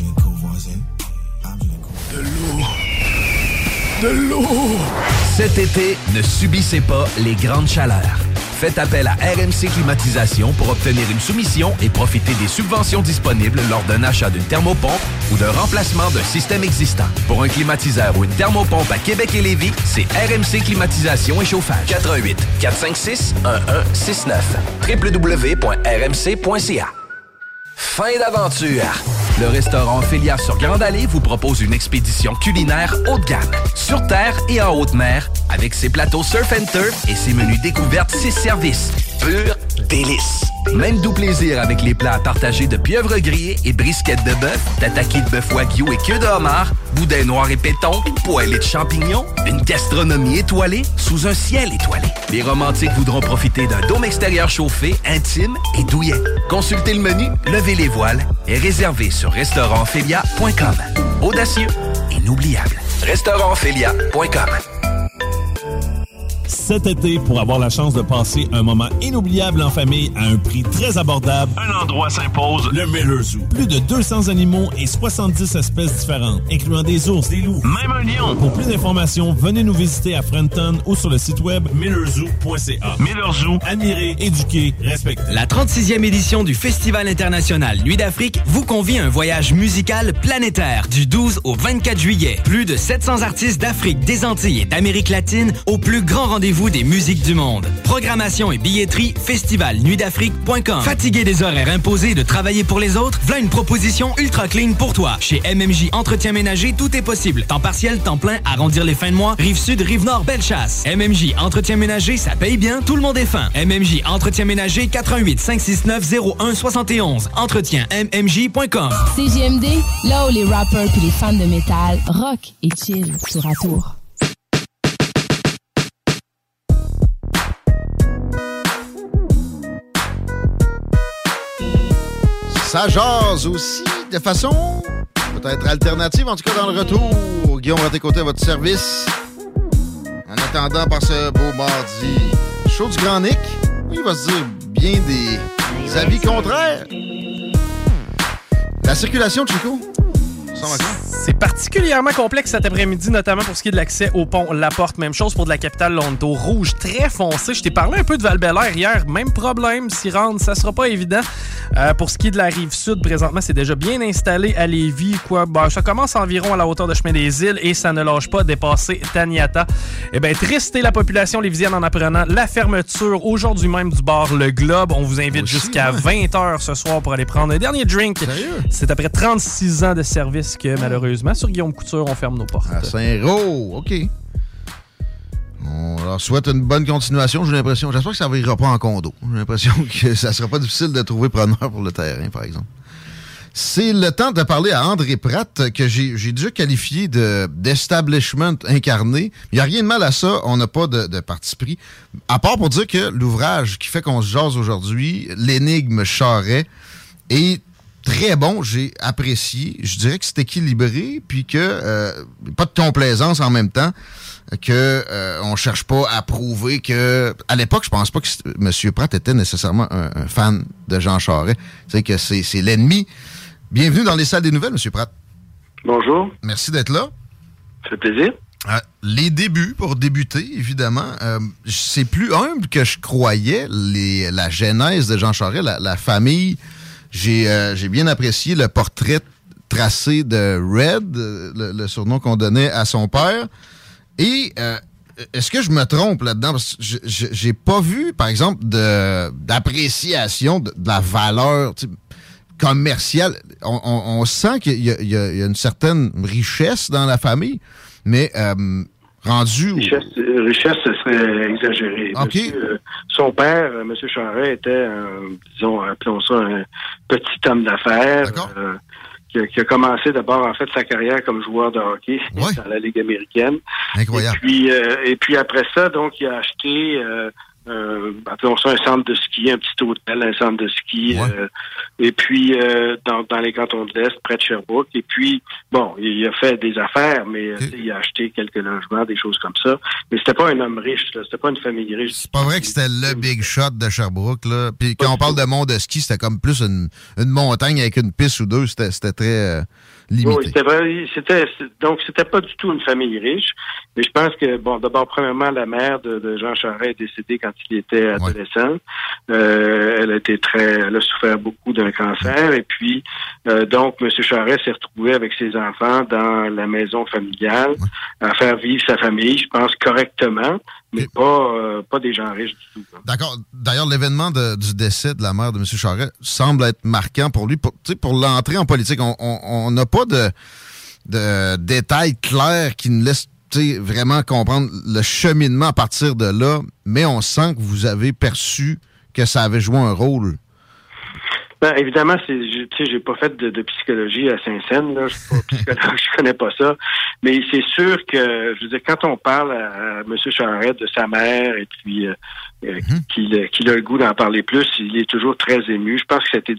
De l'eau! Cet été, ne subissez pas les grandes chaleurs. Faites appel à RMC Climatisation pour obtenir une soumission et profiter des subventions disponibles lors d'un achat d'une thermopompe ou d'un remplacement d'un système existant. Pour un climatiseur ou une thermopompe à Québec et Lévis, c'est RMC Climatisation et Chauffage. 88 456 1169 www.rmc.ca. Fin d'aventure! Le restaurant Ophélia sur Grande Allée vous propose une expédition culinaire haut de gamme, sur terre et en haute mer, avec ses plateaux surf and turf et ses menus découvertes 6 services. Pur délice! Même doux plaisir avec les plats partagés de pieuvres grillées et brisquettes de bœuf, tataki de bœuf wagyu et queue de homard, boudin noir et péton, poêlée de champignons, une gastronomie étoilée sous un ciel étoilé. Les romantiques voudront profiter d'un dôme extérieur chauffé, intime et douillet. Consultez le menu, levez les voiles et réservez sur restaurantphilia.com. Audacieux, inoubliable. restaurantphilia.com. Cet été, pour avoir la chance de passer un moment inoubliable en famille à un prix très abordable, un endroit s'impose, le Miller Zoo. Plus de 200 animaux et 70 espèces différentes, incluant des ours, des loups, même un lion. Pour plus d'informations, venez nous visiter à Frenton ou sur le site web millerzoo.ca. Miller Zoo, admirer, éduquer, respecter. La 36e édition du Festival international Nuit d'Afrique vous convie à un voyage musical planétaire du 12 au 24 juillet. Plus de 700 artistes d'Afrique, des Antilles et d'Amérique latine au plus grand rendez-vous des musiques du monde. Programmation et billetterie, festivalnuitdafrique.com. Fatigué des horaires imposés et de travailler pour les autres? Voilà une proposition ultra clean pour toi. Chez MMJ Entretien Ménager, tout est possible. Temps partiel, temps plein, arrondir les fins de mois, Rive-Sud, Rive-Nord, Bellechasse. MMJ Entretien Ménager, ça paye bien, tout le monde est fin. MMJ Entretien Ménager, 88 569 01 71. EntretienMMJ.com. CJMD, là où les rappers puis les fans de métal rock et chill sur à tour. Ça jase aussi de façon peut-être alternative, en tout cas dans le retour. Guillaume Raté-Côté à votre service. En attendant, par ce beau mardi chaud du Grand Nick, il va se dire bien des avis contraires. La circulation, Chico, ça va. C'est particulièrement complexe cet après-midi, notamment pour ce qui est de l'accès au pont La Porte. Même chose pour de la capitale Lonto. Rouge très foncé. Je t'ai parlé un peu de Val-Bélair hier. Même problème. S'y rendre, ça sera pas évident. Pour ce qui est de la Rive-Sud, présentement, c'est déjà bien installé à Lévis. Ça commence environ à la hauteur de Chemin des Îles et ça ne lâche pas dépasser Taniata. Eh bien, triste est la population lévisienne en apprenant la fermeture aujourd'hui même du bar Le Globe. On vous invite jusqu'à 20h ce soir pour aller prendre un dernier drink. Sérieux? C'est après 36 ans de service que, malheureusement, sur Guillaume Couture, on ferme nos portes. À Saint-Roch, OK. On leur souhaite une bonne continuation, j'ai l'impression. J'espère que ça ne virera pas en condo. J'ai l'impression que ça ne sera pas difficile de trouver preneur pour le terrain, par exemple. C'est le temps de parler à André Pratt, que j'ai déjà qualifié d'establishment incarné. Il n'y a rien de mal à ça, on n'a pas de parti pris. À part pour dire que l'ouvrage qui fait qu'on se jase aujourd'hui, L'énigme Charret, est très bon, j'ai apprécié. Je dirais que c'est équilibré, puis que pas de complaisance en même temps, que on cherche pas à prouver que... À l'époque, je pense pas que M. Pratt était nécessairement un fan de Jean Charest. C'est que c'est l'ennemi. Bienvenue dans les salles des nouvelles, M. Pratt. Bonjour. Merci d'être là. Ça fait plaisir. Les débuts, pour débuter, évidemment, c'est plus humble que je croyais, la genèse de Jean Charest, la famille. J'ai bien apprécié le portrait tracé de Red, le surnom qu'on donnait à son père. Et est-ce que je me trompe là-dedans? Parce que j'ai pas vu, par exemple, d'appréciation de la valeur commerciale. On sent qu'il y a une certaine richesse dans la famille, mais rendu... Richesse, ce serait exagéré. Okay. Son père, M. Charest, était, disons, appelons ça un petit homme d'affaires qui a commencé d'abord, en fait, sa carrière comme joueur de hockey dans la Ligue américaine. Incroyable. Et puis après ça, donc, il a acheté... appelons ça un centre de ski, un petit hôtel, un centre de ski, et puis dans les cantons de l'Est, près de Sherbrooke. Et puis, bon, il a fait des affaires, mais il a acheté quelques logements, des choses comme ça. Mais c'était pas un homme riche, là. C'était pas une famille riche. C'est pas vrai que c'était le big shot de Sherbrooke, là. Puis quand on parle de mont de ski, c'était comme plus une montagne avec une piste ou deux. C'était très limité. Oui, c'était vrai. Donc, c'était pas du tout une famille riche. Mais je pense que, bon, d'abord, premièrement, la mère de Jean Charest est décédée quand il était adolescent. Elle a souffert beaucoup d'un cancer. Et puis, donc, M. Charest s'est retrouvé avec ses enfants dans la maison familiale à faire vivre sa famille, je pense, correctement, mais pas des gens riches du tout. D'accord. D'ailleurs, l'événement du décès de la mère de M. Charest semble être marquant pour lui. Pour l'entrée en politique, on n'a pas de détails clairs qui nous laissent vraiment comprendre le cheminement à partir de là, mais on sent que vous avez perçu que ça avait joué un rôle. Ben, évidemment, j'ai pas fait de psychologie à Saint-Saëns, là. Je suis pas psychologue, je connais pas ça. Mais c'est sûr que, je veux dire, quand on parle à M. Charest de sa mère et puis qu'il a le goût d'en parler plus, il est toujours très ému. Je pense que c'était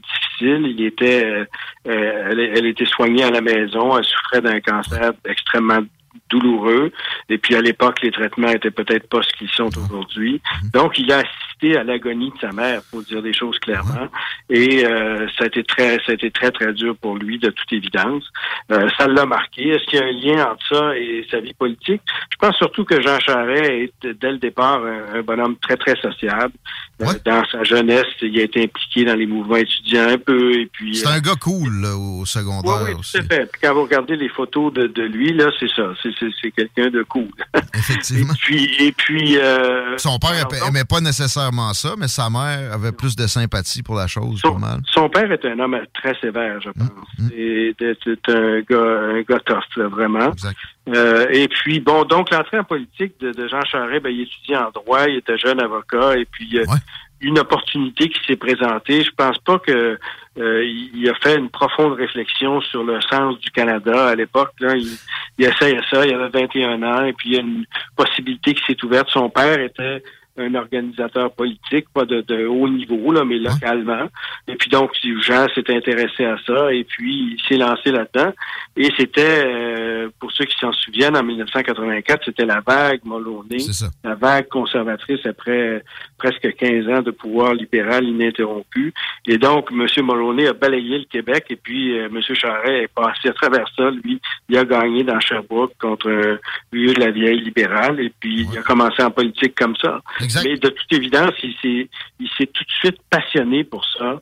difficile. Elle était soignée à la maison. Elle souffrait d'un cancer extrêmement douloureux. Et puis, à l'époque, les traitements étaient peut-être pas ce qu'ils sont aujourd'hui. Donc, il a assisté à l'agonie de sa mère, pour dire des choses clairement. Et ça a été très, très dur pour lui, de toute évidence. Ça l'a marqué. Est-ce qu'il y a un lien entre ça et sa vie politique? Je pense surtout que Jean Charest est, dès le départ, un bonhomme très, très sociable. Dans sa jeunesse, il a été impliqué dans les mouvements étudiants un peu. Et puis, c'est un gars cool là, au secondaire. Oui, aussi. tout à fait. Puis quand vous regardez les photos de lui, là, c'est ça. C'est quelqu'un de cool. Effectivement. Et puis son père aimait pas nécessairement ça, mais sa mère avait plus de sympathie pour la chose, pas mal. Son père est un homme très sévère, je pense. C'est un gars tough, là, vraiment. Exact. Et puis, bon, donc, l'entrée en politique de Jean Charest, il étudiait en droit, il était jeune avocat, et puis une opportunité qui s'est présentée. Je pense pas que il a fait une profonde réflexion sur le sens du Canada à l'époque. Là, il essayait ça, il avait 21 ans, et puis il y a une possibilité qui s'est ouverte. Son père était un organisateur politique, pas de haut niveau, là, mais localement. Et puis donc, Jean s'est intéressé à ça, et puis il s'est lancé là-dedans. Et c'était, pour ceux qui s'en souviennent, en 1984, c'était la vague Mulroney, la vague conservatrice après presque 15 ans de pouvoir libéral ininterrompu. Et donc, M. Mulroney a balayé le Québec, et puis M. Charest est passé à travers ça. Lui, il a gagné dans Sherbrooke contre un vieux de la vieille libérale, et puis il a commencé en politique comme ça. Exact. Mais de toute évidence, il s'est tout de suite passionné pour ça.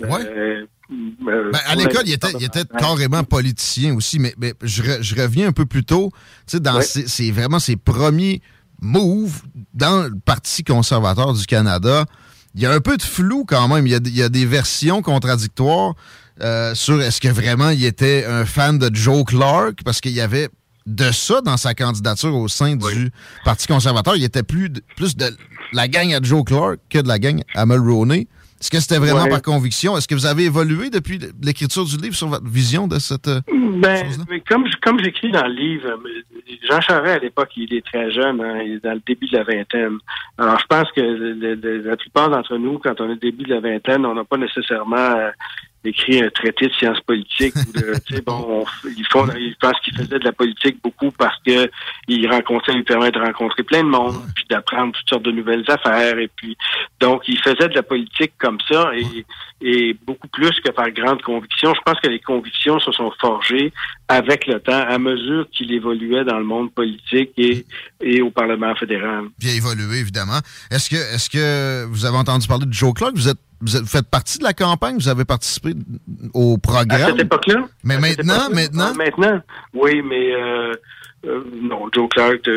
À l'école, il était carrément politicien aussi, mais je reviens un peu plus tôt. Dans c'est vraiment ses premiers moves dans le Parti conservateur du Canada. Il y a un peu de flou quand même. Il y a des versions contradictoires sur est-ce que vraiment il était un fan de Joe Clark, parce qu'il y avait de ça dans sa candidature au sein du Parti conservateur. Il était plus de la gang à Joe Clark que de la gang à Mulroney. Est-ce que c'était vraiment par conviction? Est-ce que vous avez évolué depuis l'écriture du livre sur votre vision de cette chose-là? Mais comme j'écris dans le livre, Jean Charest, à l'époque, il est très jeune, hein, il est dans le début de la vingtaine. Alors, je pense que la plupart d'entre nous, quand on est au début de la vingtaine, on n'a pas nécessairement écrit un traité de sciences politiques. Je pense qu'il faisait de la politique beaucoup parce que il lui permet de rencontrer plein de monde, puis d'apprendre toutes sortes de nouvelles affaires. Et puis, donc, il faisait de la politique comme ça et beaucoup plus que par grande conviction. Je pense que les convictions se sont forgées avec le temps, à mesure qu'il évoluait dans le monde politique et au Parlement fédéral. Bien évolué, évidemment. Est-ce que vous avez entendu parler de Joe Clark? Vous faites partie de la campagne? Vous avez participé au programme? À cette époque-là? Mais maintenant? Maintenant, oui, mais non, Joe Clark,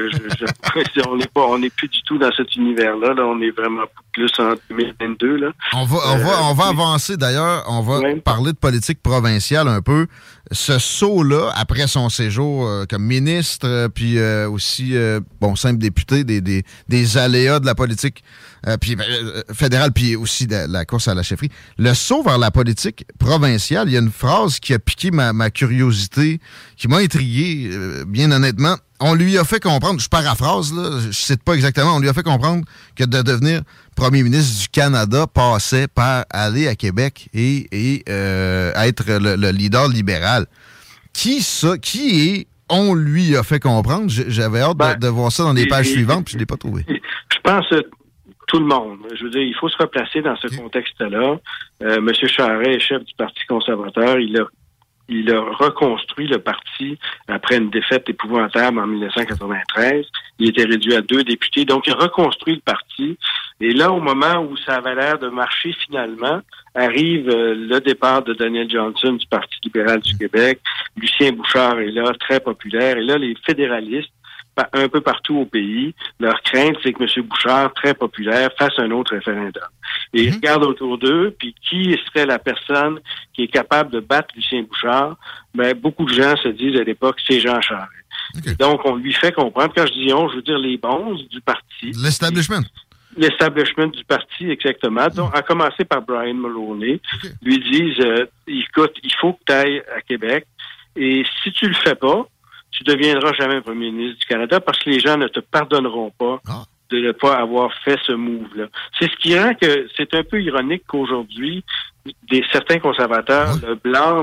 on n'est plus du tout dans cet univers-là. Là, on est vraiment plus en 2022. Là. On va avancer d'ailleurs. On va parler de politique provinciale un peu. Ce saut-là, après son séjour comme ministre, puis aussi simple député, des aléas de la politique puis fédérale, puis aussi de la course à la chefferie. Le saut vers la politique provinciale, il y a une phrase qui a piqué ma curiosité, qui m'a intrigué, bien honnêtement. On lui a fait comprendre, je paraphrase, là, je cite pas exactement, on lui a fait comprendre que de devenir premier ministre du Canada passait par aller à Québec et être le leader libéral. Qui est, on lui a fait comprendre? J'avais hâte de voir ça dans les pages suivantes, puis je l'ai pas trouvé. Je pense tout le monde. Je veux dire, il faut se replacer dans ce contexte-là. M. Charest est chef du Parti conservateur. Il a reconstruit le parti après une défaite épouvantable en 1993. Il était réduit à 2 députés. Donc, il a reconstruit le parti. Et là, au moment où ça avait l'air de marcher finalement, arrive le départ de Daniel Johnson du Parti libéral du Québec. Lucien Bouchard est là, très populaire. Et là, les fédéralistes, un peu partout au pays, leur crainte, c'est que M. Bouchard, très populaire, fasse un autre référendum. Et ils regardent autour d'eux, puis qui serait la personne qui est capable de battre Lucien Bouchard? Beaucoup de gens se disent à l'époque, c'est Jean Charest. Okay. Donc, on lui fait comprendre, quand je dis on, je veux dire les bons du parti. L'establishment. L'establishment du parti, exactement. Donc, à commencer par Brian Mulroney, lui disent, écoute, il faut que tu ailles à Québec, et si tu le fais pas, tu deviendras jamais premier ministre du Canada parce que les gens ne te pardonneront pas de ne pas avoir fait ce move-là. C'est ce qui rend que c'est un peu ironique qu'aujourd'hui, certains conservateurs le blâment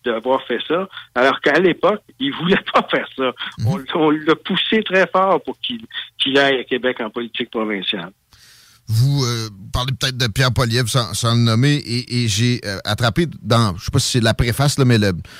d'avoir fait ça, alors qu'à l'époque, il voulait pas faire ça. On l'a poussé très fort pour qu'il aille à Québec en politique provinciale. Vous parlez peut-être de Pierre Poilievre sans le nommer, et j'ai attrapé dans, je sais pas si c'est la préface, là, mais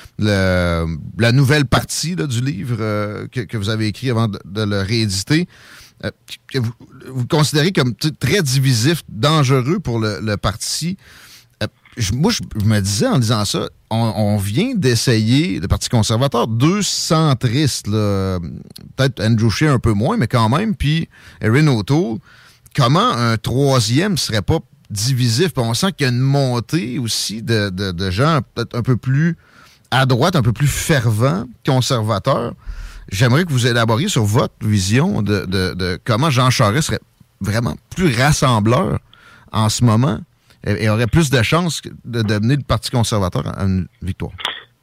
la nouvelle partie là, du livre que vous avez écrit avant de le rééditer, que vous considérez comme très divisif, dangereux pour le parti. Moi, je me disais en disant ça, on vient d'essayer, le Parti conservateur, 2 centristes, là, peut-être Andrew Scheer un peu moins, mais quand même, puis Erin O'Toole. Comment un troisième serait pas divisif? Puis on sent qu'il y a une montée aussi de gens peut-être un peu plus à droite, un peu plus fervents, conservateurs. J'aimerais que vous élaboriez sur votre vision de comment Jean Charest serait vraiment plus rassembleur en ce moment et aurait plus de chances de mener le Parti conservateur à une victoire.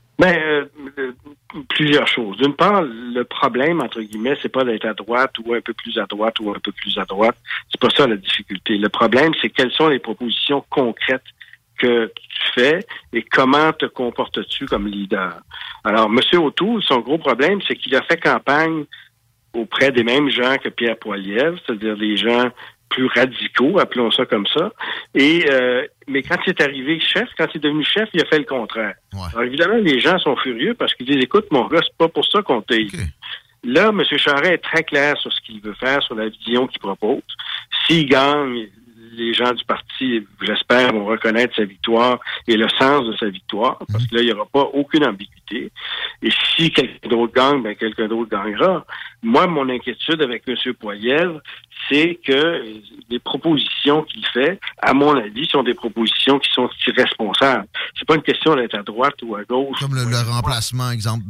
Plusieurs choses. D'une part, le problème, entre guillemets, c'est pas d'être à droite ou un peu plus à droite ou un peu plus à droite. C'est pas ça la difficulté. Le problème, c'est quelles sont les propositions concrètes que tu fais et comment te comportes-tu comme leader. Alors, M. O'Toole, son gros problème, c'est qu'il a fait campagne auprès des mêmes gens que Pierre Poilievre, c'est-à-dire des gens plus radicaux, appelons ça comme ça. Mais quand il est arrivé chef, quand il est devenu chef, il a fait le contraire. Ouais. Alors évidemment, les gens sont furieux parce qu'ils disent, écoute, mon gars, c'est pas pour ça qu'on t'a élu. Okay. Là, M. Charest est très clair sur ce qu'il veut faire, sur la vision qu'il propose. S'il gagne, les gens du parti, j'espère, vont reconnaître sa victoire et le sens de sa victoire, parce que là, il n'y aura pas aucune ambiguïté. Et si quelqu'un d'autre gagne, ben quelqu'un d'autre gagnera. Moi, mon inquiétude avec M. Poilievre, c'est que les propositions qu'il fait, à mon avis, sont des propositions qui sont irresponsables. C'est pas une question d'être à droite ou à gauche. Comme le remplacement, exemple,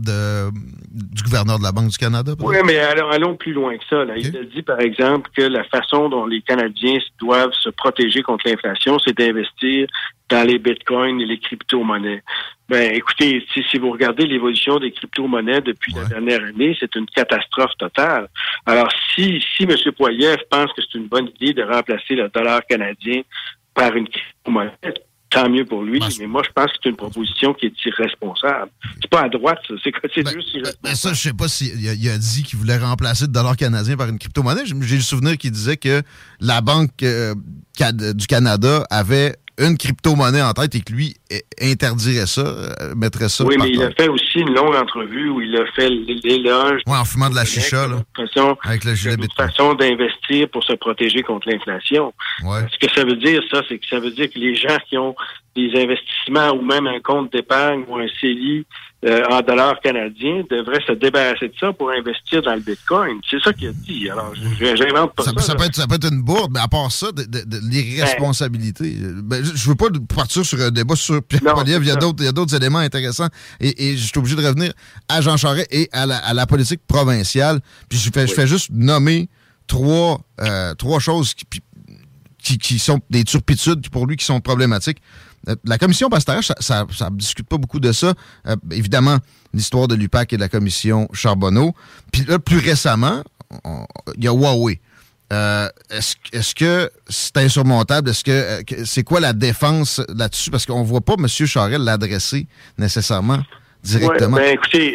du gouverneur de la Banque du Canada. Oui, mais allons plus loin que ça. Là. Okay. Il a dit, par exemple, que la façon dont les Canadiens doivent se protéger contre l'inflation, c'est d'investir dans les bitcoins et les crypto-monnaies. Ben, écoutez, si vous regardez l'évolution des crypto-monnaies depuis la dernière année, c'est une catastrophe totale. Alors, si M. Poilievre pense que c'est une bonne idée de remplacer le dollar canadien par une crypto-monnaie, tant mieux pour lui, mais moi, je pense que c'est une proposition qui est irresponsable. C'est pas à droite, ça. C'est juste irresponsable. Ben ça, je sais pas s'il a dit qu'il voulait remplacer le dollar canadien par une crypto-monnaie. J'ai le souvenir qu'il disait que la Banque du Canada avait une crypto-monnaie en tête et que lui interdirait ça, mettrait ça. Oui, mais il a fait aussi une longue entrevue où il a fait l'éloge. Oui, en fumant de la chicha, là. Avec le gilet Bitcoin. Une façon d'investir pour se protéger contre l'inflation. Ouais. Ce que ça veut dire, ça, c'est que ça veut dire que les gens qui ont des investissements ou même un compte d'épargne ou un CELI en dollars canadiens devraient se débarrasser de ça pour investir dans le Bitcoin. C'est ça qu'il a dit. Alors, j'invente pas ça. Ça peut être une bourde, mais à part ça, de l'irresponsabilité. Je veux pas partir sur un débat sur Pierre Poilievre. Il y a d'autres éléments intéressants. Et je suis obligé de revenir à Jean Charest et à la politique provinciale. Puis je fais juste nommer trois choses qui sont des turpitudes pour lui qui sont problématiques. La commission Bastarache, ça ne discute pas beaucoup de ça. Évidemment, l'histoire de l'UPAC et de la commission Charbonneau. Puis là, plus récemment, il y a Huawei. Est-ce que c'est insurmontable? C'est quoi la défense là-dessus? Parce qu'on ne voit pas M. Charest l'adresser nécessairement directement. Ouais, écoutez,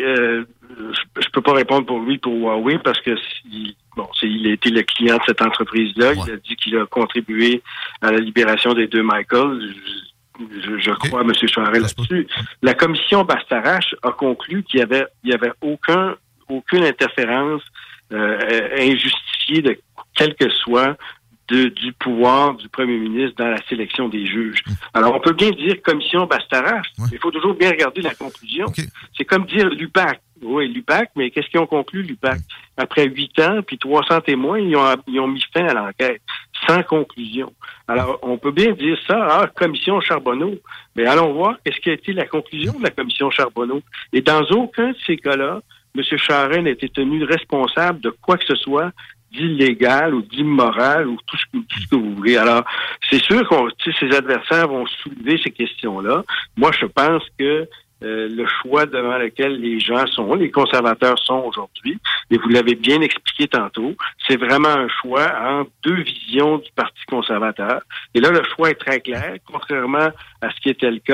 je peux pas répondre pour lui, pour Huawei, parce que il a été le client de cette entreprise-là. Ouais. Il a dit qu'il a contribué à la libération des 2 Michael. Je crois à M. Charest là-dessus. La commission Bastarache a conclu qu'il y avait aucune interférence injustifiée de quel que soit du pouvoir du premier ministre dans la sélection des juges. Alors, on peut bien dire commission Bastarache, mais il faut toujours bien regarder la conclusion. Okay. C'est comme dire l'UPAC. Oui, l'UPAC, mais qu'est-ce qu'ils ont conclu, l'UPAC? Après 8 ans, puis 300 témoins, ils ont mis fin à l'enquête, sans conclusion. Alors, on peut bien dire ça, commission Charbonneau. Mais allons voir qu'est-ce qui a été la conclusion de la commission Charbonneau. Et dans aucun de ces cas-là, M. Charest n'a été tenu responsable de quoi que ce soit d'illégal ou d'immoral ou tout ce que vous voulez. Alors, c'est sûr que ses adversaires vont soulever ces questions-là. Moi, je pense que le choix devant lequel les conservateurs sont aujourd'hui, et vous l'avez bien expliqué tantôt, c'est vraiment un choix entre 2 visions du Parti conservateur. Et là, le choix est très clair, contrairement à ce qui était le cas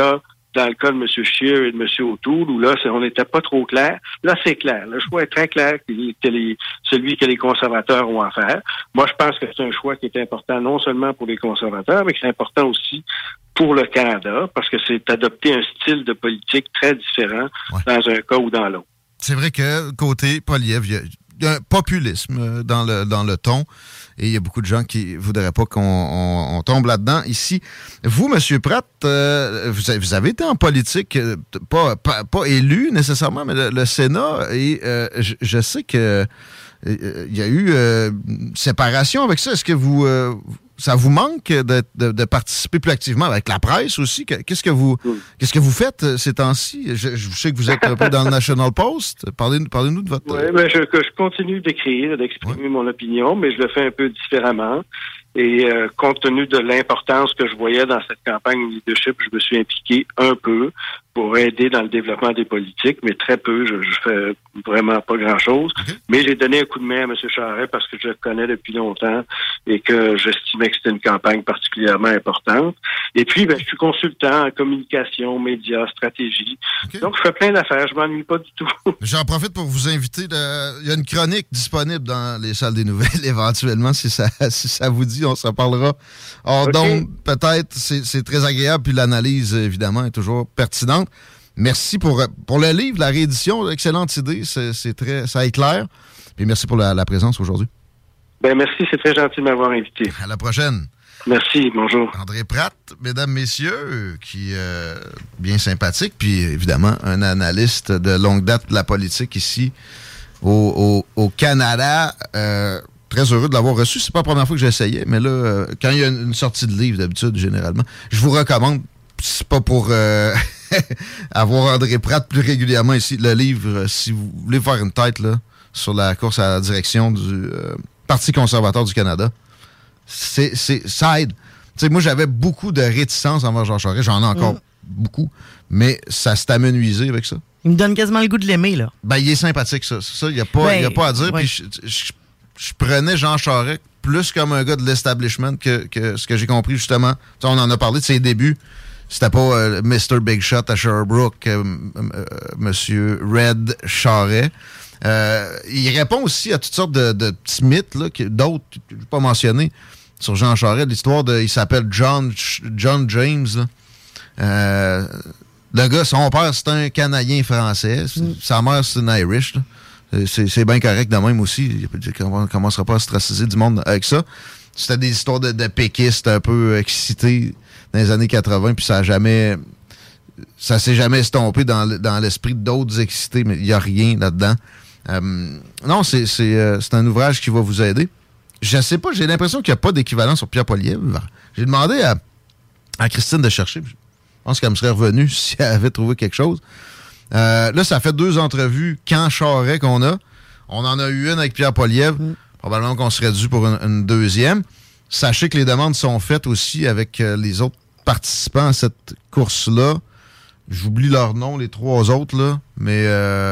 dans le cas de M. Scheer et de M. O'Toole, où là, on n'était pas trop clair. Là, c'est clair. Le choix est très clair, celui que les conservateurs ont à faire. Moi, je pense que c'est un choix qui est important non seulement pour les conservateurs, mais qui est important aussi pour le Canada, parce que c'est adopter un style de politique très différent dans un cas ou dans l'autre. C'est vrai que côté Poilievre, il y a un populisme dans le ton. Et il y a beaucoup de gens qui voudraient pas qu'on tombe là-dedans. Ici, vous, M. Pratt, vous avez été en politique, pas élu nécessairement, mais le Sénat. Et je sais que il y a eu une séparation avec ça. Est-ce que ça vous manque de participer plus activement avec la presse aussi? Qu'est-ce que vous faites ces temps-ci? Je sais que vous êtes un peu dans le National Post. Parlez-nous de votre... Oui, mais je continue d'écrire, d'exprimer mon opinion, mais je le fais un peu différemment. Et compte tenu de l'importance que je voyais dans cette campagne de leadership, je me suis impliqué un peu pour aider dans le développement des politiques, mais très peu. Je fais vraiment pas grand-chose. Mais j'ai donné un coup de main à M. Charest parce que je le connais depuis longtemps et que j'estimais que c'était une campagne particulièrement importante. Et puis, je suis consultant en communication, médias, stratégie. Donc, je fais plein d'affaires. Je m'ennuie pas du tout. J'en profite pour vous inviter. Il y a une chronique disponible dans les salles des nouvelles, éventuellement, si ça vous dit. On s'en parlera. Donc, peut-être, c'est très agréable, puis l'analyse, évidemment, est toujours pertinente. Merci pour le livre, la réédition. Excellente idée. Ça éclaire. Puis merci pour la présence aujourd'hui. Merci, c'est très gentil de m'avoir invité. À la prochaine. Merci, bonjour. André Pratt, mesdames, messieurs, qui est bien sympathique, puis évidemment, un analyste de longue date de la politique ici au Canada. Très heureux de l'avoir reçu. C'est pas la première fois que j'essayais, mais là, quand il y a une sortie de livre, d'habitude, généralement, je vous recommande, c'est pas pour avoir André Pratt plus régulièrement ici, le livre, si vous voulez faire une tête là, sur la course à la direction du Parti conservateur du Canada, ça aide. T'sais, moi, j'avais beaucoup de réticence envers Jean Charest, j'en ai encore beaucoup, mais ça s'est amenuisé avec ça. Il me donne quasiment le goût de l'aimer, là. Il est sympathique, ça. Ça, il n'y a pas à dire. Puis je prenais Jean Charest plus comme un gars de l'establishment que ce que j'ai compris, justement. T'sais, on en a parlé de ses débuts. C'était pas Mr. Big Shot à Sherbrooke, Monsieur Red Charest. Il répond aussi à toutes sortes de petits mythes, là, d'autres, je ne vais pas mentionner, sur Jean Charest. L'histoire il s'appelle John James. Là. Le gars, son père, c'est un Canadien français. Sa mère, c'est une Irish. Là. C'est bien correct de même aussi. On ne commencera pas à ostraciser du monde avec ça. C'était des histoires de péquistes un peu excités dans les années 80, puis ça s'est jamais estompé dans l'esprit d'autres excités, mais il n'y a rien là-dedans. Non, c'est un ouvrage qui va vous aider. Je sais pas, j'ai l'impression qu'il n'y a pas d'équivalent sur Pierre Poilievre. J'ai demandé à Christine de chercher. Je pense qu'elle me serait revenue si elle avait trouvé quelque chose. Là, ça fait 2 entrevues quand Charest qu'on a. On en a eu une avec Pierre Poilievre. Probablement qu'on serait dû pour une deuxième. Sachez que les demandes sont faites aussi avec les autres participants à cette course-là. J'oublie leur nom, les 3 autres, là, mais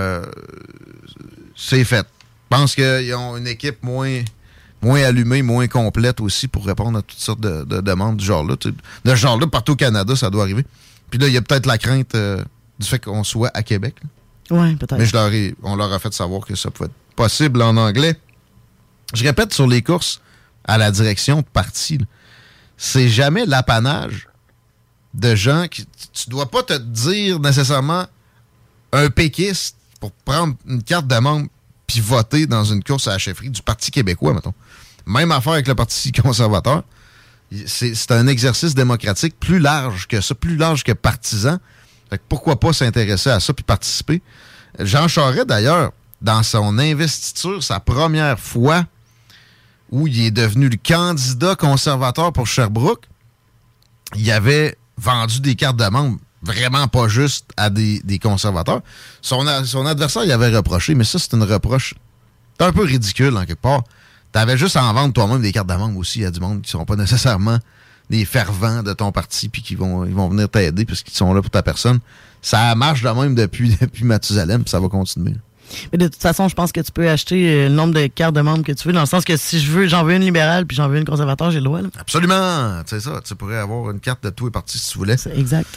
c'est fait. Je pense qu'ils ont une équipe moins allumée, moins complète aussi pour répondre à toutes sortes de demandes du genre-là. De ce genre-là, partout au Canada, ça doit arriver. Puis là, il y a peut-être la crainte du fait qu'on soit à Québec. Oui, peut-être. Mais on leur a fait savoir que ça pouvait être possible en anglais. Je répète, sur les courses à la direction de parti, c'est jamais l'apanage de gens qui... Tu dois pas te dire nécessairement un péquiste pour prendre une carte de membre puis voter dans une course à la chefferie du Parti québécois, mettons. Même affaire avec le Parti conservateur. C'est un exercice démocratique plus large que ça, plus large que partisan. Fait que pourquoi pas s'intéresser à ça puis participer? Jean Charest, d'ailleurs, dans son investiture, sa première fois où il est devenu le candidat conservateur pour Sherbrooke, il avait vendu des cartes de membres vraiment pas juste à des conservateurs. Son adversaire, il avait reproché, mais ça, c'est une reproche un peu ridicule, en quelque part. T'avais juste à en vendre toi-même des cartes de membres aussi à du monde qui ne sont pas nécessairement des fervents de ton parti puis ils vont venir t'aider parce qu'ils sont là pour ta personne. Ça marche de même depuis Mathusalem, puis ça va continuer. Mais de toute façon, je pense que tu peux acheter le nombre de cartes de membres que tu veux, dans le sens que si j'en veux une libérale puis j'en veux une conservateur, j'ai le droit. Là. Absolument! C'est ça. Tu pourrais avoir une carte de tous les partis si tu voulais. C'est exact.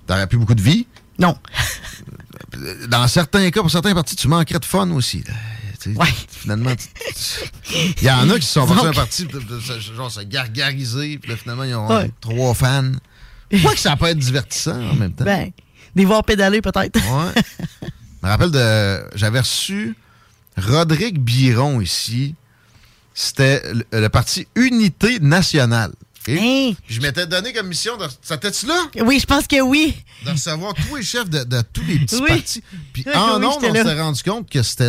T'aurais plus beaucoup de vie. Non. Dans certains cas, pour certains partis, tu manquerais de fun aussi. Ouais. Finalement, il y en a qui se sont passés un parti genre se gargariser, puis là, finalement, ils ont 3 fans. Pourquoi que ça peut être divertissant en même temps? Ben, des voir pédaler peut-être. Ouais. Je me rappelle j'avais reçu Rodrigue Biron ici. C'était le parti Unité Nationale. Okay? Je m'étais donné comme mission ça t'es-tu là? Oui, je pense que oui. De recevoir tous les chefs de tous les petits partis. Puis en ondes, on s'est rendu compte que c'était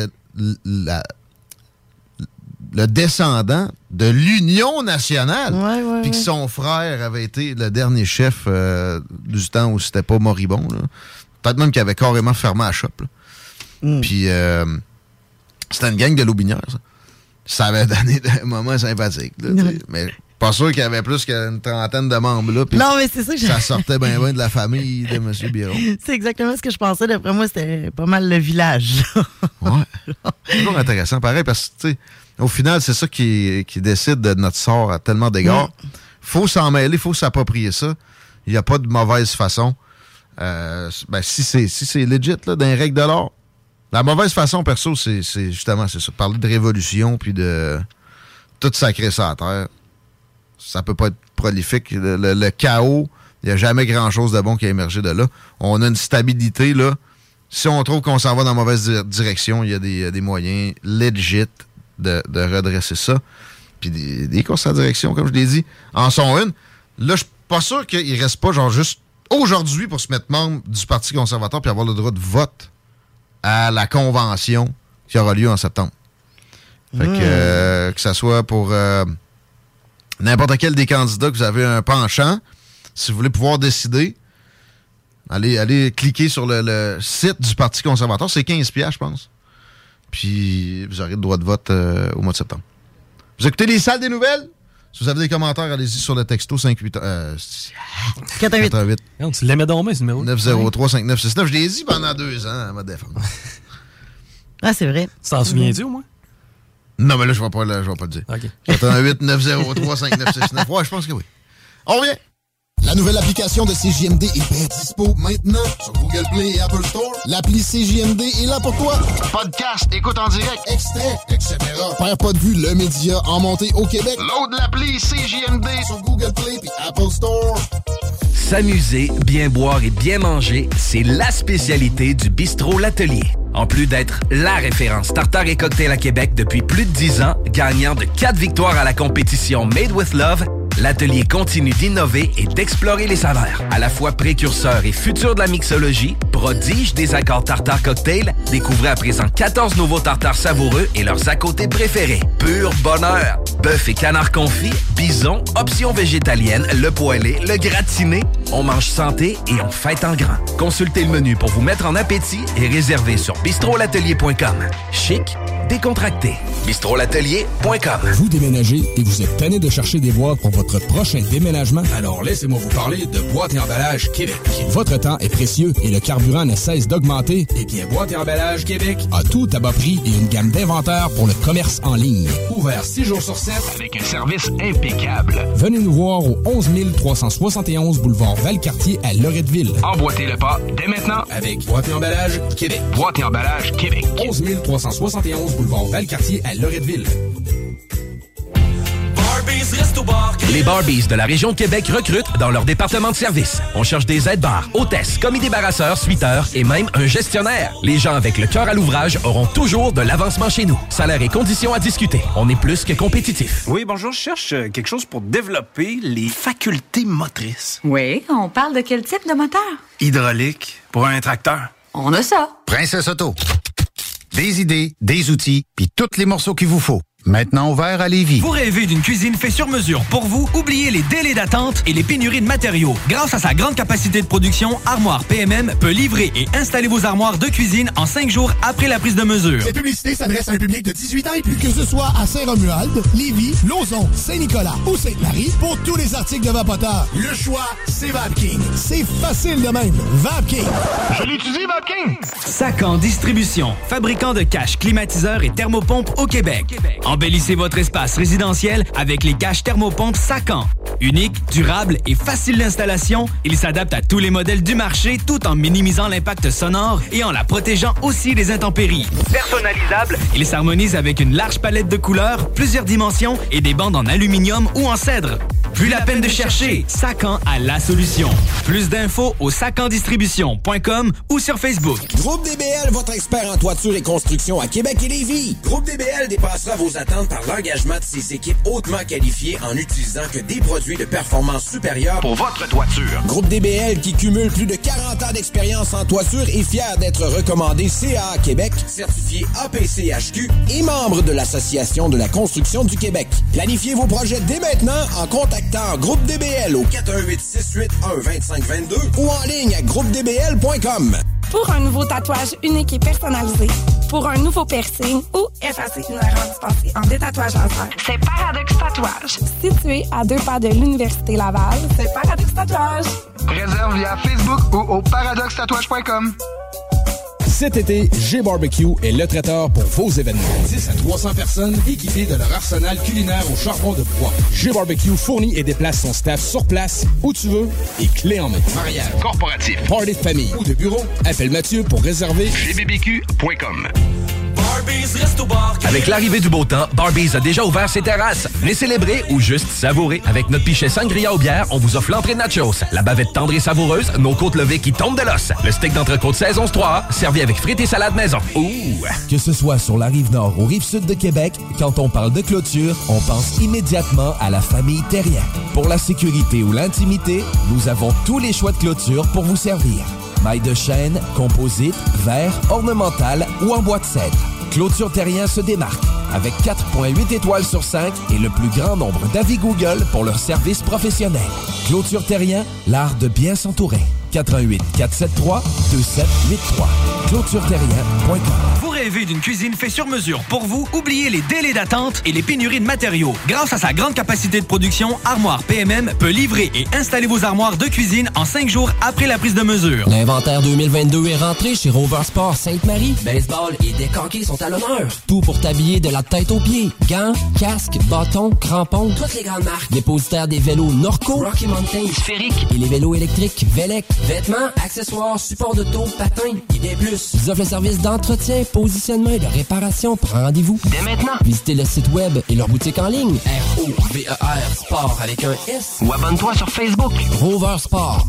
le descendant de l'Union nationale. Puis que son frère avait été le dernier chef du temps où c'était pas moribond. Là. Peut-être même qu'il avait carrément fermé la shop. Puis c'était une gang de Lobinière, ça. Ça avait donné des moments sympathiques. Là, mais pas sûr qu'il y avait plus qu'une trentaine de membres là. Non, mais c'est ça que ça sortait bien de la famille de M. Biron. C'est exactement ce que je pensais. D'après moi, c'était pas mal le village. Ouais. C'est toujours intéressant. Pareil, parce que, tu sais, au final, c'est ça qui décide de notre sort à tellement d'égards. Faut s'en mêler, il faut s'approprier ça. Il n'y a pas de mauvaise façon. Si c'est legit, là, dans les règles de l'art. La mauvaise façon, perso, c'est justement ça. Parler de révolution puis de tout sacrer ça à terre. Ça peut pas être prolifique. Le chaos, il n'y a jamais grand-chose de bon qui a émergé de là. On a une stabilité, là. Si on trouve qu'on s'en va dans la mauvaise direction, il y a des moyens legit de redresser ça. Puis des courses à direction, comme je l'ai dit, en sont une. Là, je suis pas sûr qu'il reste pas genre juste aujourd'hui pour se mettre membre du Parti conservateur puis avoir le droit de vote à la convention qui aura lieu en septembre. Fait que ça soit pour n'importe quel des candidats que vous avez un penchant, si vous voulez pouvoir décider, allez cliquer sur le site du Parti conservateur. C'est 15$, je pense. Puis vous aurez le droit de vote au mois de septembre. Vous écoutez les salles des nouvelles? Si vous avez des commentaires, allez-y sur le texto 418. Tu l'aimais donc bien, ce numéro. 903-5969. Je l'ai dit pendant 2 ans à ma défense. Ah, c'est vrai. Tu t'en souviens-tu au moins? Non, mais là, je ne vais pas le dire. OK. 418-903-5969. Ouais, je pense que oui. On revient. La nouvelle application de CJMD est bien dispo maintenant sur Google Play et Apple Store. L'appli CJMD est là pour toi. Podcast, écoute en direct, extrait, etc. Perds pas de vue, le média en montée au Québec. Load l'appli CJMD sur Google Play et Apple Store. S'amuser, bien boire et bien manger, c'est la spécialité du bistrot L'Atelier. En plus d'être la référence tartare et cocktail à Québec depuis plus de 10 ans, gagnant de 4 victoires à la compétition Made with Love, l'Atelier continue d'innover et d'explorer les saveurs. À la fois précurseur et futur de la mixologie, prodige des accords tartare cocktail, découvrez à présent 14 nouveaux tartares savoureux et leurs à côté préférés. Pur bonheur! Bœuf et canard confit, bison, options végétaliennes, le poêlé, le gratiné. On mange santé et on fête en grand. Consultez le menu pour vous mettre en appétit et réservez sur bistrolatelier.com. Chic, décontracté. bistrolatelier.com. Vous déménagez et vous êtes tanné de chercher des boîtes pour votre prochain déménagement? Alors laissez-moi vous parler de Boîte et Emballage Québec. Votre temps est précieux et le carburant ne cesse d'augmenter. Eh bien, Boîte et Emballage Québec a tout à bas prix et une gamme d'inventaires pour le commerce en ligne. Ouvert 6 jours sur 7 avec un service impeccable. Venez nous voir au 11 371 boulevard Valcartier à Loretteville. Emboîtez le pas dès maintenant avec Boîte et Emballage Québec. Boîte et Emballage Québec. 11 371 boulevard Valcartier à Loretteville. Les Barbies de la région de Québec recrutent dans leur département de service. On cherche des aides-bars, hôtesses, commis débarrasseurs, suiteurs et même un gestionnaire. Les gens avec le cœur à l'ouvrage auront toujours de l'avancement chez nous. Salaire et conditions à discuter. On est plus que compétitif. Oui, bonjour, je cherche quelque chose pour développer les facultés motrices. Oui, on parle de quel type de moteur? Hydraulique, pour un tracteur. On a ça. Princesse Auto. Des idées, des outils, puis tous les morceaux qu'il vous faut. Maintenant ouvert à Lévis. Vous rêvez d'une cuisine faite sur mesure pour vous? Oubliez les délais d'attente et les pénuries de matériaux. Grâce à sa grande capacité de production, Armoire PMM peut livrer et installer vos armoires de cuisine en 5 jours après la prise de mesure. Cette publicité s'adresse à un public de 18 ans et plus. Que ce soit à Saint-Romuald, Lévis, Lauson, Saint-Nicolas ou Sainte-Marie, pour tous les articles de Vapoteur, le choix, c'est Vapking. C'est facile de même. Vapking. Je l'utilise, Vapking. Sacan Distribution, fabricant de caches, climatiseurs et thermopompes au Québec. En Embellissez votre espace résidentiel avec les caches thermopompes Sacan. Unique, durable et facile d'installation, il s'adapte à tous les modèles du marché tout en minimisant l'impact sonore et en la protégeant aussi des intempéries. Personnalisable, il s'harmonise avec une large palette de couleurs, plusieurs dimensions et des bandes en aluminium ou en cèdre. Plus la peine de chercher, Sacan a la solution. Plus d'infos au sacandistribution.com ou sur Facebook. Groupe DBL, votre expert en toiture et construction à Québec et Lévis. Groupe DBL dépassera vos attentes par l'engagement de ses équipes hautement qualifiées en utilisant que des produits de performance supérieure pour votre toiture. Groupe DBL qui cumule plus de 40 ans d'expérience en toiture est fier d'être recommandé CAA Québec, certifié APCHQ et membre de l'Association de la construction du Québec. Planifiez vos projets dès maintenant en contactant Groupe DBL au 418-681-2522 ou en ligne à groupedbl.com. Pour un nouveau tatouage unique et personnalisé, pour un nouveau piercing ou effacer une erreur dispensée en détatouage laser, c'est Paradox Tatouage. Situé à 2 pas de l'Université Laval, c'est Paradox Tatouage. Réserve via Facebook ou au paradoxtatouage.com. Cet été, G-Barbecue est le traiteur pour vos événements. 10 à 300 personnes équipées de leur arsenal culinaire au charbon de bois. G-Barbecue fournit et déplace son staff sur place, où tu veux, et clé en main. Mariage, corporatif, party de famille ou de bureau, appelle Mathieu pour réserver gbbq.com. Avec l'arrivée du beau temps, Barbies a déjà ouvert ses terrasses. Venez célébrer ou juste savourer. Avec notre pichet sangria aux bières, on vous offre l'entrée de nachos, la bavette tendre et savoureuse, nos côtes levées qui tombent de l'os, le steak d'entrecôte saison 3A, servi avec frites et salade maison. Ouh! Que ce soit sur la Rive-Nord ou Rive-Sud de Québec, quand on parle de clôture, on pense immédiatement à la famille Terrien. Pour la sécurité ou l'intimité, nous avons tous les choix de clôture pour vous servir. Mailles de chêne, composite, verre, ornemental ou en bois de cèdre. Clôture Terrien se démarque avec 4,8 étoiles sur 5 et le plus grand nombre d'avis Google pour leur service professionnel. Clôture Terrien, l'art de bien s'entourer. 88 473 2783. ClôtureTerrien.com. Vous rêvez d'une cuisine faite sur mesure pour vous? Oubliez les délais d'attente et les pénuries de matériaux. Grâce à sa grande capacité de production, Armoire PMM peut livrer et installer vos armoires de cuisine en 5 jours après la prise de mesure. L'inventaire 2022 est rentré chez Rover Sport Sainte-Marie. Baseball et décanqués sont à l'honneur. Tout pour t'habiller de la tête aux pieds. Gants, casques, bâtons, crampons, toutes les grandes marques. Dépositaire des vélos Norco, Rocky Mountain, Sphérique et les vélos électriques Velec. Vêtements, accessoires, supports d'auto, patins et bien plus. Ils offrent le service d'entretien, positionnement et de réparation. Prends rendez-vous dès maintenant. Visitez le site web et leur boutique en ligne. ROVER Sport avec un S. Ou abonne-toi sur Facebook. Rover Sport.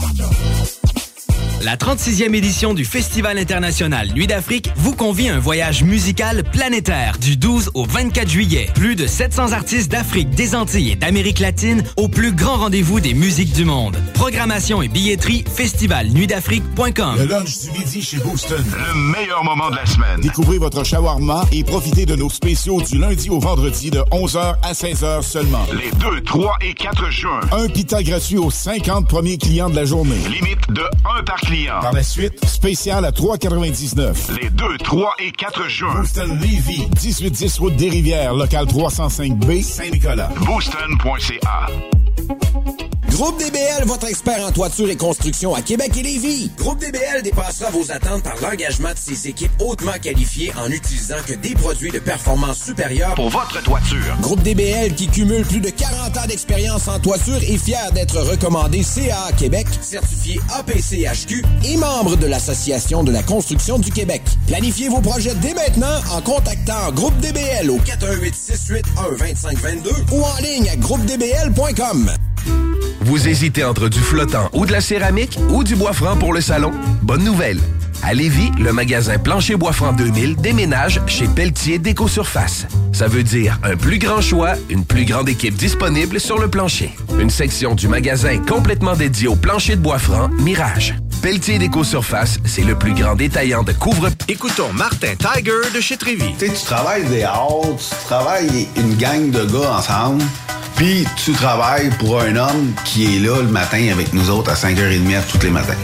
La 36e édition du Festival international Nuit d'Afrique vous convie à un voyage musical planétaire du 12 au 24 juillet. Plus de 700 artistes d'Afrique, des Antilles et d'Amérique latine au plus grand rendez-vous des musiques du monde. Programmation et billetterie, festivalnuitdafrique.com. Le lunch du midi chez Booston. Le meilleur moment de la semaine. Découvrez votre shawarma et profitez de nos spéciaux du lundi au vendredi de 11h à 16h seulement. Les 2, 3 et 4 juin. Un pita gratuit aux 50 premiers clients de la journée. Limite de 1 par client. Par la suite, spécial à 3,99. Les 2, 3 et 4 juin. Booston Lévis, 1810 route des Rivières, local 305B, Saint-Nicolas. Booston.ca. Groupe DBL, votre expert en toiture et construction à Québec et Lévis. Groupe DBL dépassera vos attentes par l'engagement de ses équipes hautement qualifiées en utilisant que des produits de performance supérieure pour votre toiture. Groupe DBL qui cumule plus de 40 ans d'expérience en toiture est fier d'être recommandé CAA Québec, certifié APCHQ et membre de l'Association de la construction du Québec. Planifiez vos projets dès maintenant en contactant Groupe DBL au 418-681-2522 ou en ligne à groupedbl.com. Vous hésitez entre du flottant ou de la céramique ou du bois franc pour le salon? Bonne nouvelle! À Lévis, le magasin Plancher Bois Franc 2000 déménage chez Pelletier Déco-Surface. Ça veut dire un plus grand choix, une plus grande équipe disponible sur le plancher. Une section du magasin complètement dédiée au plancher de bois franc Mirage. Pelletier Déco-Surface, c'est le plus grand détaillant de couvre... Écoutons Martin Tiger de chez Trévy. Tu sais, tu travailles dehors, tu travailles une gang de gars ensemble, puis tu travailles pour un homme qui est là le matin avec nous autres à 5h30 tous les matins.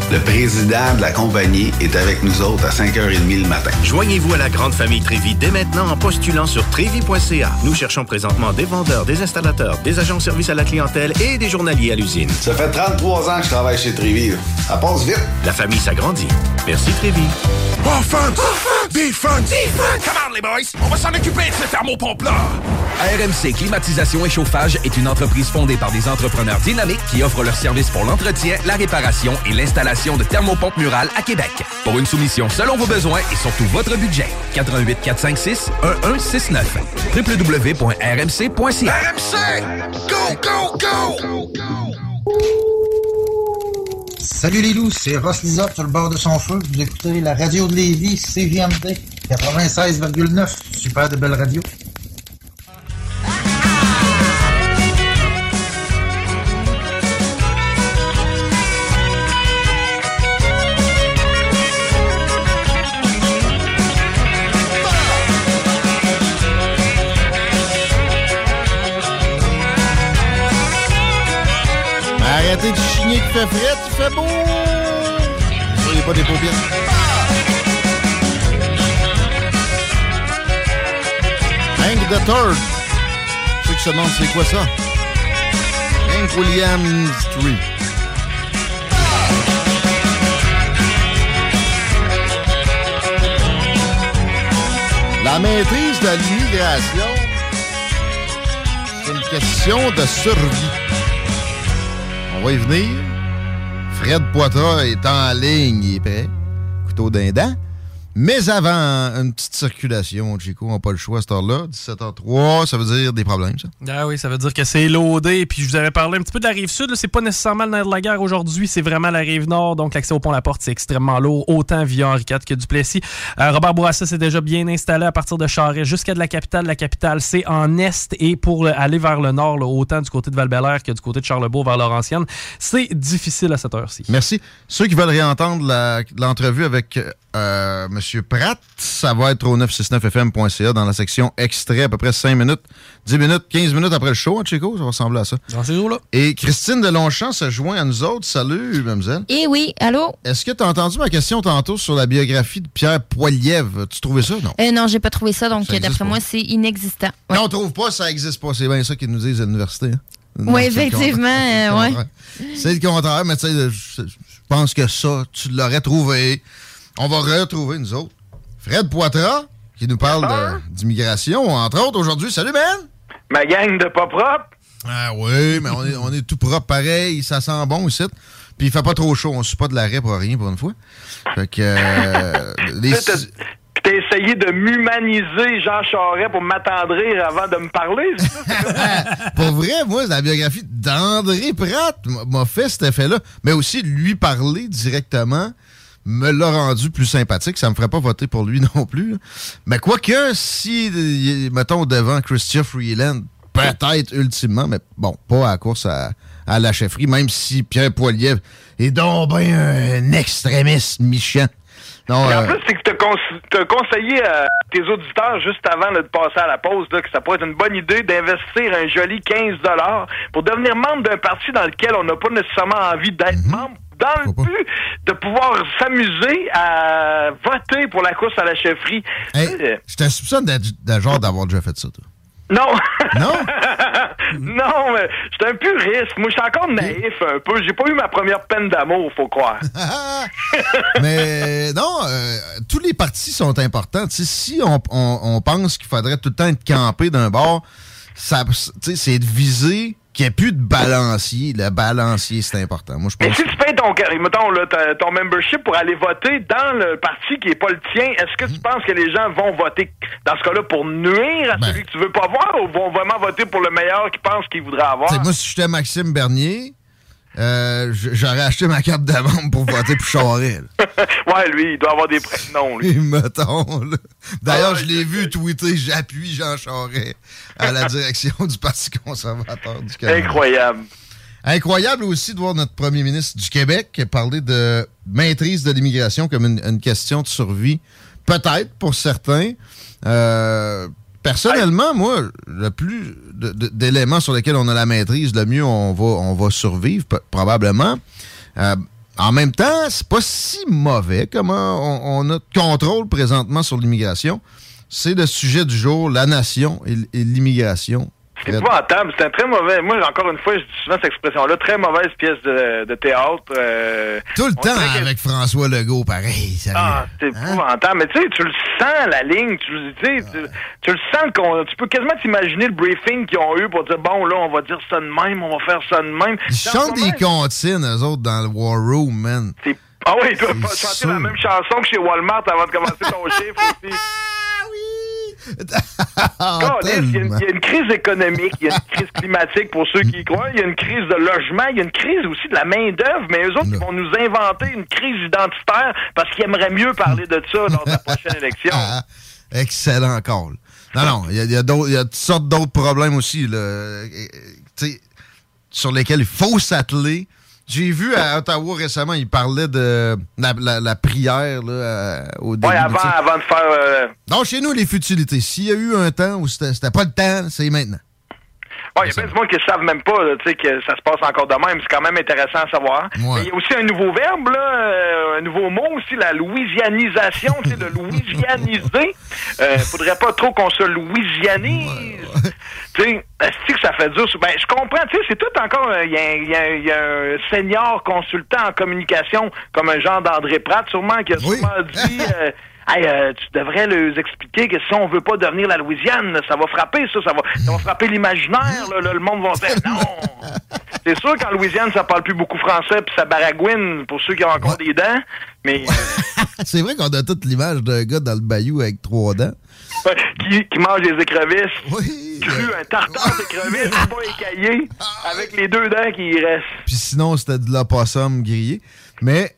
Le président de la compagnie est avec nous autres à 5h30 le matin. Joignez-vous à la grande famille Trévi dès maintenant en postulant sur trévi.ca. Nous cherchons présentement des vendeurs, des installateurs, des agents de service à la clientèle et des journaliers à l'usine. Ça fait 33 ans que je travaille chez Trévi. Ça passe vite. La famille s'agrandit. Merci Trévi. Offense! Defense! Come on, les boys! On va s'en occuper de ces thermopompes-là! RMC Climatisation et Chauffage est une entreprise fondée par des entrepreneurs dynamiques qui offrent leurs services pour l'entretien, la réparation et l'installation de thermopompes murales à Québec. Pour une soumission selon vos besoins et surtout votre budget, 88 456 1169 www.rmc.ca. RMC! Go, go, go! Salut les loups, c'est Ross Lizotte sur le bord de son feu. Vous écoutez la radio de Lévis, CJMD 96,9. Super de belle radio. Arrêtez de chigner qu'il fait frais, il fait beau! Soyez pas des paupières. Hank the Third. Ceux qui se demandent c'est quoi ça? Hank Williams III. La maîtrise de l'immigration, c'est une question de survie. On va y venir. Fred Poitras est en ligne, il est prêt. Couteau d'un dent. Mais avant, une petite circulation, Chico, on n'a pas le choix à cette heure-là. 17h03, ça veut dire des problèmes, ça? Ah oui, ça veut dire que c'est loadé. Puis je vous avais parlé un petit peu de la Rive-Sud. Là. C'est pas nécessairement le nerf de la guerre aujourd'hui, c'est vraiment la Rive-Nord. Donc l'accès au Pont-la-Porte, c'est extrêmement lourd, autant via Henri IV que Duplessis. Robert Bourassa s'est déjà bien installé à partir de Charest jusqu'à de la capitale. La capitale, c'est en est. Et pour aller vers le nord, là, autant du côté de Val-Bélair que du côté de Charlebourg vers Laurentienne, c'est difficile à cette heure-ci. Merci. Ceux qui veulent réentendre l'entrevue avec M. Pratt, ça va être au 969fm.ca dans la section extrait, à peu près 5 minutes, 10 minutes, 15 minutes après le show, hein, Chico? Ça va ressembler à ça. Dans ces jours-là. Et Christine de Longchamp se joint à nous autres. Salut, mademoiselle. Eh oui, allô? Est-ce que tu as entendu ma question tantôt sur la biographie de Pierre Poilievre? Tu trouvais ça, non? Non, j'ai pas trouvé ça, donc ça d'après moi, c'est inexistant. Ouais. Non, on trouve pas, ça existe pas. C'est bien ça qu'ils nous disent à l'université. Hein? Oui, effectivement, ouais. C'est le contraire, mais tu sais, je pense que ça, tu l'aurais trouvé. On va retrouver, nous autres, Fred Poitras, qui nous parle d'immigration, entre autres, aujourd'hui. Salut, Ben! Ma gang de pas propre. Ah oui, mais on est tout propre pareil, ça sent bon ici. Puis il fait pas trop chaud, on suit pas de l'arrêt pour rien pour une fois. Fait que... T'as essayé de m'humaniser Jean Charest pour m'attendrir avant de me parler, c'est ça? Pour vrai, moi, la biographie d'André Pratt m'a fait cet effet-là. Mais aussi, lui parler directement me l'a rendu plus sympathique. Ça me ferait pas voter pour lui non plus. Là. Mais quoique, si, mettons, devant Chrystia Freeland, peut-être ultimement, mais bon, pas à la course à la chefferie, même si Pierre Poilievre est donc ben un extrémiste méchant. Non, en plus, c'est que t'as conseillé à tes auditeurs juste avant de passer à la pause là, que ça pourrait être une bonne idée d'investir un joli 15$ pour devenir membre d'un parti dans lequel on n'a pas nécessairement envie d'être membre, dans le but de pouvoir s'amuser à voter pour la course à la chefferie. Hey, je te soupçonne genre d'avoir déjà fait ça, toi. Non! Non? Non, mais j'étais un puriste. Moi, j'étais encore naïf un peu. J'ai pas eu ma première peine d'amour, faut croire. Mais non, tous les partis sont importants. T'sais, si on pense qu'il faudrait tout le temps être campé d'un bord, c'est de viser qu'il n'y ait plus de balancier. Le balancier, c'est important. Moi, je pense. Mais si tu payes ton membership pour aller voter dans le parti qui n'est pas le tien, est-ce que tu penses que les gens vont voter dans ce cas-là pour nuire à celui que tu veux pas voir ou vont vraiment voter pour le meilleur qu'ils pensent qu'ils voudraient avoir? Moi, si j'étais Maxime Bernier, j'aurais acheté ma carte de membre pour voter pour Charest. Ouais, lui, il doit avoir des prénoms, lui. Mettons, là. D'ailleurs, je l'ai vu tweeter « J'appuie Jean Charest » à la direction du Parti conservateur du Canada. Incroyable. Incroyable aussi de voir notre premier ministre du Québec parler de maîtrise de l'immigration comme une question de survie. Peut-être pour certains. Personnellement, moi, le plus d'éléments sur lesquels on a la maîtrise, le mieux on va survivre, probablement. en même temps, c'est pas si mauvais comment on a de contrôle présentement sur l'immigration. C'est le sujet du jour, la nation et l'immigration. C'est épouvantable, c'est un très mauvais... Moi, encore une fois, je dis souvent cette expression-là, très mauvaise pièce de théâtre. Tout le temps avec François Legault, pareil. C'est épouvantable. Mais tu sais, tu le sens, la ligne, tu le sens, tu peux quasiment t'imaginer le briefing qu'ils ont eu pour dire, bon, là, on va dire ça de même, on va faire ça de même. Ils chantent des comptines, eux autres, dans le War Room, man. Ah oui, ils doivent pas chanter la même chanson que chez Walmart avant de commencer ton chiffre aussi. Il y a une crise économique, il y a une crise climatique pour ceux qui y croient, il y a une crise de logement, il y a une crise aussi de la main-d'œuvre, mais eux autres, ils vont nous inventer une crise identitaire parce qu'ils aimeraient mieux parler de ça lors de la prochaine élection. Excellent call. Non, il y a toutes sortes d'autres problèmes aussi, là, sur lesquels il faut s'atteler. J'ai vu à Ottawa récemment, il parlait de la prière là, au début. Oui, avant de faire... Non, chez nous, les futilités. S'il y a eu un temps où c'était pas le temps, c'est maintenant. Oui, il y a plein de monde qui ne savent même pas que ça se passe encore de même. C'est quand même intéressant à savoir. Ouais. Il y a aussi un nouveau verbe, là, un nouveau mot aussi, la louisianisation, de louisianiser. Faudrait pas trop qu'on se louisianise. Est-ce que ça fait dur? Ben, je comprends, c'est tout encore... Il y a un senior consultant en communication, comme un genre d'André Pratt, sûrement, qui a sûrement dit... tu devrais leur expliquer que si on veut pas devenir la Louisiane, ça va frapper, ça va frapper l'imaginaire, là, le monde va faire non. C'est sûr qu'en Louisiane, ça parle plus beaucoup français, puis ça baragouine pour ceux qui ont encore des dents, mais... C'est vrai qu'on a toute l'image d'un gars dans le bayou avec 3 dents. Qui mange des écrevisses, un tartare d'écrevisses, pas écaillé, avec les 2 dents qui y restent. Puis sinon, c'était de l'opossum grillé. Mais,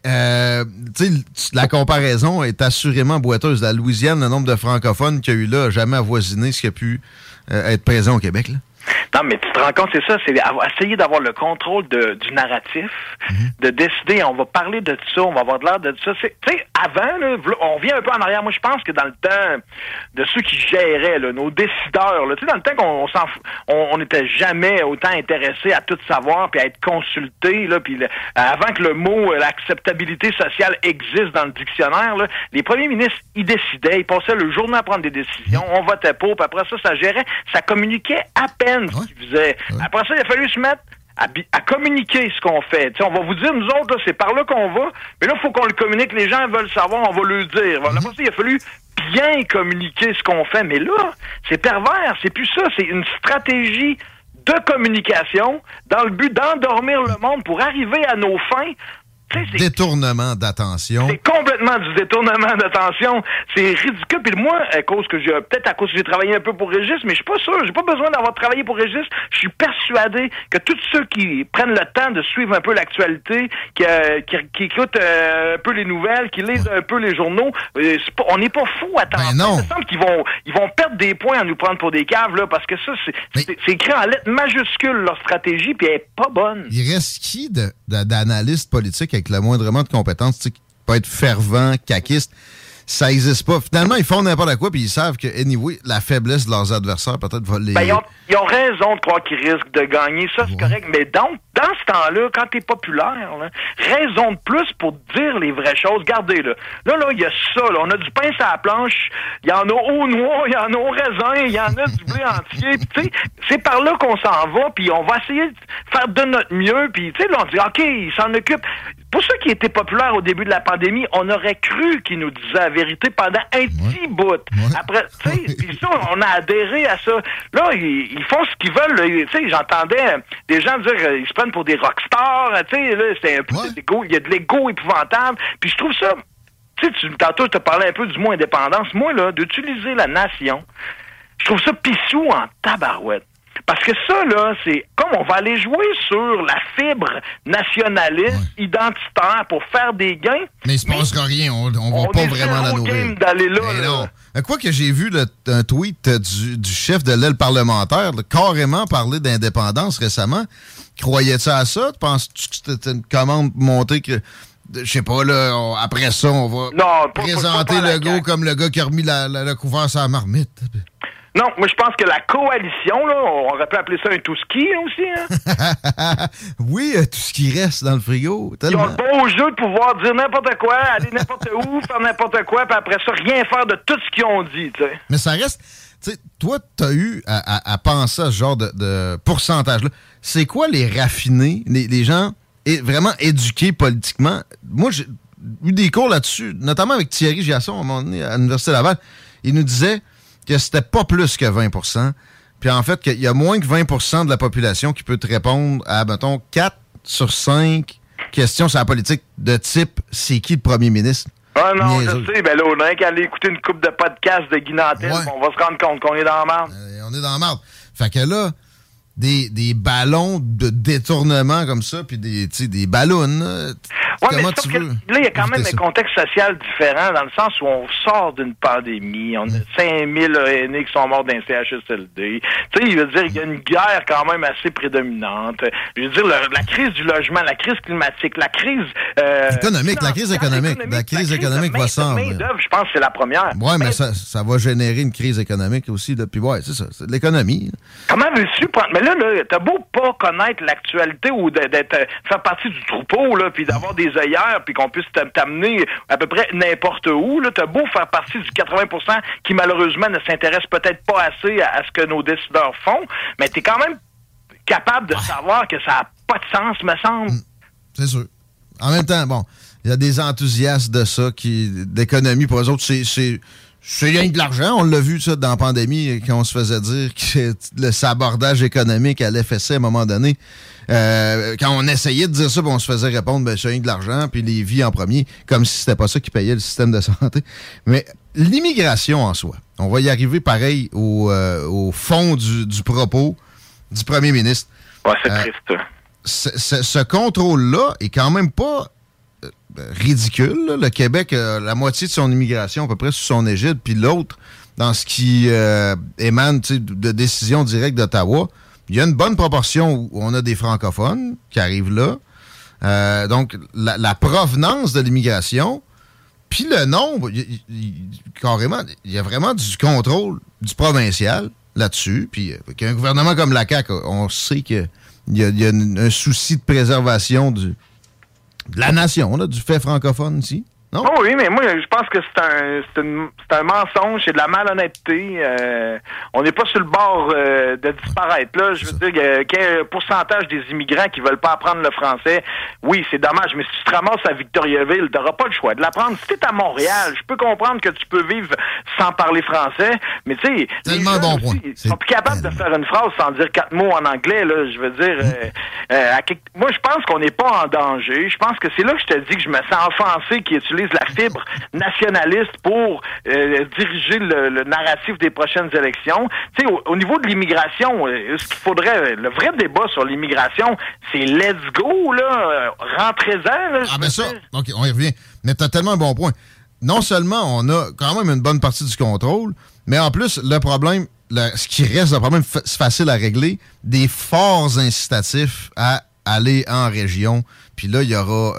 tu sais, la comparaison est assurément boiteuse. La Louisiane, le nombre de francophones qu'il y a eu là n'a jamais avoisiné ce qui a pu être présent au Québec, là. Non, mais tu te rends compte, c'est ça, c'est essayer d'avoir le contrôle du narratif, de décider, on va parler de ça, on va avoir de l'air de ça. Tu sais, avant, là, on vient un peu en arrière. Moi, je pense que dans le temps de ceux qui géraient, là, nos décideurs, tu sais, dans le temps on n'était jamais autant intéressé à tout savoir puis à être consulté, là, puis avant que le mot l'acceptabilité sociale existe dans le dictionnaire, là, les premiers ministres, ils décidaient, ils passaient le journée à prendre des décisions, on votait pour, puis après ça gérait, ça communiquait à peine ce qu'ils faisaient. Après ça, il a fallu se mettre à communiquer ce qu'on fait. T'sais, on va vous dire, nous autres, là, c'est par là qu'on va, mais là, il faut qu'on le communique. Les gens veulent savoir, on va le dire. Après ça, il a fallu bien communiquer ce qu'on fait. Mais là, c'est pervers. C'est plus ça. C'est une stratégie de communication dans le but d'endormir le monde pour arriver à nos fins. Détournement d'attention. C'est complètement du détournement d'attention. C'est ridicule. Puis moi, à cause que j'ai travaillé un peu pour Régis, mais je suis pas sûr. J'ai pas besoin d'avoir travaillé pour Régis. Je suis persuadé que tous ceux qui prennent le temps de suivre un peu l'actualité, qui écoutent un peu les nouvelles, qui lisent un peu les journaux, on n'est pas fous à temps. Ben non. Il me semble qu'ils vont perdre des points à nous prendre pour des caves, là, parce que ça, c'est écrit en lettres majuscules, leur stratégie, puis elle est pas bonne. Il reste qui d'analystes politiques avec le moindrement de compétences, tu sais, qui peut être fervent, caquiste, ça n'existe pas. Finalement, ils font n'importe quoi, puis ils savent que, anyway, la faiblesse de leurs adversaires, peut-être, va les... Ben, ils ont raison de croire qu'ils risquent de gagner, ça, c'est correct, mais donc, dans ce temps-là, quand t'es populaire, là, raison de plus pour dire les vraies choses. Regardez, là, il y a ça, là, on a du pain sur la planche, il y en a au noix, il y en a au raisin, il y en a du blé entier, tu sais, c'est par là qu'on s'en va, puis on va essayer de faire de notre mieux, puis, tu sais, là, on dit, OK, ils s'en occupent. Pour ceux qui étaient populaires au début de la pandémie, on aurait cru qu'ils nous disaient la vérité pendant un petit bout. Après, tu sais, puis ça, on a adhéré à ça. Là, ils font ce qu'ils veulent. Tu sais, j'entendais des gens dire ils se prennent pour des rockstars. Tu sais, là, c'est un peu d'ego. Il y a de l'ego épouvantable. Puis je trouve ça... Tu sais, tantôt, je te parlais un peu du mot indépendance. Moi, là, d'utiliser la nation, je trouve ça pissou en tabarouette. Parce que ça, là, c'est comme on va aller jouer sur la fibre nationaliste, identitaire, pour faire des gains. Mais il se passera rien. On va pas vraiment la nourrir. D'aller là, non. Quoi que j'ai vu un tweet du chef de l'aile parlementaire, là, carrément parler d'indépendance récemment. Croyais-tu à ça? Penses-tu que c'était une commande montée que... Je sais pas, là, après ça, on va présenter Legault comme le gars qui a remis le couvert sur la marmite. Non, moi je pense que la coalition, là, on aurait pu appeler ça un tout-ski aussi. Hein? Oui, tout ce qui reste dans le frigo. Tellement. Ils ont le beau jeu de pouvoir dire n'importe quoi, aller n'importe où, faire n'importe quoi, puis après ça, rien faire de tout ce qu'ils ont dit. T'sais. Mais ça reste... Tu sais, toi, t'as eu à penser à ce genre de pourcentage-là. C'est quoi les raffinés, les gens vraiment éduqués politiquement? Moi, j'ai eu des cours là-dessus, notamment avec Thierry Giasson, à un moment donné, à l'Université Laval. Il nous disait que c'était pas plus que 20%. Puis en fait, qu'il y a moins que 20% de la population qui peut te répondre à, mettons, 4 sur 5 questions sur la politique de type « c'est qui le premier ministre ?» Ah non, je sais, ben là, on a qu'à aller écouter une coupe de podcast de Guy Nantel, on va se rendre compte qu'on est dans la merde. On est dans la merde. Fait que là, des ballons de détournement comme ça, puis des ballons, comment tu veux? Là, il y a quand même un contexte social différent, dans le sens où on sort d'une pandémie, on a 5000 aînés qui sont morts d'un CHSLD. Tu sais, il veut dire qu'il y a une guerre quand même assez prédominante. Je veux dire, la crise du logement, la crise climatique, la crise... économique, la crise économique. La crise économique va s'en... Je pense que c'est la première. Oui, mais ça va générer une crise économique aussi. Là. Puis ouais, c'est ça, c'est de l'économie. Là. Comment veux-tu prendre... Mais là, t'as beau pas connaître l'actualité ou faire partie du troupeau, là, puis d'avoir des œillères, puis qu'on puisse t'amener à peu près n'importe où, là, t'as beau faire partie du 80% qui, malheureusement, ne s'intéresse peut-être pas assez à ce que nos décideurs font, mais t'es quand même capable de savoir que ça n'a pas de sens, me semble. C'est sûr. En même temps, bon, il y a des enthousiastes de ça, d'économie, pour eux autres, c'est rien que de l'argent. On l'a vu, ça, dans la pandémie, quand on se faisait dire que le sabordage économique à l'FSC, à un moment donné, quand on essayait de dire ça, on se faisait répondre, c'est rien que de l'argent, puis les vies en premier, comme si c'était pas ça qui payait le système de santé. Mais l'immigration en soi, on va y arriver pareil au fond du propos du premier ministre. Ouais, c'est triste. Ce contrôle-là est quand même pas... ridicule. Là. Le Québec a la moitié de son immigration à peu près sous son égide, puis l'autre, dans ce qui émane de décisions directes d'Ottawa, il y a une bonne proportion où on a des francophones qui arrivent là. Donc, la provenance de l'immigration, puis le nombre, carrément, il y a vraiment du contrôle du provincial là-dessus, puis qu'un gouvernement comme la CAQ, on sait qu'il y a un souci de préservation de la nation, là, du fait francophone ici. Non? Oh oui, mais moi, je pense que c'est un mensonge, c'est de la malhonnêteté. On n'est pas sur le bord de disparaître. Là, je veux dire qu'il y a un pourcentage des immigrants qui veulent pas apprendre le français. Oui, c'est dommage, mais si tu te ramasses à Victoriaville, tu n'auras pas le choix de l'apprendre. Si tu es à Montréal, je peux comprendre que tu peux vivre sans parler français, mais tu sais, tellement bon point. Ils sont plus capables de faire une phrase sans dire 4 mots en anglais. Là, je veux dire, moi, je pense qu'on n'est pas en danger. Je pense que c'est là que je te dis que je me sens offensé qu'ils utilisent la fibre nationaliste pour diriger le narratif des prochaines élections. Tu sais, au niveau de l'immigration, ce qu'il faudrait, le vrai débat sur l'immigration, c'est let's go, là, rentrez-en. Là, ben ça, OK, on y revient. Mais t'as tellement un bon point. Non seulement on a quand même une bonne partie du contrôle, mais en plus, le problème, ce qui reste, le problème facile à régler, des forts incitatifs à aller en région. Puis là, il y aura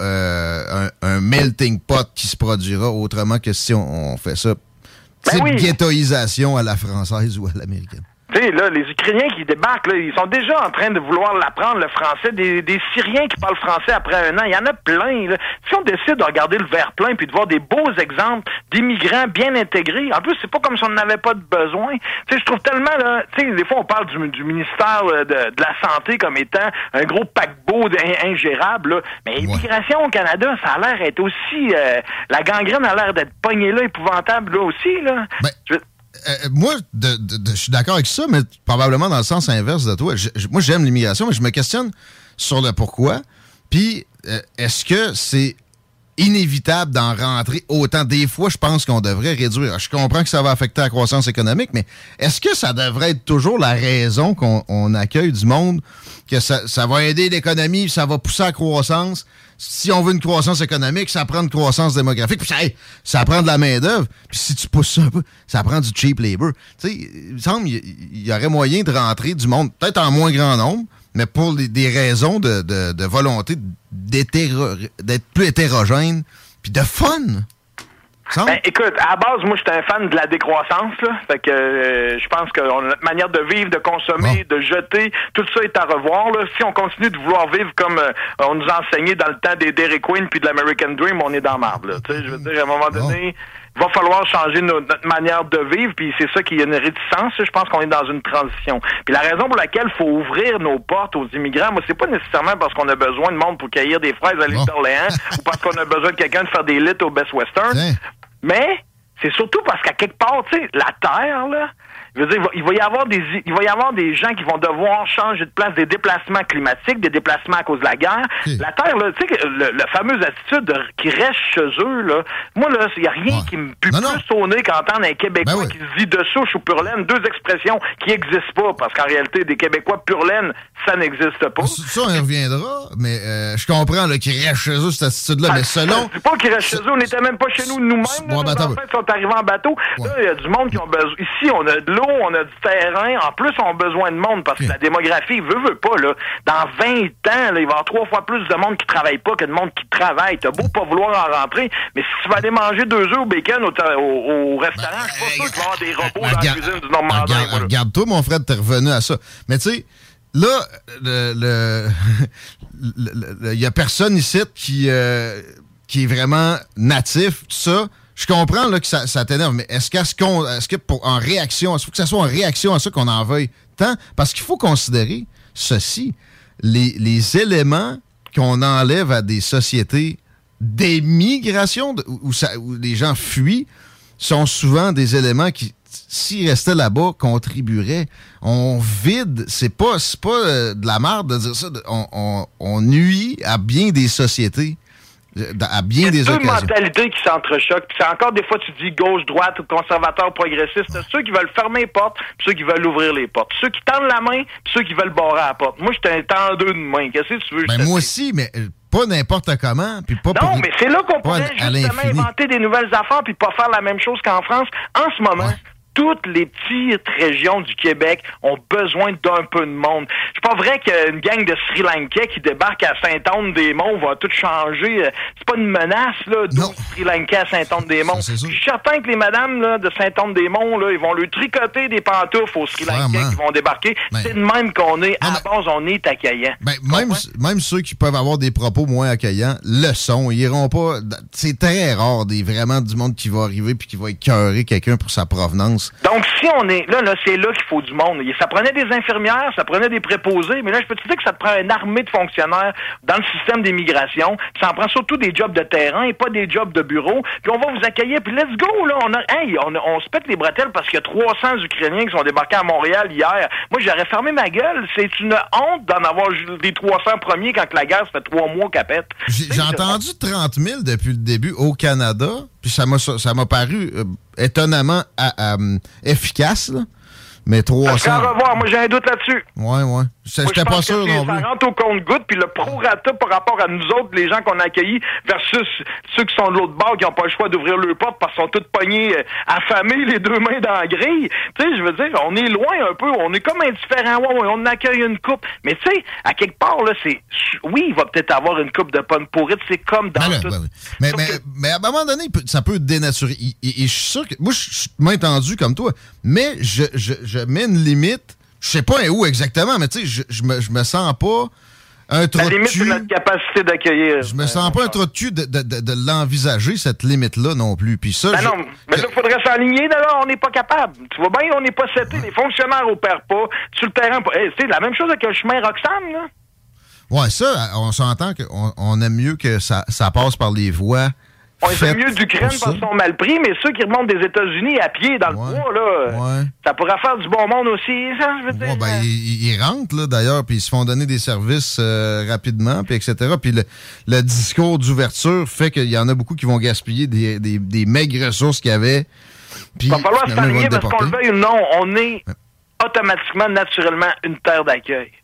un melting pot qui se produira autrement que si on fait ça. Type ghettoisation à la française ou à l'américaine. Tu sais, là, les Ukrainiens qui débarquent, là, ils sont déjà en train de vouloir l'apprendre, le français. Des Syriens qui parlent français après un an, il y en a plein. Là. Si on décide de regarder le verre plein puis de voir des beaux exemples d'immigrants bien intégrés, en plus, c'est pas comme si on n'avait pas de besoin. Tu sais, je trouve tellement, là, tu sais, des fois, on parle du ministère de la Santé comme étant un gros paquebot ingérable, là. Mais l'immigration au Canada, ça a l'air d'être aussi... la gangrène a l'air d'être pognée là, épouvantable, là aussi, là. Moi, je suis d'accord avec ça, mais probablement dans le sens inverse de toi. Moi, j'aime l'immigration, mais je me questionne sur le pourquoi. Puis, est-ce que c'est inévitable d'en rentrer autant? Des fois, je pense qu'on devrait réduire. Je comprends que ça va affecter la croissance économique, mais est-ce que ça devrait être toujours la raison qu'on accueille du monde, que ça va aider l'économie, ça va pousser la croissance? Si on veut une croissance économique, ça prend une croissance démographique, puis ça prend de la main-d'œuvre. Puis si tu pousses ça un peu, ça prend du cheap labor. Tu sais, il me semble qu'il y aurait moyen de rentrer du monde, peut-être en moins grand nombre, mais pour des raisons de volonté d'être plus hétérogène, puis de fun. Ben, écoute, à la base, moi, j'étais un fan de la décroissance, là. Fait que je pense que notre manière de vivre, de consommer, de jeter, tout ça est à revoir, là. Si on continue de vouloir vivre comme on nous a enseigné dans le temps des Dairy Queen puis de l'American Dream, on est dans la marde, là. Tu sais, je veux dire, à un moment donné, il va falloir changer notre manière de vivre, puis c'est ça qui est une réticence. Je pense qu'on est dans une transition. Puis la raison pour laquelle il faut ouvrir nos portes aux immigrants, moi, c'est pas nécessairement parce qu'on a besoin de monde pour cueillir des fraises à l'île d'Orléans ou parce qu'on a besoin de quelqu'un de faire des lits au Best Western, mais c'est surtout parce qu'à quelque part, tu sais, la Terre, là, je veux dire, il va y avoir des gens qui vont devoir changer de place, des déplacements climatiques, des déplacements à cause de la guerre. La Terre, là, tu sais, la fameuse attitude qui reste chez eux, là, moi, là, il n'y a rien qui me pue plus au nez qu'entendre un Québécois qui se dit de souche ou pur laine, deux expressions qui n'existent pas, parce qu'en réalité, des Québécois pur laine, ça n'existe pas. Ça, on y reviendra, mais je comprends qu'ils restent chez eux, cette attitude-là, mais selon... Je dis pas qu'ils restent chez eux, on n'était même pas chez nous nous-mêmes. Nos enfants sont arrivés en bateau. Là, il y a du monde qui ont besoin... Ici, on a de l'eau, on a du terrain. En plus, on a besoin de monde parce que la démographie veut pas, là. Dans 20 ans, là, il va y avoir 3 fois plus de monde qui travaille pas que de monde qui travaille. T'as beau pas vouloir en rentrer, mais si tu vas aller manger 2 œufs au bacon au restaurant, je suis pas sûr qu'il va y avoir des robots dans la cuisine du Normandin. Regarde-toi, mon frère, t'es revenu à ça. Mais tu sais, là, il y a personne ici qui est vraiment natif, tout ça. Je comprends là, que ça t'énerve, mais est-ce que en réaction, il faut que ça soit en réaction à ça qu'on en veuille tant? Parce qu'il faut considérer ceci, les éléments qu'on enlève à des sociétés d'émigration où les gens fuient sont souvent des éléments qui, s'ils restaient là-bas, contribueraient. On vide, c'est pas de la merde de dire ça, on nuit à bien des sociétés. À bien des occasions. Il y a deux mentalités qui s'entrechoquent. Puis c'est encore des fois, tu dis gauche-droite ou conservateur-progressiste. Ceux qui veulent fermer les portes, puis ceux qui veulent ouvrir les portes. Ceux qui tendent la main, puis ceux qui veulent barrer la porte. Moi, j'étais un tendeux de main. Qu'est-ce que tu veux? Ben moi aussi, mais pas n'importe comment. Puis pas non, mais c'est là qu'on pourrait justement inventer des nouvelles affaires puis pas faire la même chose qu'en France. En ce moment... Toutes les petites régions du Québec ont besoin d'un peu de monde. C'est pas vrai qu'une gang de Sri Lankais qui débarque à Saint-Anne-des-Monts va tout changer. C'est pas une menace, là, 12 Sri Lankais à Saint-Anne-des-Monts. Je suis certain que les madames là, de Saint-Anne-des-Monts, là, ils vont lui tricoter des pantoufles aux Sri Lankais qui vont débarquer. C'est de même qu'on est. À la base, on est accueillant. Même ceux qui peuvent avoir des propos moins accueillants le sont. Ils iront pas... C'est très rare vraiment du monde qui va arriver puis qui va écœurer quelqu'un pour sa provenance. Donc, si on est là, c'est là qu'il faut du monde. Ça prenait des infirmières, ça prenait des préposés, mais là, je peux te dire que ça te prend une armée de fonctionnaires dans le système d'immigration. Ça en prend surtout des jobs de terrain et pas des jobs de bureau. Puis on va vous accueillir, puis let's go, là. On se pète les bretelles parce qu'il y a 300 Ukrainiens qui sont débarqués à Montréal hier. Moi, j'aurais fermé ma gueule. C'est une honte d'en avoir des 300 premiers quand la guerre, ça fait 3 mois qu'elle pète. J'ai entendu 30 000 depuis le début au Canada, puis ça m'a paru étonnamment efficace, là. Mais 300... À revoir, moi j'ai un doute là-dessus. Ouais. J'étais pas sûr non plus. Ça rentre au compte-goutte, puis le prorata par rapport à nous autres, les gens qu'on a accueillis, versus ceux qui sont de l'autre bord, qui n'ont pas le choix d'ouvrir leur porte parce qu'ils sont tous pognés affamés, les deux mains dans la grille. Tu sais, je veux dire, on est loin un peu, on est comme indifférents. Ouais, on accueille une coupe. Mais tu sais, à quelque part, là, c'est... Oui, il va peut-être avoir une coupe de pommes pourrites, c'est comme dans tout... Mais à un moment donné, ça peut dénaturer. Et je suis sûr que... Moi, je suis moins tendu comme toi, mais je mets une limite. Je sais pas où exactement, mais tu sais, je me sens pas un trou de cul. La limite, c'est notre capacité d'accueillir. Je me sens pas un trou de cul de l'envisager, cette limite-là non plus. Puis ça, non, mais là, il faudrait s'aligner. Là, on n'est pas capable. Tu vois bien, on n'est pas seté. Les fonctionnaires opèrent pas. Sur le terrain, c'est la même chose avec le chemin Roxham, là. Ouais, ça, on s'entend qu'on aime mieux que ça passe par les voies. On est mieux d'Ukraine parce qu'ils sont mal pris, mais ceux qui remontent des États-Unis à pied dans le bois, là, ça pourrait faire du bon monde aussi, ça, je veux dire. Ben, ils rentrent, là, d'ailleurs, puis ils se font donner des services rapidement, puis etc. Puis le discours d'ouverture fait qu'il y en a beaucoup qui vont gaspiller des maigres ressources qu'il y avait. Il va falloir se aligner parce qu'on le veuille ou non, on est automatiquement, naturellement, une terre d'accueil.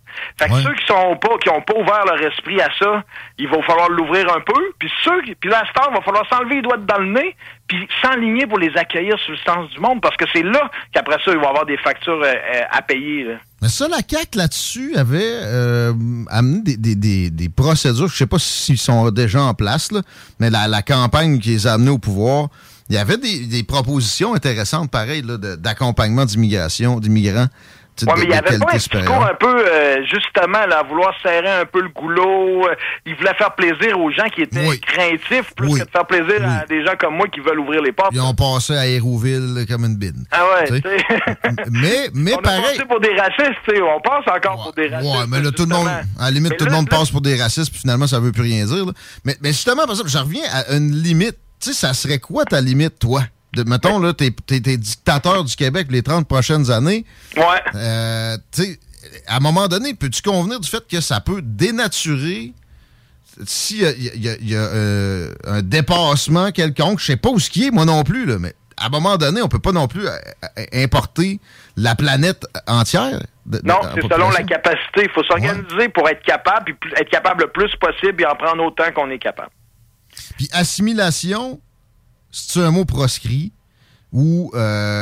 Fait que ceux qui ont pas ouvert leur esprit à ça, il va falloir l'ouvrir un peu. Puis là, à ce temps, il va falloir s'enlever les doigts dans le nez, puis s'enligner pour les accueillir sur le sens du monde, parce que c'est là qu'après ça, ils vont avoir des factures à payer. Là. Mais ça, la CAQ, là-dessus, avait amené des procédures, je sais pas s'ils sont déjà en place, là, mais la campagne qui les a amenés au pouvoir, il y avait des propositions intéressantes, pareil, là, d'accompagnement d'immigrants. Ouais, mais il y avait pas un discours un peu, justement, là, à vouloir serrer un peu le goulot. Il voulait faire plaisir aux gens qui étaient craintifs, plus que de faire plaisir à des gens comme moi qui veulent ouvrir les portes. Ils ont passé à Hérouville comme une bine. Ah ouais, tu sais. mais on pareil. On a passé pour des racistes, tu sais. On passe encore pour des racistes. Ouais, mais là, tout le monde, à la limite, tout le monde passe pour des racistes, puis finalement, ça veut plus rien dire. Là. Mais justement, par exemple, je reviens à une limite. Tu sais, ça serait quoi ta limite, toi? Mettons, là, t'es dictateur du Québec les 30 prochaines années. Ouais. Tu sais, à un moment donné, peux-tu convenir du fait que ça peut dénaturer s'il y a un dépassement quelconque? Je sais pas où ce qui est, moi non plus, là, mais à un moment donné, on peut pas non plus importer la planète entière. Non, c'est selon la capacité. Il faut s'organiser pour être capable, puis être capable le plus possible et en prendre autant qu'on est capable. Puis assimilation, c'est-tu un mot proscrit ou,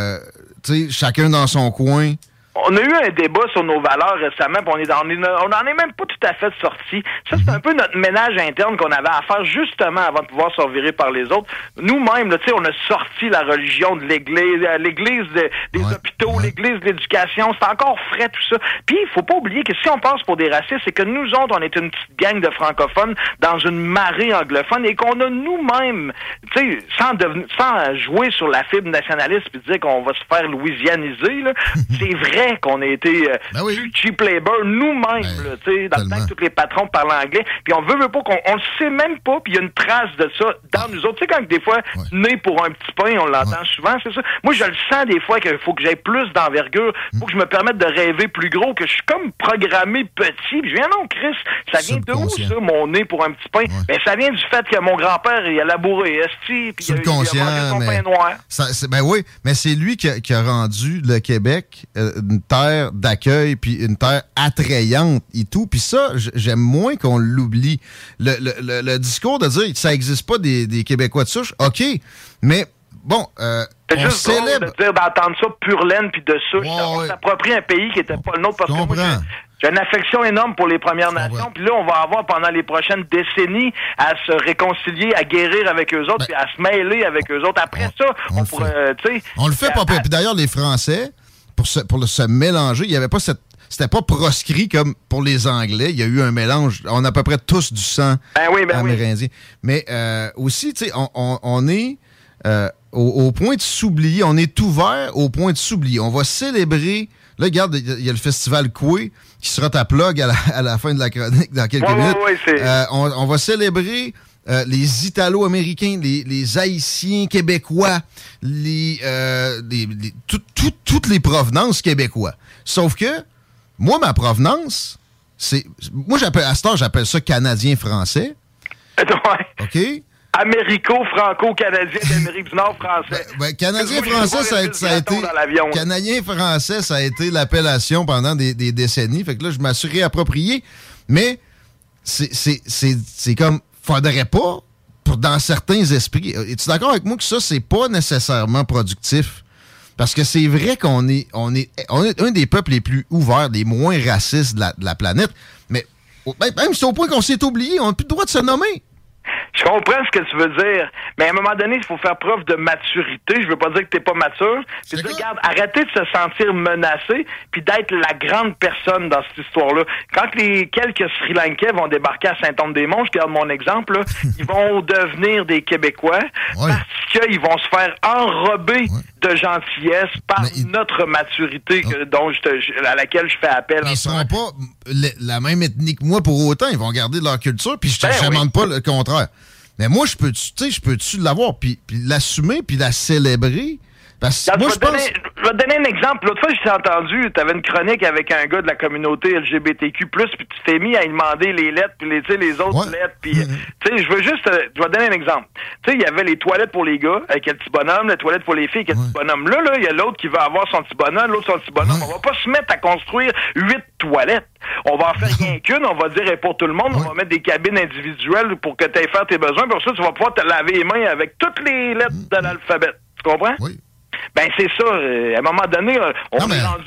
tu sais, chacun dans son coin? On a eu un débat sur nos valeurs récemment, puis on n'en est même pas tout à fait sorti. Ça, c'est un peu notre ménage interne qu'on avait à faire justement avant de pouvoir se revirer par les autres. Nous-mêmes, tu sais, on a sorti la religion de l'Église des hôpitaux, l'Église de l'éducation. C'est encore frais tout ça. Puis, il faut pas oublier que si on passe pour des racistes, c'est que nous autres, on est une petite gang de francophones dans une marée anglophone et qu'on a nous-mêmes, tu sais, sans jouer sur la fibre nationaliste puis dire qu'on va se faire louisianiser, là, c'est vrai qu'on a été cheap labor nous-mêmes, tu sais, dans le temps que tous les patrons parlaient anglais, puis on veut pas on le sait même pas, puis il y a une trace de ça dans nous autres. Tu sais, quand des fois, né pour un petit pain, on l'entend souvent, c'est ça. Moi, je le sens des fois qu'il faut que j'aie plus d'envergure, faut que je me permette de rêver plus gros, que je suis comme programmé petit, puis je viens, non, Chris, ça vient de où, ça, mon nez pour un petit pain? Ben, ça vient du fait que mon grand-père, il a labouré, esti, puis il a mangé son pain noir. Ben oui, mais c'est lui qui a rendu le Québec une terre d'accueil, puis une terre attrayante et tout. Puis ça, j'aime moins qu'on l'oublie. Le discours de dire que ça n'existe pas des Québécois de souche, OK, mais bon, c'est juste célèbre. D'entendre ça pure laine puis de souche. On s'approprie un pays qui n'était pas le nôtre parce que moi, j'ai une affection énorme pour les Premières Nations. Puis là, on va avoir pendant les prochaines décennies à se réconcilier, à guérir avec eux autres, puis à se mêler avec eux autres. Après ça, on pourrait, tu sais... On le fait pas. Puis d'ailleurs, les Français... Pour se mélanger, il n'y avait pas c'était pas proscrit comme pour les Anglais. Il y a eu un mélange. On a à peu près tous du sang amérindien. Oui. Mais aussi, tu sais, on est au point de s'oublier. On est ouvert au point de s'oublier. On va célébrer. Là, regarde, il y a le festival Coué qui sera ta plug à la fin de la chronique dans quelques minutes. On va célébrer les Italo-Américains, les Haïtiens québécois, toutes les provenances québécois. Sauf que, moi, ma provenance, c'est... Moi, à ce temps, j'appelle ça Canadien-Français. OK? Américo-franco-canadien d'Amérique du Nord français. Canadien-français, ça a été... Canadien-français, ça a été l'appellation pendant des décennies. Fait que là, je m'en suis réapproprié. Mais c'est comme... Faudrait pas, dans certains esprits. Es-tu d'accord avec moi que ça, c'est pas nécessairement productif? Parce que c'est vrai qu'on est un des peuples les plus ouverts, les moins racistes de la planète. Mais même c'est au point qu'on s'est oublié, on n'a plus le droit de se nommer. Je comprends ce que tu veux dire, mais à un moment donné, il faut faire preuve de maturité. Je veux pas dire que t'es pas mature. Puis regarde, arrêtez de se sentir menacé, puis d'être la grande personne dans cette histoire-là. Quand les quelques Sri Lankais vont débarquer à Saint-Anne-des-Monts, je garde mon exemple, là, ils vont devenir des Québécois parce qu'ils vont se faire enrober de gentillesse par notre maturité à laquelle je fais appel. Mais ils seront pas la même ethnie que moi pour autant. Ils vont garder leur culture, puis je te demande pas le contraire. Mais moi, je peux-tu l'avoir, puis l'assumer, puis la célébrer Parce que moi, je pense... Je vais te donner un exemple. L'autre fois, j'ai entendu, tu avais une chronique avec un gars de la communauté LGBTQ+, puis tu t'es mis à lui demander les lettres, puis les autres lettres, puis tu sais, je vais te donner un exemple. Tu sais, il y avait les toilettes pour les gars avec le petit bonhomme, les toilettes pour les filles avec le petit bonhomme. Là, il y a l'autre qui va avoir son petit bonhomme, l'autre son petit bonhomme. On va pas se mettre à construire 8 toilettes. On va en faire rien qu'une, on va dire, et pour tout le monde, on va mettre des cabines individuelles pour que tu ailles faire tes besoins. Pour ça, tu vas pouvoir te laver les mains avec toutes les lettres de l'alphabet. Tu comprends? Oui. Ben, c'est ça. À un moment donné, on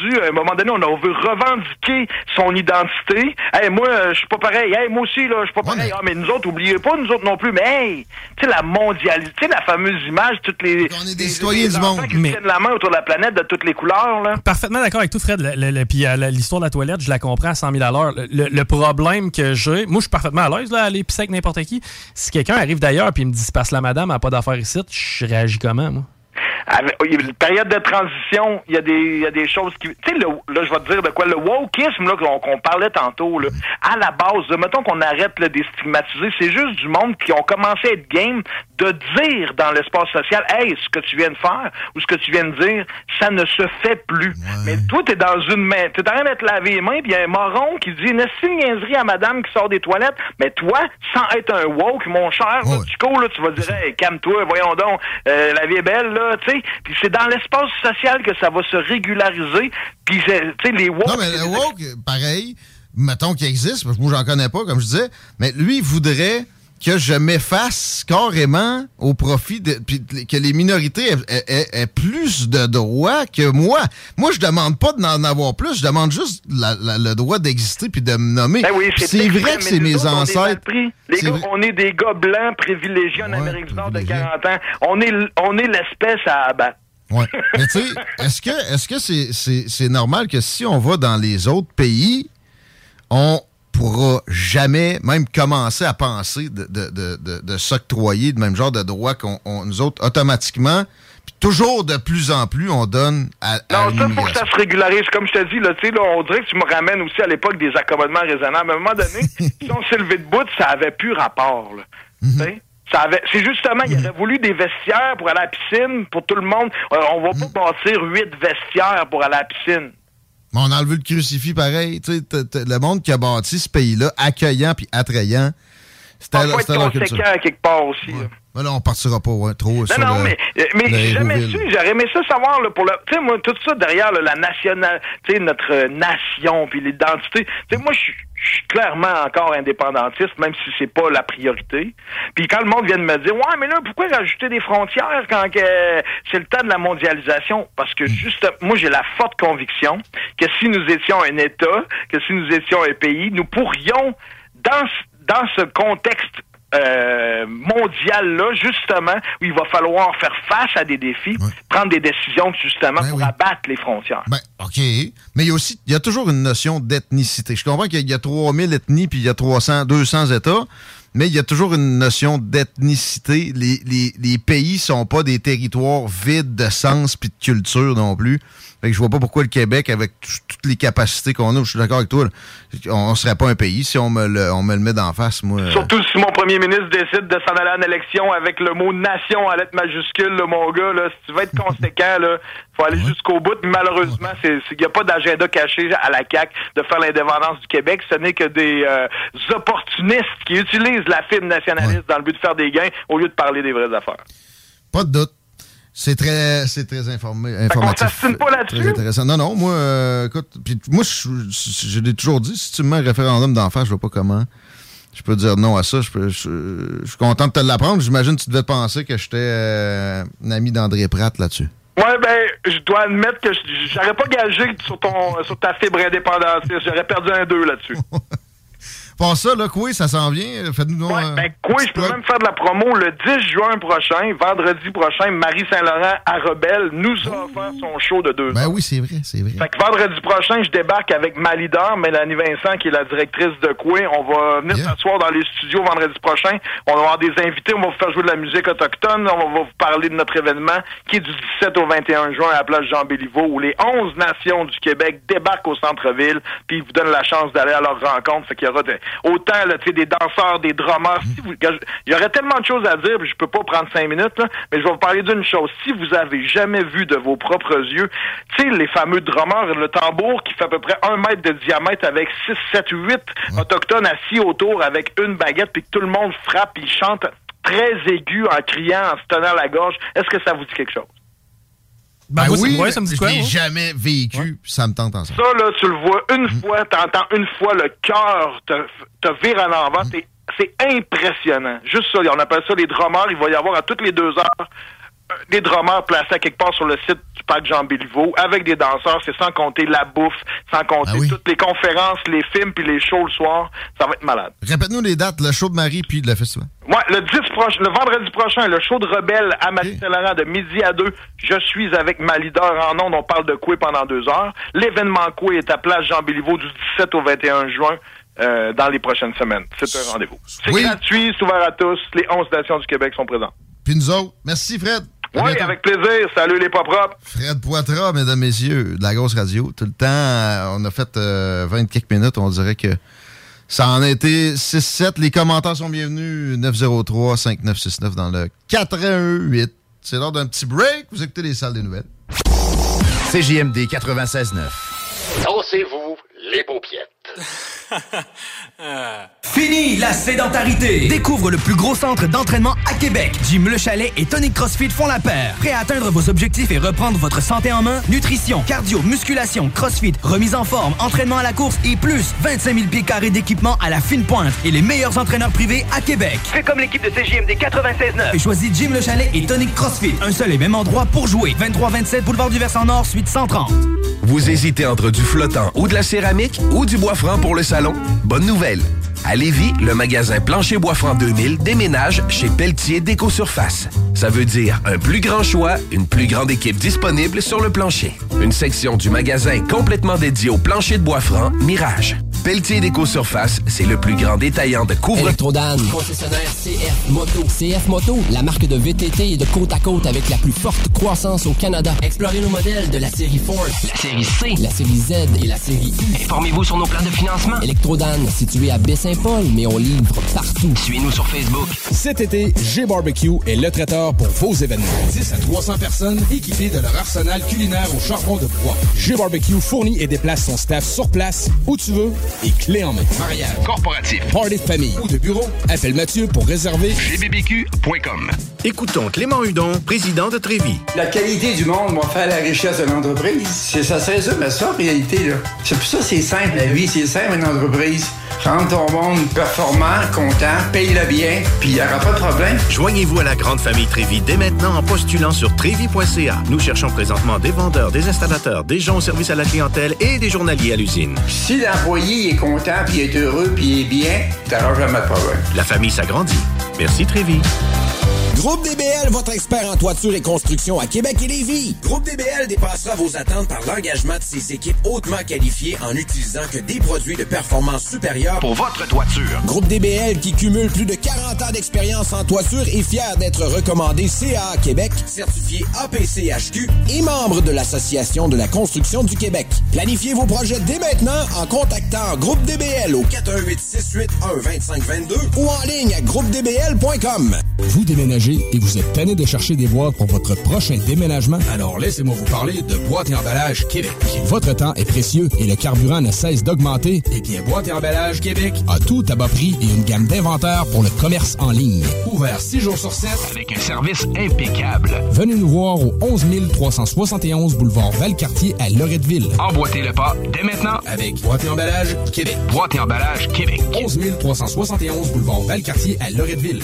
veut revendiquer son identité. Hey, moi, je suis pas pareil. Hey, moi aussi, là, je suis pas pareil. Ah, mais nous autres, oubliez pas, nous autres non plus. Mais hey, tu sais, la mondialité, la fameuse image, toutes les... On est des citoyens du monde. Qui tiennent la main autour de la planète de toutes les couleurs, là. Parfaitement d'accord avec tout, Fred. Puis l'histoire de la toilette, je la comprends à 100 000 à l'heure. Le problème que j'ai... Moi, je suis parfaitement à l'aise, là, à aller pisser avec n'importe qui. Si quelqu'un arrive d'ailleurs puis il me dit « Passe la madame, elle n'a pas d'affaires ici », je réagis comment, moi? Il y a une période de transition, il y a des choses qui... Tu sais, là, je vais te dire de quoi, le wokisme là, qu'on parlait tantôt, là, à la base, mettons qu'on arrête là, des stigmatisés, c'est juste du monde qui ont commencé à être game de dire dans l'espace social, hey, ce que tu viens de faire ou ce que tu viens de dire, ça ne se fait plus. Mais toi, t'es dans une main, t'es en train de te laver les mains, puis il y a un moron qui dit une niaiserie à madame qui sort des toilettes, mais toi, sans être un woke, mon cher, là, tu vas dire, hey, calme-toi, voyons donc, la vie est belle, là, tu sais. Puis c'est dans l'espace social que ça va se régulariser. Puis, tu sais, les woke... Non, mais le woke, pareil, mettons qu'il existe, parce que moi, j'en connais pas, comme je disais, mais lui, il voudrait que je m'efface carrément au profit que les minorités aient plus de droits que moi. Moi, je demande pas d'en avoir plus, je demande juste le droit d'exister puis de me nommer. Ben oui, c'est vrai que c'est mes ancêtres. Les gars, on est des gars blancs privilégiés en Amérique du Nord de 40 ans. On est l'espèce à abattre. Ouais. Mais tu sais, est-ce que c'est normal que si on va dans les autres pays, on pourra jamais même commencer à penser de s'octroyer le même genre de droits qu'on nous autres automatiquement, puis toujours de plus en plus on donne à non, ça, faut que ça se régularise. Comme je te dis, là, tu sais, on dirait que tu me ramènes aussi à l'époque des accommodements raisonnables. À un moment donné, si on s'est levé de bout, ça avait plus rapport, là. C'est justement, il aurait voulu des vestiaires pour aller à la piscine, pour tout le monde. On va pas bâtir 8 vestiaires pour aller à la piscine. Mais on a enlevé le crucifix pareil. Tu sais, le monde qui a bâti ce pays-là, accueillant puis attrayant, c'était leur culture. Il faut être conséquent à quelque part aussi. Ouais. Mais là, on partira pas trop sur mais j'ai jamais su. J'aurais aimé ça savoir, là, pour le... Tu sais, moi, tout ça derrière, là, la nationale... Tu sais, notre nation, puis l'identité... Tu sais, moi, je suis clairement encore indépendantiste, même si c'est pas la priorité. Puis quand le monde vient de me dire « Ouais, mais là, pourquoi rajouter des frontières quand c'est le temps de la mondialisation? » Parce que, juste, moi, j'ai la forte conviction que si nous étions un État, que si nous étions un pays, nous pourrions, dans ce contexte mondial-là, justement, où il va falloir faire face à des défis, prendre des décisions, justement, pour abattre les frontières. Ben, OK. Mais il y a toujours une notion d'ethnicité. Je comprends qu'il y a 3000 ethnies, puis il y a 200 États, mais il y a toujours une notion d'ethnicité. Les pays sont pas des territoires vides de sens puis de culture non plus. Fait que je vois pas pourquoi le Québec, avec toutes les capacités qu'on a, je suis d'accord avec toi, là, on serait pas un pays si on me le met d'en face, moi. Surtout si mon premier ministre décide de s'en aller en élection avec le mot nation à lettre majuscule, là, mon gars, là, si tu veux être conséquent, là, faut aller jusqu'au bout. Mais malheureusement, il n'y a pas d'agenda caché à la CAQ de faire l'indépendance du Québec. Ce n'est que des opportunistes qui utilisent la fibre nationaliste dans le but de faire des gains au lieu de parler des vraies affaires. Pas de doute. C'est très informatif. On s'astine pas là-dessus? Très intéressant. Non, moi, écoute, moi, je l'ai toujours dit, si tu me mets un référendum d'en faire, je vois pas comment je peux dire non à ça. Je suis content de te l'apprendre. J'imagine que tu devais penser que j'étais un ami d'André Pratt là-dessus. Ouais, ben, je dois admettre que j'aurais pas gagé sur ta fibre indépendantiste. J'aurais perdu un 2 là-dessus. Pour ça, là, Coué, ça s'en vient. Faites-nous Coué, je peux même faire de la promo le 10 juin prochain, vendredi prochain, Marie Saint-Laurent à Rebelle nous a offert son show de 2 heures. Ben oui, c'est vrai. Fait que vendredi prochain, je débarque avec ma leader, Mélanie Vincent, qui est la directrice de Coué. On va venir s'asseoir dans les studios vendredi prochain. On va avoir des invités, on va vous faire jouer de la musique autochtone. On va vous parler de notre événement qui est du 17 au 21 juin à la place Jean-Béliveau, où les 11 nations du Québec débarquent au centre-ville, puis ils vous donnent la chance d'aller à leur rencontre. Fait qu'il y aura autant là, des danseurs, des drummers. Il y aurait tellement de choses à dire, puis je peux pas prendre 5 minutes, là, mais je vais vous parler d'une chose. Si vous avez jamais vu de vos propres yeux, tu sais, les fameux drummers, le tambour qui fait à peu près 1 mètre de diamètre avec 6, 7, 8 autochtones assis autour avec une baguette, puis que tout le monde frappe, puis chante très aigu en criant, en se tenant la gorge. Est-ce que ça vous dit quelque chose? Ben oui, ça me dit quoi? Je l'ai jamais vécu, puis ça me tente en ça. Ça, là, tu le vois une fois, t'entends une fois, le cœur te vire à l'envers. C'est impressionnant. Juste ça, on appelle ça les drummers. Il va y avoir à toutes les 2 heures des drummers placés à quelque part sur le site du parc Jean-Béliveau avec des danseurs. C'est sans compter la bouffe, sans compter toutes les conférences, les films puis les shows le soir. Ça va être malade. Répète-nous les dates, le show de Marie puis le festival. Ouais, le vendredi prochain, le show de Rebelle à Marie-Saint-Laurent de midi à 2. Je suis avec ma leader en ondes. On parle de Coué pendant 2 heures. L'événement Coué est à Place Jean-Béliveau du 17 au 21 juin. Dans les prochaines semaines. C'est un rendez-vous. C'est gratuit, c'est ouvert à tous. Les 11 stations du Québec sont présentes. Puis nous autres, merci Fred. Oui, avec plaisir. Salut les pas propres. Fred Poitras, mesdames, messieurs, de la grosse radio. Tout le temps, on a fait 20 quelques minutes. On dirait que ça en a été 6-7. Les commentaires sont bienvenus. 903-5969 dans le 418. C'est l'heure d'un petit break. Vous écoutez les salles des nouvelles. CJMD 96.9. Dansez-vous les paupiètes. Fini la sédentarité! Découvre le plus gros centre d'entraînement à Québec. Jim Le Chalet et Tonic CrossFit font la paire. Prêt à atteindre vos objectifs et reprendre votre santé en main? Nutrition, cardio, musculation, CrossFit, remise en forme, entraînement à la course et plus 25 000 pieds carrés d'équipement à la fine pointe et les meilleurs entraîneurs privés à Québec. Fais comme l'équipe de CJMD 96.9 et choisis Jim Le Chalet et Tonic CrossFit. Un seul et même endroit pour jouer. 23-27 Boulevard du Versant Nord, suite 130. Vous hésitez entre du flottant ou de la céramique ou du bois franc pour le salon? Bonne nouvelle! À Lévis, le magasin Plancher Bois Franc 2000 déménage chez Pelletier Déco-Surface. Ça veut dire un plus grand choix, une plus grande équipe disponible sur le plancher. Une section du magasin complètement dédiée au plancher de bois franc Mirage. Pelletier Déco-Surface, c'est le plus grand détaillant de couvre... Électrodan, concessionnaire CF Moto. CF Moto, la marque de VTT et de côte à côte avec la plus forte croissance au Canada. Explorez nos modèles de la série Force, la série C, la série Z et la série I. Informez-vous sur nos plans de financement. Électrodan, situé à Baie-Saint-Paul, mais on livre partout. Suivez-nous sur Facebook. Cet été, G-Barbecue est le traiteur pour vos événements. 10 à 300 personnes équipées de leur arsenal culinaire au charbon de bois. G-Barbecue fournit et déplace son staff sur place, où tu veux, et clé en main. Mariage, corporatif, party de famille ou de bureau, appelle Mathieu pour réserver gbbq.com. Écoutons Clément Hudon, président de Trévis. La qualité du monde va faire la richesse de l'entreprise. Ça serait ça, mais ça, en réalité, là. C'est pour ça que c'est simple, la vie, c'est simple, une entreprise. Rendre ton monde performant, content, paye-le bien, puis il n'y aura pas de problème. Joignez-vous à la grande famille Trévis dès maintenant en postulant sur trévis.ca. Nous cherchons présentement des vendeurs, des installateurs, des gens au service à la clientèle et des journaliers à l'usine. Si l'employé est content, puis est heureux, puis est bien, t'auras jamais de problème. La famille s'agrandit. Merci Trévis. Groupe DBL, votre expert en toiture et construction à Québec et Lévis. Groupe DBL dépassera vos attentes par l'engagement de ses équipes hautement qualifiées en utilisant que des produits de performance supérieure pour votre toiture. Groupe DBL, qui cumule plus de 40 ans d'expérience en toiture, est fier d'être recommandé CA Québec, certifié APCHQ et membre de l'Association de la construction du Québec. Planifiez vos projets dès maintenant en contactant Groupe DBL au 418-681-2522 ou en ligne à groupedbl.com. Vous déménagez et vous êtes tanné de chercher des boîtes pour votre prochain déménagement? Alors laissez-moi vous parler de Boîte et Emballage Québec. Votre temps est précieux et le carburant ne cesse d'augmenter. Eh bien, Boîte et Emballage Québec a tout à bas prix et une gamme d'inventaires pour le commerce en ligne. Ouvert 6 jours sur 7 avec un service impeccable. Venez nous voir au 11 371 boulevard Valcartier à Loretteville. Emboîtez le pas dès maintenant avec Boîte et Emballage Québec. Boîte et Emballage Québec. 11 371 boulevard Valcartier à Loretteville.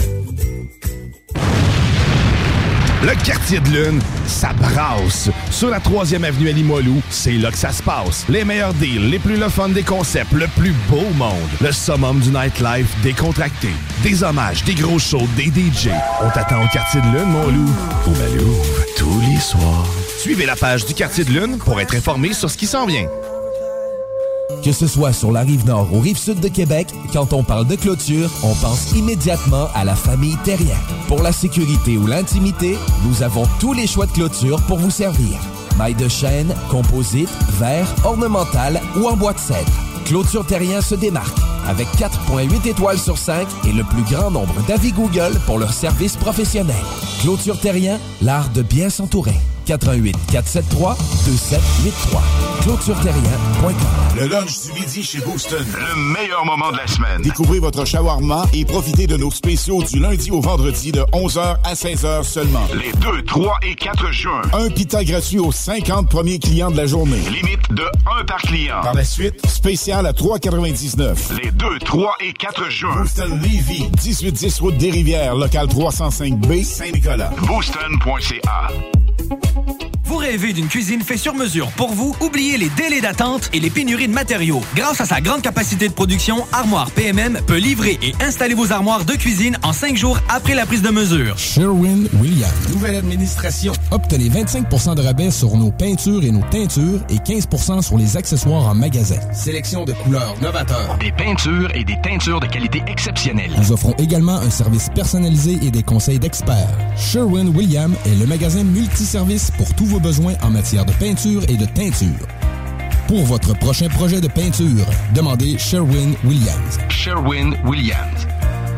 Le quartier de lune, ça brasse. Sur la 3e avenue à Limoilou, c'est là que ça se passe. Les meilleurs deals, les plus le fun des concepts, le plus beau monde. Le summum du nightlife décontracté. Des hommages, des gros shows, des DJ. On t'attend au quartier de lune, mon loup. Au Malou, tous les soirs. Suivez la page du quartier de lune pour être informé sur ce qui s'en vient. Que ce soit sur la Rive-Nord ou Rive-Sud de Québec, quand on parle de clôture, on pense immédiatement à la famille Terrien. Pour la sécurité ou l'intimité, nous avons tous les choix de clôture pour vous servir. Mailles de chêne, composite, verre, ornemental ou en bois de cèdre. Clôture Terrien se démarque avec 4,8 étoiles sur 5 et le plus grand nombre d'avis Google pour leur service professionnel. Clôture Terrien, l'art de bien s'entourer. 88 473 2783. ClôtureTerrien.com. Le lunch du midi chez Booston. Le meilleur moment de la semaine. Découvrez votre shawarma et profitez de nos spéciaux du lundi au vendredi de 11h à 16h seulement. Les 2, 3 et 4 juin. Un pita gratuit aux 50 premiers clients de la journée. Limite de 1 par client. Par la suite, spécial à 3,99. Les 2, 3 et 4 juin. Booston Lévis. 1810 route des Rivières. Local 305B, Saint-Nicolas. Booston.ca. Vous rêvez d'une cuisine faite sur mesure pour vous? Oubliez les délais d'attente et les pénuries de matériaux. Grâce à sa grande capacité de production, Armoire PMM peut livrer et installer vos armoires de cuisine en 5 jours après la prise de mesure. Sherwin-Williams. Nouvelle administration. Obtenez 25 % de rabais sur nos peintures et nos teintures et 15 % sur les accessoires en magasin. Sélection de couleurs novateurs. Des peintures et des teintures de qualité exceptionnelle. Nous offrons également un service personnalisé et des conseils d'experts. Sherwin-Williams est le magasin multiservice pour tous vos besoins en matière de peinture et de teinture. Pour votre prochain projet de peinture, demandez Sherwin-Williams. Sherwin-Williams.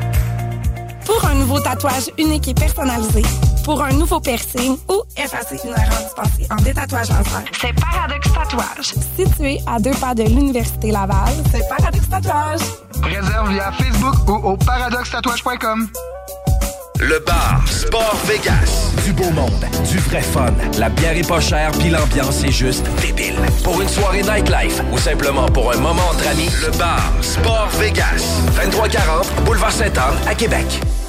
Pour un nouveau tatouage unique et personnalisé, pour un nouveau piercing ou effacer une erreur dispensée en détatouage laser, c'est Paradox Tatouage. Situé à 2 pas de l'Université Laval, c'est Paradox Tatouage. Réserve via Facebook ou au paradoxtatouage.com. Le bar Sport Vegas. Du beau monde, du vrai fun. La bière est pas chère, puis l'ambiance est juste débile. Pour une soirée nightlife ou simplement pour un moment entre amis, le bar Sport Vegas. 2340 Boulevard Sainte-Anne à Québec.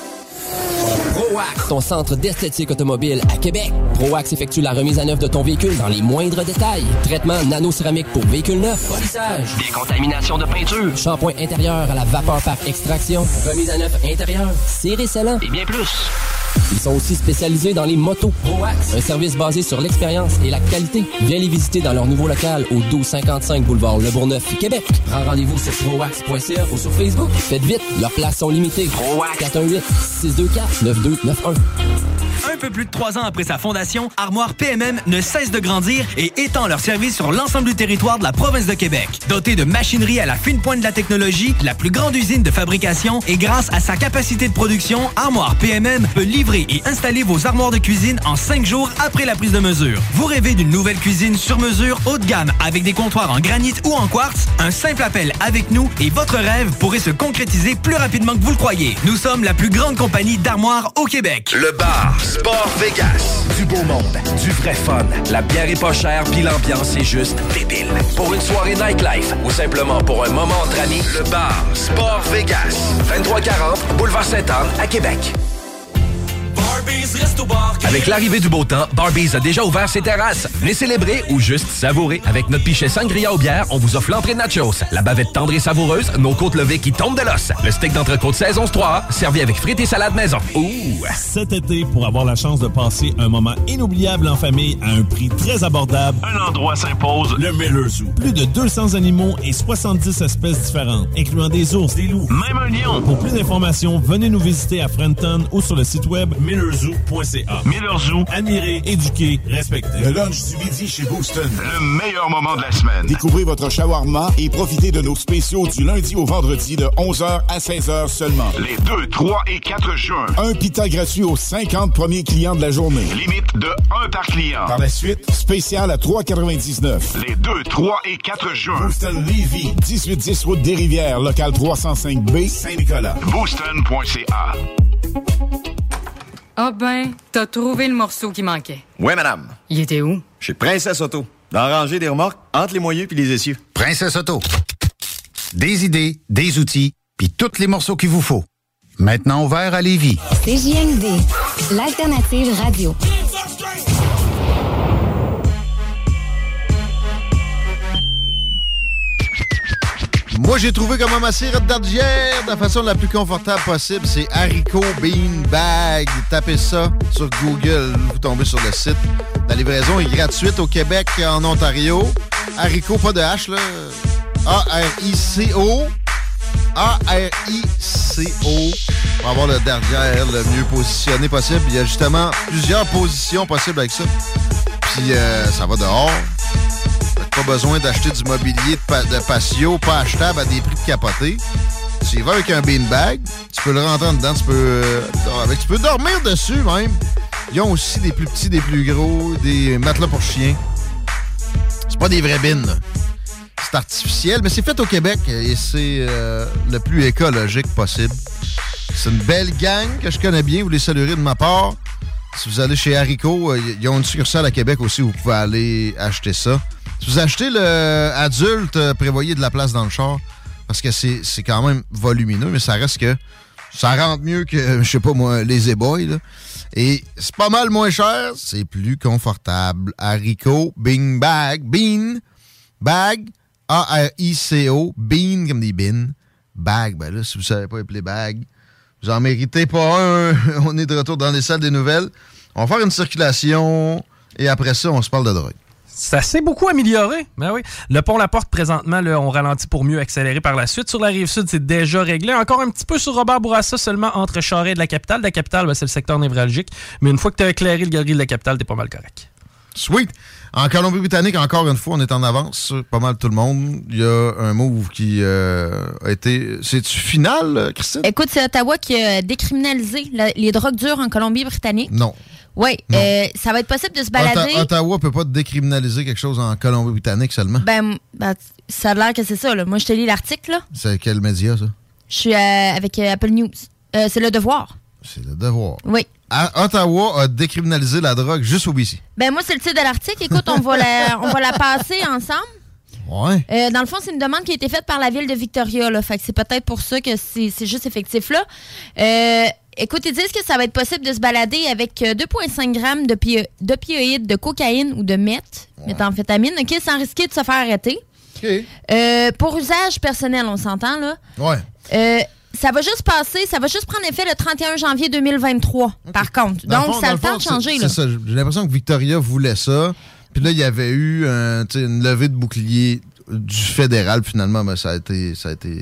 ProAx, ton centre d'esthétique automobile à Québec. ProAx effectue la remise à neuf de ton véhicule dans les moindres détails. Traitement nano-céramique pour véhicule neuf, polissage, décontamination de peinture, shampoing intérieur à la vapeur par extraction, remise à neuf intérieure, cire et scellant et bien plus. Ils sont aussi spécialisés dans les motos. ProAx, un service basé sur l'expérience et la qualité. Viens les visiter dans leur nouveau local au 1255 boulevard Le Bourgneuf, Québec. Prends rendez-vous sur proax.ca ou sur Facebook. Faites vite, leurs places sont limitées. ProAx 418-624-9291. Un peu plus de 3 ans après sa fondation, Armoire PMM ne cesse de grandir et étend leur service sur l'ensemble du territoire de la province de Québec. Dotée de machinerie à la fine pointe de la technologie, la plus grande usine de fabrication et grâce à sa capacité de production, Armoire PMM peut livrer et installer vos armoires de cuisine en 5 jours après la prise de mesure. Vous rêvez d'une nouvelle cuisine sur mesure haut de gamme avec des comptoirs en granit ou en quartz? Un simple appel avec nous et votre rêve pourrait se concrétiser plus rapidement que vous le croyez. Nous sommes la plus grande compagnie d'armoires au Québec. Le bar Sport Vegas. Du beau monde, du vrai fun. La bière est pas chère, puis l'ambiance est juste débile. Pour une soirée nightlife ou simplement pour un moment entre amis, le bar Sport Vegas. 2340 Boulevard Sainte-Anne à Québec. Avec l'arrivée du beau temps, Barbies a déjà ouvert ses terrasses. Venez célébrer ou juste savourer. Avec notre pichet sangria aux bières, on vous offre l'entrée de nachos, la bavette tendre et savoureuse, nos côtes levées qui tombent de l'os, le steak d'entrecôte saison 3A, servi avec frites et salades maison. Ouh! Cet été, pour avoir la chance de passer un moment inoubliable en famille à un prix très abordable, un endroit s'impose, le Miller Zoo. Plus de 200 animaux et 70 espèces différentes, incluant des ours, des loups, même un lion. Pour plus d'informations, venez nous visiter à Frenton ou sur le site web millerzoo.ca. Miller Zoo, admirer, éduquer, respecter. Le lunch du midi chez Booston. Le meilleur moment de la semaine. Découvrez votre shawarma et profitez de nos spéciaux du lundi au vendredi de 11h à 16h seulement. Les 2, 3 et 4 juin. Un pita gratuit aux 50 premiers clients de la journée. Limite de 1 par client. Par la suite, spécial à 3,99. Les 2, 3 et 4 juin. Booston Lévis. 1810 route des Rivières. Local 305B, Saint-Nicolas. Booston.ca. Ah ben, t'as trouvé le morceau qui manquait. Oui, madame. Il était où? Chez Princesse Auto. Dans la rangée des remorques, entre les moyeux puis les essieux. Princesse Auto. Des idées, des outils, puis tous les morceaux qu'il vous faut. Maintenant ouvert à Lévis. CJMD, l'alternative radio. Moi, j'ai trouvé comment masser votre dardière de la façon la plus confortable possible. C'est Haricot Bean Bag. Tapez ça sur Google. Vous tombez sur le site. La livraison est gratuite au Québec et en Ontario. Haricot, pas de H, là. A-R-I-C-O. A-R-I-C-O. Pour avoir le dardière le mieux positionné possible. Il y a justement plusieurs positions possibles avec ça. Puis, ça va dehors. pas besoin d'acheter du mobilier de patio pas achetable à des prix de capoté. Tu y vas avec un beanbag, tu peux le rentrer en dedans, tu peux dormir dessus même. Ils ont aussi des plus petits, des plus gros, des matelas pour chiens. C'est pas des vraies bines, là. C'est artificiel, mais c'est fait au Québec et c'est le plus écologique possible. C'est une belle gang que je connais bien, vous les saluerez de ma part. Si vous allez chez Haricot, ils ont une succursale à Québec aussi où vous pouvez aller acheter ça. Si vous achetez le adulte, prévoyez de la place dans le char parce que c'est quand même volumineux, mais ça reste que ça rentre mieux que, je sais pas moi, les E-Boys, là. Et c'est pas mal moins cher, c'est plus confortable. Haricot, Bean Bag, A-R-I-C-O, Bean comme des bins. Bag, ben là, si vous savez pas appeler bag, vous en méritez pas un. On est de retour dans les salles des nouvelles. On va faire une circulation et après ça, on se parle de drogue. Ça s'est beaucoup amélioré. Ben oui. Le pont La Porte, présentement, là, on ralentit pour mieux accélérer par la suite. Sur la Rive-Sud, c'est déjà réglé. Encore un petit peu sur Robert Bourassa, seulement entre Charest et de la Capitale. La Capitale, ben, c'est le secteur névralgique. Mais une fois que tu as éclairé le galerie de la Capitale, t'es pas mal correct. Sweet. En Colombie-Britannique, encore une fois, on est en avance. Pas mal tout le monde. Il y a un move qui a été... C'est-tu final, Christine? Écoute, c'est Ottawa qui a décriminalisé les drogues dures en Colombie-Britannique. Non. Oui, ça va être possible de se balader. Ottawa peut pas décriminaliser quelque chose en Colombie-Britannique seulement. Ben, ça a l'air que c'est ça, là. Moi, je te lis l'article, là. C'est quel média, ça? Je suis avec Apple News. C'est Le Devoir. C'est Le Devoir. Oui. Ottawa a décriminalisé la drogue juste au BC. Ben, moi, c'est le titre de l'article. Écoute, on va la passer ensemble. Ouais. Dans le fond, c'est une demande qui a été faite par la ville de Victoria, là. Fait que c'est peut-être pour ça que c'est juste effectif, là. Écoute, ils disent que ça va être possible de se balader avec 2,5 grammes d'opioïdes, de cocaïne ou de méthamphétamine, OK, sans risquer de se faire arrêter. OK. Pour usage personnel, on s'entend, là. Ouais. Ça va juste prendre effet le 31 janvier 2023, okay. Par contre. Donc, ça a le temps de changer, là. C'est ça. J'ai l'impression que Victoria voulait ça. Puis là, il y avait eu une levée de bouclier du fédéral. Finalement, ben, ça a été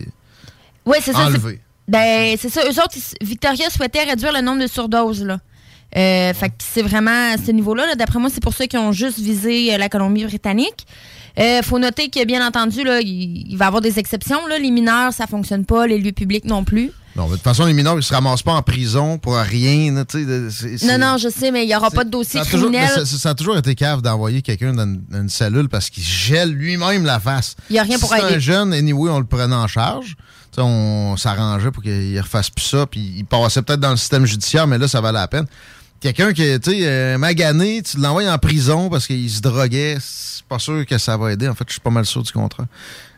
oui, c'est enlevé. Ça. Ben, c'est ça. Eux autres, Victoria souhaitait réduire le nombre de surdoses, là. Fait que c'est vraiment à ce niveau-là. Là. D'après moi, c'est pour ça qu'ils ont juste visé la Colombie-Britannique. Faut noter que, bien entendu, là, il va y avoir des exceptions. Là. Les mineurs, ça fonctionne pas. Les lieux publics non plus. Non, de toute façon, les mineurs, ils se ramassent pas en prison pour rien. Là, non, je sais, mais il n'y aura pas de dossier criminel. Ça a toujours été cave d'envoyer quelqu'un dans une cellule parce qu'il gèle lui-même la face. Il n'y a rien pour aider. Si c'est un jeune, anyway, on le prenait en charge. T'sais, on s'arrangeait pour qu'il ne refasse plus ça. Puis il passait peut-être dans le système judiciaire, mais là, ça valait la peine. Quelqu'un qui est magané, tu l'envoies en prison parce qu'il se droguait, c'est pas sûr que ça va aider. En fait, je suis pas mal sûr du contrat.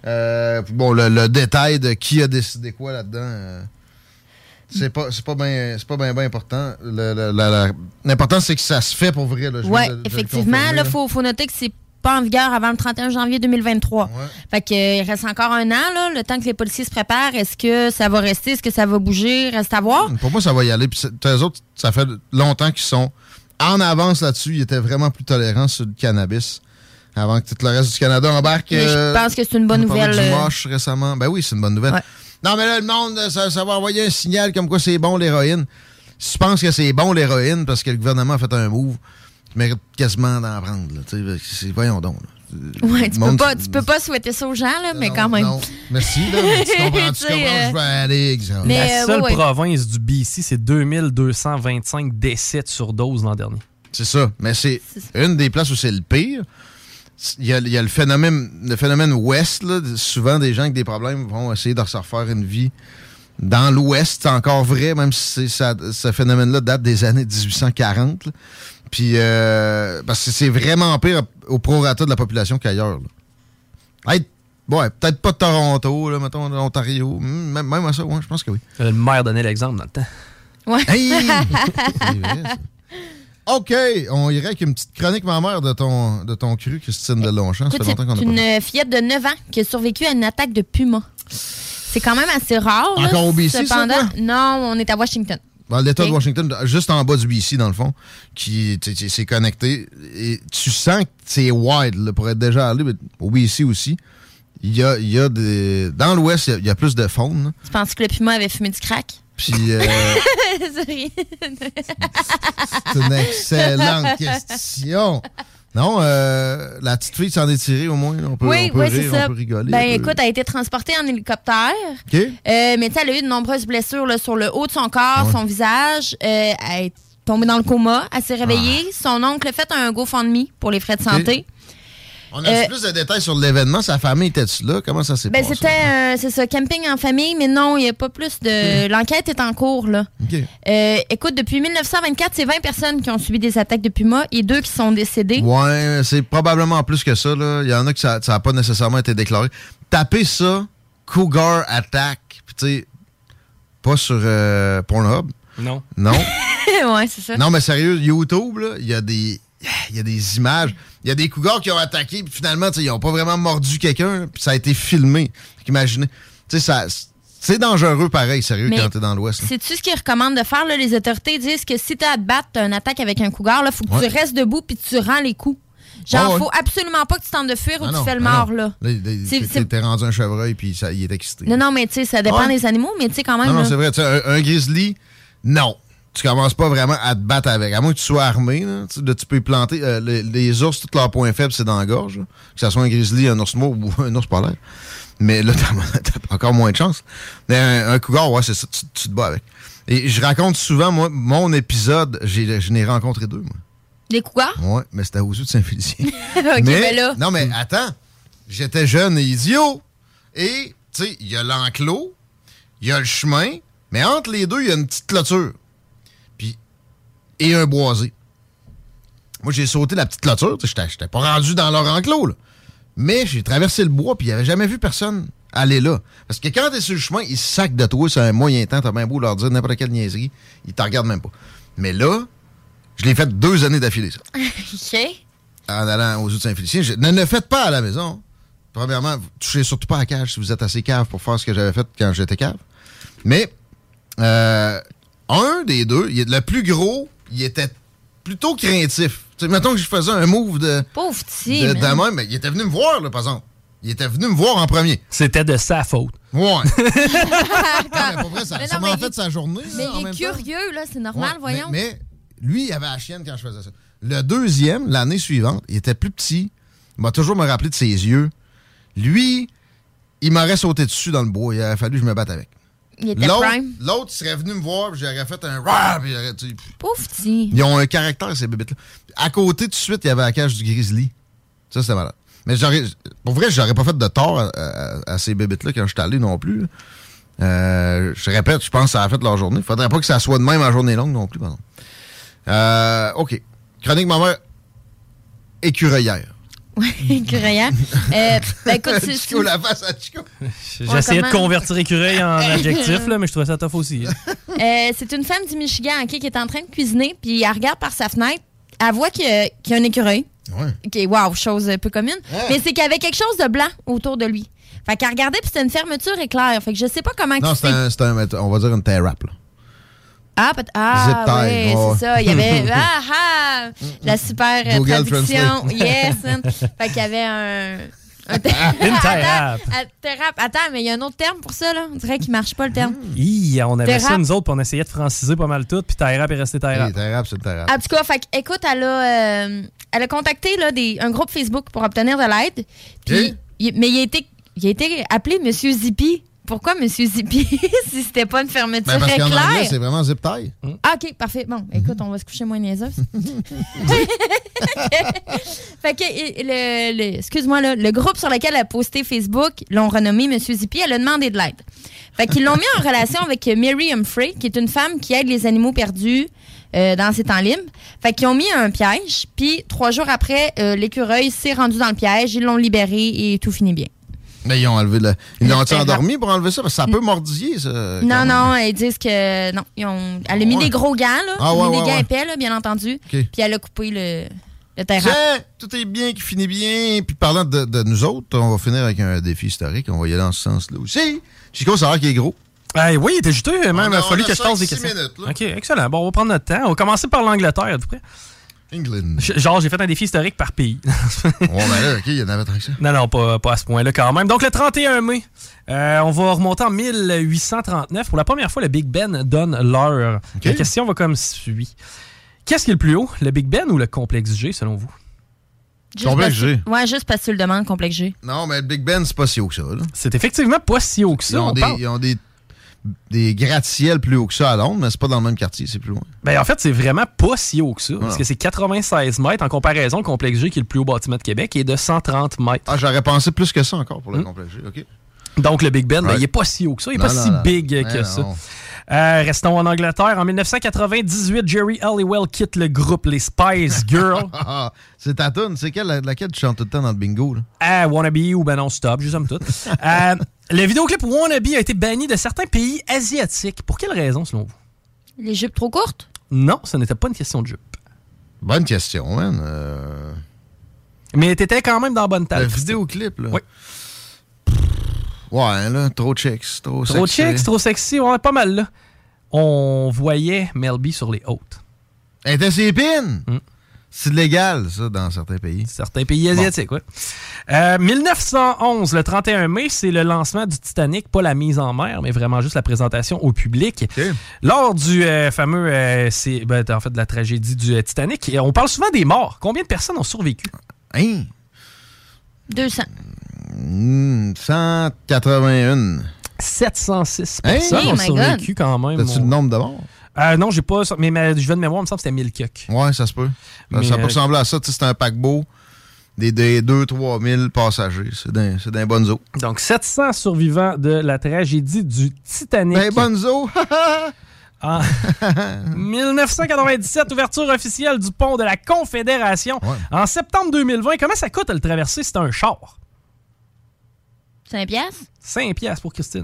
Bon, le détail de qui a décidé quoi là-dedans, c'est pas bien important. L'important, c'est que ça se fait pour vrai. Oui, effectivement. Là, faut noter que c'est pas en vigueur avant le 31 janvier 2023. Ouais. Fait qu'il reste encore un an, là, le temps que les policiers se préparent. Est-ce que ça va rester? Est-ce que ça va bouger? Reste à voir. Pour moi, ça va y aller. Puis eux autres, ça fait longtemps qu'ils sont en avance là-dessus. Ils étaient vraiment plus tolérants sur le cannabis avant que tout le reste du Canada embarque. Je pense que c'est une bonne nouvelle. Du moche récemment. Ben oui, c'est une bonne nouvelle. Ouais. Non, mais là, le monde, ça va envoyer un signal comme quoi c'est bon l'héroïne. Si tu penses que c'est bon l'héroïne parce que le gouvernement a fait un move, tu mérites quasiment d'en prendre. Là, voyons donc. Oui, tu peux pas souhaiter ça aux gens, là, mais quand même. Non, merci. Là, tu comprends, je vais aller. Exemple. La seule province du BC, c'est 2225 décès de surdose l'an dernier. C'est ça. Mais c'est une des places où c'est le pire. Il y a le phénomène ouest. Là, souvent, des gens avec des problèmes vont essayer de se refaire une vie dans l'ouest. C'est encore vrai, même si ce phénomène-là date des années 1840. Là. Puis, parce que c'est vraiment pire au prorata de la population qu'ailleurs. Hey, ouais, peut-être pas de Toronto, là, mettons, l'Ontario. Même à ça, ouais, je pense que oui. Le maire donnait l'exemple dans le temps. Ouais. Hey! C'est vrai, ça. OK, on irait avec une petite chronique, ma mère, de ton cru, Christine Delonchamp. Ça fait longtemps qu'on a pas C'est une fillette de 9 ans qui a survécu à une attaque de puma. C'est quand même assez rare. Encore au BC, cependant. Ça, quoi? Non, on est à Washington. Dans l'État de Washington, juste en bas du BC, dans le fond, qui s'est connecté. Et tu sens que c'est wide là, pour être déjà allé, mais au BC aussi. Il y a des... Dans l'Ouest, il y a plus de faune. Là. Tu penses que le puma avait fumé du crack? Puis... c'est une excellente question. Non, la petite fille s'en est tirée au moins. On peut, oui, rire, c'est ça. on peut rigoler. Ben écoute, elle a été transportée en hélicoptère. OK. Mais tu sais, elle a eu de nombreuses blessures là, sur le haut de son corps, son visage. Elle est tombée dans le coma. Elle s'est réveillée. Son oncle a fait un GoFundMe pour les frais de santé. On a plus de détails sur l'événement. Sa famille était-tu là? Comment ça s'est passé? C'était, c'est ça, camping en famille, mais non, il n'y a pas plus de... L'enquête est en cours, là. OK. Écoute, depuis 1924, c'est 20 personnes qui ont subi des attaques de pumas et 2 qui sont décédés. Ouais, c'est probablement plus que ça, là. Il y en a que ça n'a pas nécessairement été déclaré. Tapez ça, Cougar Attack, puis tu sais, pas sur Pornhub. Non. Non. Ouais, c'est ça. Non, mais sérieux, YouTube, là, il y a des images. Il y a des cougars qui ont attaqué, puis finalement, ils n'ont pas vraiment mordu quelqu'un, puis ça a été filmé. Imaginez. Tu sais, c'est dangereux pareil, sérieux, mais quand t'es dans l'Ouest. C'est-tu ce qu'ils recommandent de faire? Là? Les autorités disent que si t'as à te battre, t'as une attaque avec un cougar, il faut que tu restes debout puis tu rends les coups. Genre, faut absolument pas que tu tentes de fuir ou tu fais le mort, là. T'es rendu un chevreuil, puis il est excité. Non, mais tu sais, ça dépend des animaux, mais tu sais, quand même. Non, c'est vrai. Un grizzly, non. Tu commences pas vraiment à te battre avec. À moins que tu sois armé, là, tu peux y planter. Les ours, tous leurs points faibles, c'est dans la gorge. Là. Que ce soit un grizzly, un ours mauve ou un ours polaire. Mais là, t'as encore moins de chance. Mais un cougar, ouais, c'est ça, tu te bats avec. Et je raconte souvent, moi, mon épisode, je n'ai rencontré 2, moi. Des cougars? Ouais, mais c'était aux zoo de Saint-Félicien. OK, mais là... Non, mais attends. J'étais jeune et idiot. Et, tu sais, il y a l'enclos, il y a le chemin, mais entre les deux, il y a une petite clôture. Et un boisé. Moi, j'ai sauté la petite clôture. J'étais pas rendu dans leur enclos, là. Mais j'ai traversé le bois, puis il n'y avait jamais vu personne aller là. Parce que quand t'es sur le chemin, ils se sacent de toi. C'est un moyen temps. T'as bien beau leur dire n'importe quelle niaiserie. Ils t'en regardent même pas. Mais là, je l'ai fait 2 années d'affilée, ça. OK. En allant aux zoo de Saint-Félicien. Ne le faites pas à la maison. Premièrement, touchez surtout pas à la cage si vous êtes assez cave pour faire ce que j'avais fait quand j'étais cave. Mais, un des deux, le plus gros, il était plutôt craintif. T'sais, mettons que je faisais un move de... Pauvre petit, de même, mais il était venu me voir, là, par exemple. Il était venu me voir en premier. C'était de sa faute. Ouais. Non, mais pour vrai, ça m'a fait sa journée. Mais là, il est curieux, là, c'est normal, voyons. Mais lui, il avait la chienne quand je faisais ça. Le deuxième, l'année suivante, il était plus petit. Il m'a toujours me rappelé de ses yeux. Lui, il m'aurait sauté dessus dans le bois. Il aurait fallu que je me batte avec. Il était prime. L'autre serait venu me voir, puis j'aurais fait un... Pauvre petit. Ils ont un caractère, ces bébites-là. À côté, tout de suite, il y avait la cage du grizzly. Ça, c'était malade. Mais pour vrai, j'aurais pas fait de tort à ces bébites-là quand je suis allé non plus. Je répète, je pense que ça a fait leur journée. Faudrait pas que ça soit de même en journée longue non plus, pardon. OK. Chronique maman écureuillère. Oui, écureuillère. Écoute, Chico, la face à Chico. J'essayais de convertir écureuil en adjectif, là, mais je trouvais ça tough aussi. C'est une femme du Michigan qui est en train de cuisiner, puis elle regarde par sa fenêtre, elle voit qu'il y a un écureuil. Ouais. OK, wow, chose peu commune. Ouais. Mais c'est qu'il y avait quelque chose de blanc autour de lui. Fait qu'elle regardait, puis c'était une fermeture éclair. Fait que je sais pas comment... Non, c'était on va dire une tie wrap, là. Oui, c'est ça. Il y avait la super traduction. Yes. Fait qu'il y avait une thérapie. Attends, mais il y a un autre terme pour ça, là. On dirait qu'il marche pas, le terme. On avait ça, nous autres, puis on essayait de franciser pas mal tout, puis thérapie est resté thérapie. Thérapie, c'est thérapie. En tout cas, fait écoute, elle a contacté là, un groupe Facebook pour obtenir de l'aide. Puis, mais il a été appelé Monsieur Zippy. Pourquoi Monsieur Zippy si c'était pas une fermeture parce éclair? Qu'en anglais, c'est vraiment zip tie. OK, parfait. Bon, écoute, on va se coucher moins niaiseuse. Fait que, excuse-moi, là, le groupe sur lequel elle a posté Facebook l'ont renommé Monsieur Zippy. Elle a demandé de l'aide. Fait qu'ils l'ont mis en relation avec Mary Humphrey, qui est une femme qui aide les animaux perdus dans ses temps libres. Fait qu'ils ont mis un piège, puis 3 jours après, l'écureuil s'est rendu dans le piège, ils l'ont libéré et tout finit bien. Mais ils ont enlevé ils l'ont endormi pour enlever ça? Parce que ça peut mordiller, ça. Non, ils disent que... Non, elle a mis des gros gants, là. Elle a mis des gants épais, là, bien entendu. Okay. Puis elle a coupé le terrain. Tout est bien qui finit bien. Puis parlant de nous autres, on va finir avec un défi historique. On va y aller dans ce sens-là aussi. Chico, ça a l'air qu'il est gros. Oui, il était juteux. Même, il a fallu que je passe des questions. Minutes, OK, excellent. Bon, on va prendre notre temps. On va commencer par l'Angleterre, à peu près. England. Genre, j'ai fait un défi historique par pays. Ben là, OK, il y en avait tant que ça. Non, pas à ce point-là quand même. Donc, le 31 mai, on va remonter en 1839. Pour la première fois, le Big Ben donne l'heure. Okay. La question va comme suit. Qu'est-ce qui est le plus haut, le Big Ben ou le complexe G, selon vous? Complexe G. Ouais, juste parce que tu le demandes, Complexe G. Non, mais le Big Ben, c'est pas si haut que ça. Là. C'est effectivement pas si haut que ça. Ils ont des gratte-ciels plus haut que ça à Londres, mais c'est pas dans le même quartier, c'est plus loin. Ben, en fait, c'est vraiment pas si haut que ça. Parce que c'est 96 mètres en comparaison. Le Complexe G, qui est le plus haut bâtiment de Québec, est de 130 mètres. Ah, j'aurais pensé plus que ça encore pour le Complexe G. OK. Donc, le Big Ben, il est pas si haut que ça. Il est pas si big que ça. Restons en Angleterre. En 1998, Jerry Halliwell quitte le groupe Les Spice Girls. C'est ta toune. C'est laquelle tu chantes tout le temps dans le bingo? Là? Wannabe ou ben non, Stop. Je les aime toutes. Le vidéoclip Wannabe a été banni de certains pays asiatiques. Pour quelle raison, selon vous? Les jupes trop courtes? Non, ce n'était pas une question de jupe. Bonne question, man. Mais t'étais quand même dans la bonne table. Le vidéoclip, là? Oui. Ouais, là, trop chicks, trop sexy. Trop chicks, trop sexy, ouais, pas mal, là. On voyait Mel B sur les hautes. Elle était ses pines! C'est légal, ça, dans certains pays. Certains pays asiatiques, oui. 1911, le 31 mai, c'est le lancement du Titanic, pas la mise en mer, mais vraiment juste la présentation au public. Okay. Lors du fameux, de la tragédie du Titanic, on parle souvent des morts. Combien de personnes ont survécu? 200. 181. 706 personnes ont survécu quand même. T'as-tu le nombre de morts? Non, j'ai pas ça. Mais je viens de mémoire, il me semble que c'était 1000 cucs. Ouais, ça se peut. Ça peut ressembler à ça. C'est un paquebot des 2-3 000 passagers. C'est d'un bonne eau. Donc, 700 survivants de la tragédie du Titanic. Ben, bonne eau! En 1997, ouverture officielle du pont de la Confédération. Ouais. En septembre 2020, comment ça coûte à le traverser? C'est un char. 5 piastres? 5 piastres pour Christine.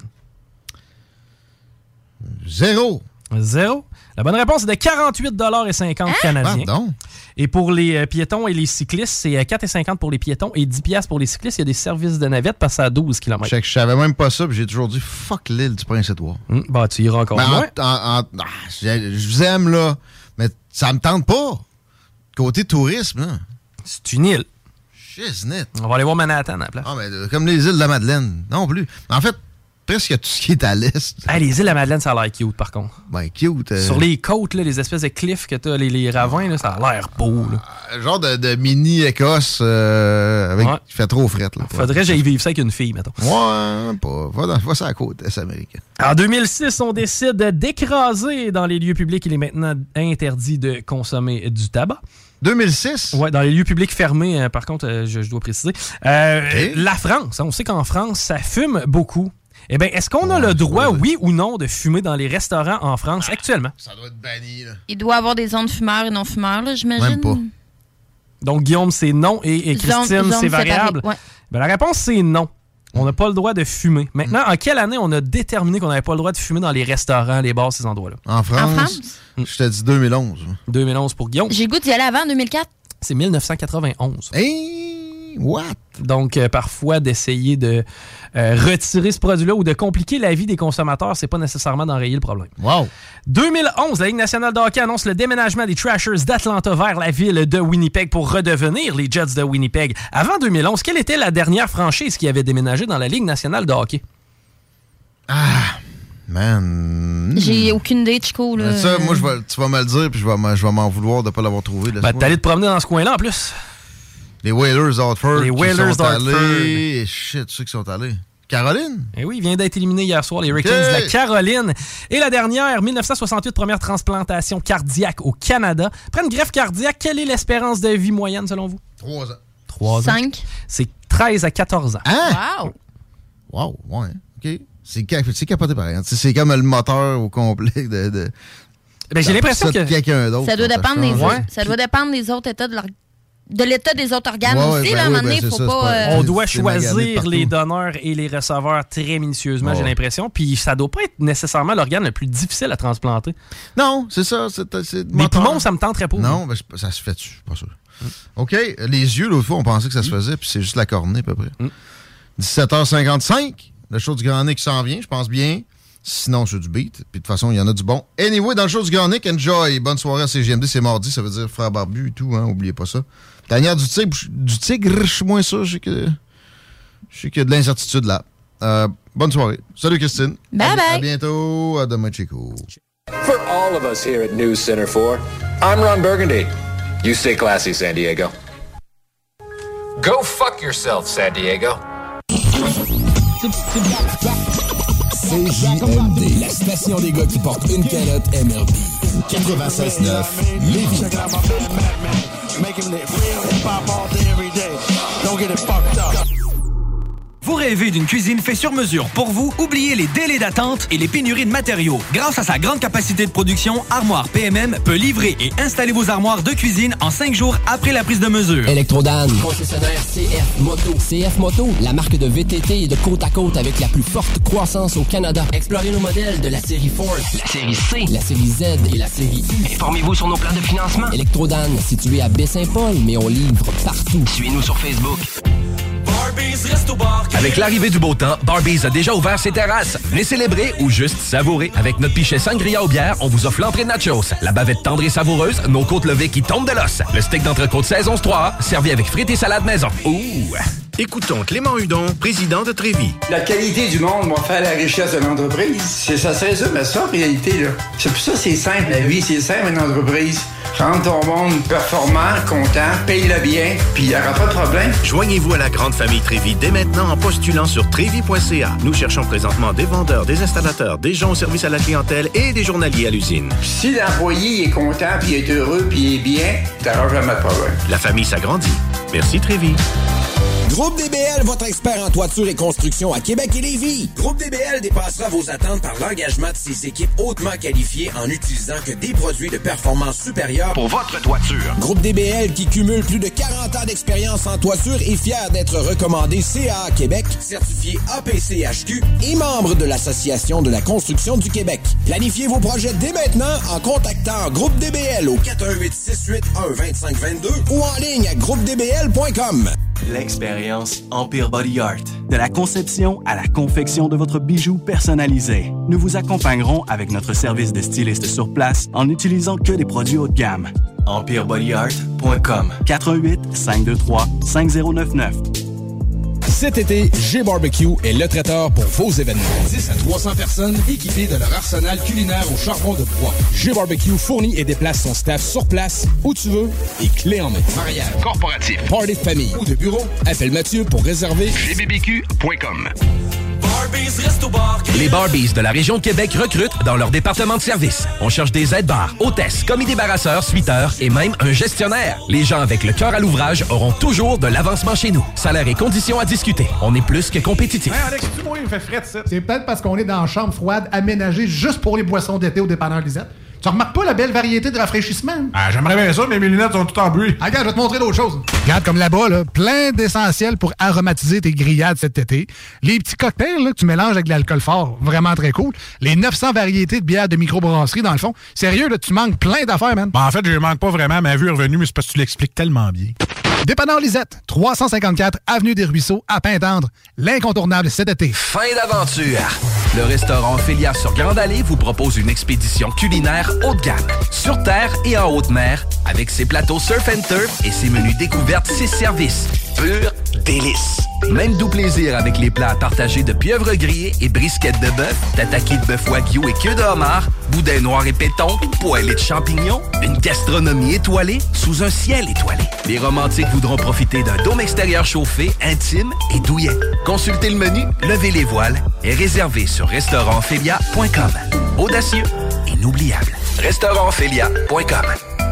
0. La bonne réponse est de 48,50 $ canadiens. Pardon? Et pour les piétons et les cyclistes, c'est 4,50 pour les piétons et 10 piastres pour les cyclistes. Il y a des services de navette parce que c'est à 12 km. Je savais même pas ça, puis j'ai toujours dit fuck l'île du Prince-Édouard. Bah, tu iras encore moins. Je vous aime, là, mais ça me tente pas. Côté tourisme, là. C'est une île. Shiznit. On va aller voir Manhattan à la place. Ah, mais comme les îles de la Madeleine, non plus. En fait, presque tout ce qui est à l'est. Les îles de la Madeleine, ça a l'air cute, par contre. Ben, cute. Sur les côtes, là, les espèces de cliffs que t'as, les ravins, là, ça a l'air beau. Là. Genre de mini-Écosse qui fait trop fret. Là, faudrait que j'aille vivre ça avec une fille, mettons. Ouais, pas. Va ça à la côte est américaine. En 2006, on décide d'écraser dans les lieux publics. Il est maintenant interdit de consommer du tabac. 2006? Oui, dans les lieux publics fermés, par contre, je dois préciser. La France, on sait qu'en France, ça fume beaucoup. Eh bien, est-ce qu'on a le droit, oui ou non, de fumer dans les restaurants en France actuellement? Ça doit être banni, là. Il doit y avoir des zones fumeurs et non-fumeurs, là, j'imagine. Même pas. Donc, Guillaume, c'est non et Christine, c'est variable. Ouais. Ben, la réponse, c'est non. On n'a pas le droit de fumer. Maintenant, en quelle année on a déterminé qu'on n'avait pas le droit de fumer dans les restaurants, les bars, ces endroits-là? En France? Je t'ai dit 2011. 2011 pour Guillaume. J'ai le goût d'y aller avant, 2004. C'est 1991. What? Donc, parfois, d'essayer de retirer ce produit-là ou de compliquer la vie des consommateurs, c'est pas nécessairement d'enrayer le problème. Wow! 2011, la Ligue nationale de hockey annonce le déménagement des Trashers d'Atlanta vers la ville de Winnipeg pour redevenir les Jets de Winnipeg. Avant 2011, quelle était la dernière franchise qui avait déménagé dans la Ligue nationale de hockey? Man. J'ai aucune idée, Chico. Là. Ça, moi, tu vas me le dire, puis je vais m'en vouloir de ne pas l'avoir trouvé. T'es allé te promener dans ce coin-là, en plus. Les Whalers d'Hartford. Les Whalers d'Hartford. Shit, ceux qui sont allés. Caroline? Eh oui, il vient d'être éliminé hier soir, les Hurricanes de la Caroline. Et la dernière, 1968, première transplantation cardiaque au Canada. Après une greffe cardiaque, quelle est l'espérance de vie moyenne, selon vous? 3 ans. 3 ans. 5. C'est 13 à 14 ans. Hein? Wow, ouais, OK. C'est capoté pareil. C'est comme le moteur au complet de j'ai l'impression que quelqu'un d'autre. Ça doit dépendre des autres états de l'état des autres organes aussi. Là, à un moment donné, faut pas... On doit choisir les donneurs et les receveurs très minutieusement, j'ai l'impression. Puis ça doit pas être nécessairement l'organe le plus difficile à transplanter. Non, c'est ça. Les poumons, ça me tenterait pas. Non, mais ça se fait-tu? Pas sûr. OK. Les yeux, l'autre fois, on pensait que ça se faisait, puis c'est juste la cornée, à peu près. 17h55. Le show du Grand Nick s'en vient, je pense bien. Sinon, c'est du beat. Puis de toute façon, il y en a du bon. Anyway, dans le show du Grand Nick, enjoy. Bonne soirée à CGMD. C'est mardi, ça veut dire frère barbu et tout. Hein, oubliez pas ça. Tanière du tigre, je suis moins sûr. Je sais qu'il y a de l'incertitude là. Bonne soirée. Salut, Christine. Bye bye. À bientôt. À demain, Chico. For all of us here at News Center 4, I'm Ron Burgundy. You stay classy, San Diego. Go fuck yourself, San Diego. CJMD, la station des gars qui portent une calotte MLB. 96.9 Lévis. Vous rêvez d'une cuisine faite sur mesure pour vous? Oubliez les délais d'attente et les pénuries de matériaux. Grâce à sa grande capacité de production, Armoire PMM peut livrer et installer vos armoires de cuisine en 5 jours après la prise de mesure. Électrodan, concessionnaire CF Moto. CF Moto, la marque de VTT et de côte à côte avec la plus forte croissance au Canada. Explorez nos modèles de la série Force, la série C, la série Z et la série U. Informez-vous sur nos plans de financement. Électrodan, situé à Baie-Saint-Paul, mais on livre partout. Suivez-nous sur Facebook. Avec l'arrivée du beau temps, Barbies a déjà ouvert ses terrasses. Venez célébrer ou juste savourer. Avec notre pichet sangria aux bières, on vous offre l'entrée de nachos, la bavette tendre et savoureuse, nos côtes levées qui tombent de l'os, le steak d'entrecôte saison 3, servi avec frites et salade maison. Ouh! Écoutons Clément Hudon, président de Trévis. La qualité du monde va faire la richesse de l'entreprise. Ça se résume à ça, en réalité. Là. C'est pour ça que c'est simple, la vie, c'est simple, une entreprise. Rendre ton monde performant, content, paye-le bien, puis il n'y aura pas de problème. Joignez-vous à la grande famille Trévis dès maintenant en postulant sur trévis.ca. Nous cherchons présentement des vendeurs, des installateurs, des gens au service à la clientèle et des journaliers à l'usine. Si l'employé est content, puis est heureux, puis il est bien, t'auras jamais de problème. La famille s'agrandit. Merci Trévis. Groupe DBL, votre expert en toiture et construction à Québec et Lévis. Groupe DBL dépassera vos attentes par l'engagement de ses équipes hautement qualifiées en utilisant que des produits de performance supérieure pour votre toiture. Groupe DBL, qui cumule plus de 40 ans d'expérience en toiture, est fier d'être recommandé CA Québec, certifié APCHQ et membre de l'Association de la construction du Québec. Planifiez vos projets dès maintenant en contactant Groupe DBL au 418-681-2522 ou en ligne à groupedbl.com. L'expérience Empire Body Art. De la conception à la confection de votre bijou personnalisé. Nous vous accompagnerons avec notre service de styliste sur place en n'utilisant que des produits haut de gamme. EmpireBodyArt.com 418-523-5099. Cet été, G-Barbecue est le traiteur pour vos événements. 10 à 300 personnes équipées de leur arsenal culinaire au charbon de bois. G-Barbecue fournit et déplace son staff sur place, où tu veux, et clé en main. Mariage, corporatif, party de famille ou de bureau, appelle Mathieu pour réserver chez bbq.com. Les Barbies de la région de Québec recrutent dans leur département de service. On cherche des aides-bars, hôtesses, commis débarrasseurs, suiteurs et même un gestionnaire. Les gens avec le cœur à l'ouvrage auront toujours de l'avancement chez nous. Salaire et conditions à discuter. On est plus que compétitifs. Hey Alex, tu vois, il me fait frais de ça. C'est peut-être parce qu'on est dans une chambre froide aménagée juste pour les boissons d'été au dépanneur Lisette. Tu remarques pas la belle variété de rafraîchissement? Ah, j'aimerais bien ça, mais mes lunettes sont toutes en bruit. Ah, regarde, je vais te montrer d'autres choses. Regarde, comme là-bas, là, plein d'essentiels pour aromatiser tes grillades cet été. Les petits cocktails là, que tu mélanges avec de l'alcool fort, vraiment très cool. Les 900 variétés de bières de microbrasserie, dans le fond. Sérieux, là, tu manques plein d'affaires, man. En fait, je manque pas vraiment. Ma vue est revenue, mais c'est parce que tu l'expliques tellement bien. Dépanneur Lisette, 354 Avenue des Ruisseaux, à Pintendre. L'incontournable cet été. Fin d'aventure! Le restaurant Ophélia sur Grande Allée vous propose une expédition culinaire haut de gamme, sur terre et en haute mer, avec ses plateaux surf and turf et ses menus découvertes, ses services. Pur délice! Même doux plaisir avec les plats partagés de pieuvres grillées et brisquettes de bœuf, tataki de bœuf wagyu et queue de homard, boudin noir et péton, poêlée de champignons, une gastronomie étoilée sous un ciel étoilé. Les romantiques voudront profiter d'un dôme extérieur chauffé, intime et douillet. Consultez le menu, levez les voiles et réservez sur restaurantphilia.com. Audacieux, inoubliable. restaurantphilia.com.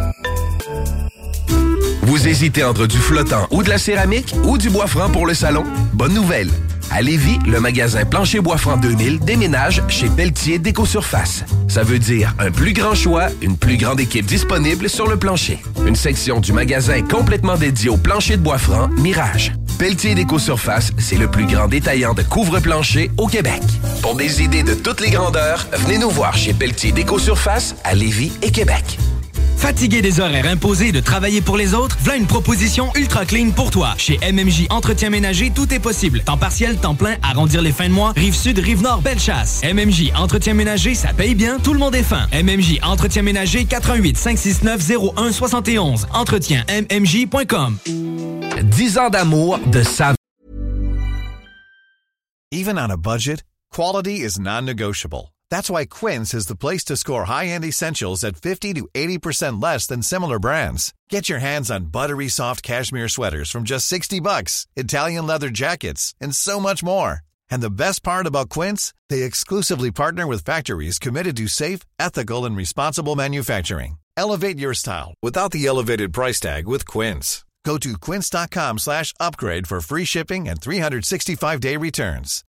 Vous hésitez entre du flottant ou de la céramique ou du bois franc pour le salon? Bonne nouvelle! À Lévis, le magasin Plancher Bois Franc 2000 déménage chez Pelletier Déco-Surface. Ça veut dire un plus grand choix, une plus grande équipe disponible sur le plancher. Une section du magasin complètement dédiée au plancher de bois franc Mirage. Pelletier Déco-Surface, c'est le plus grand détaillant de couvre-plancher au Québec. Pour des idées de toutes les grandeurs, venez nous voir chez Pelletier Déco-Surface à Lévis et Québec. Fatigué des horaires imposés de travailler pour les autres? V'là une proposition ultra clean pour toi. Chez MMJ Entretien Ménager, tout est possible. Temps partiel, temps plein, arrondir les fins de mois, Rive-Sud, Rive-Nord, Bellechasse. MMJ Entretien Ménager, ça paye bien, tout le monde est fin. MMJ Entretien Ménager, 88 569 0171. EntretienMMJ.com. 10 ans d'amour de saveur. Even on a budget, quality is non-negotiable. That's why Quince is the place to score high-end essentials at 50 to 80% less than similar brands. Get your hands on buttery soft cashmere sweaters from just $60, Italian leather jackets, and so much more. And the best part about Quince, they exclusively partner with factories committed to safe, ethical, and responsible manufacturing. Elevate your style without the elevated price tag with Quince. Go to quince.com/upgrade for free shipping and 365-day returns.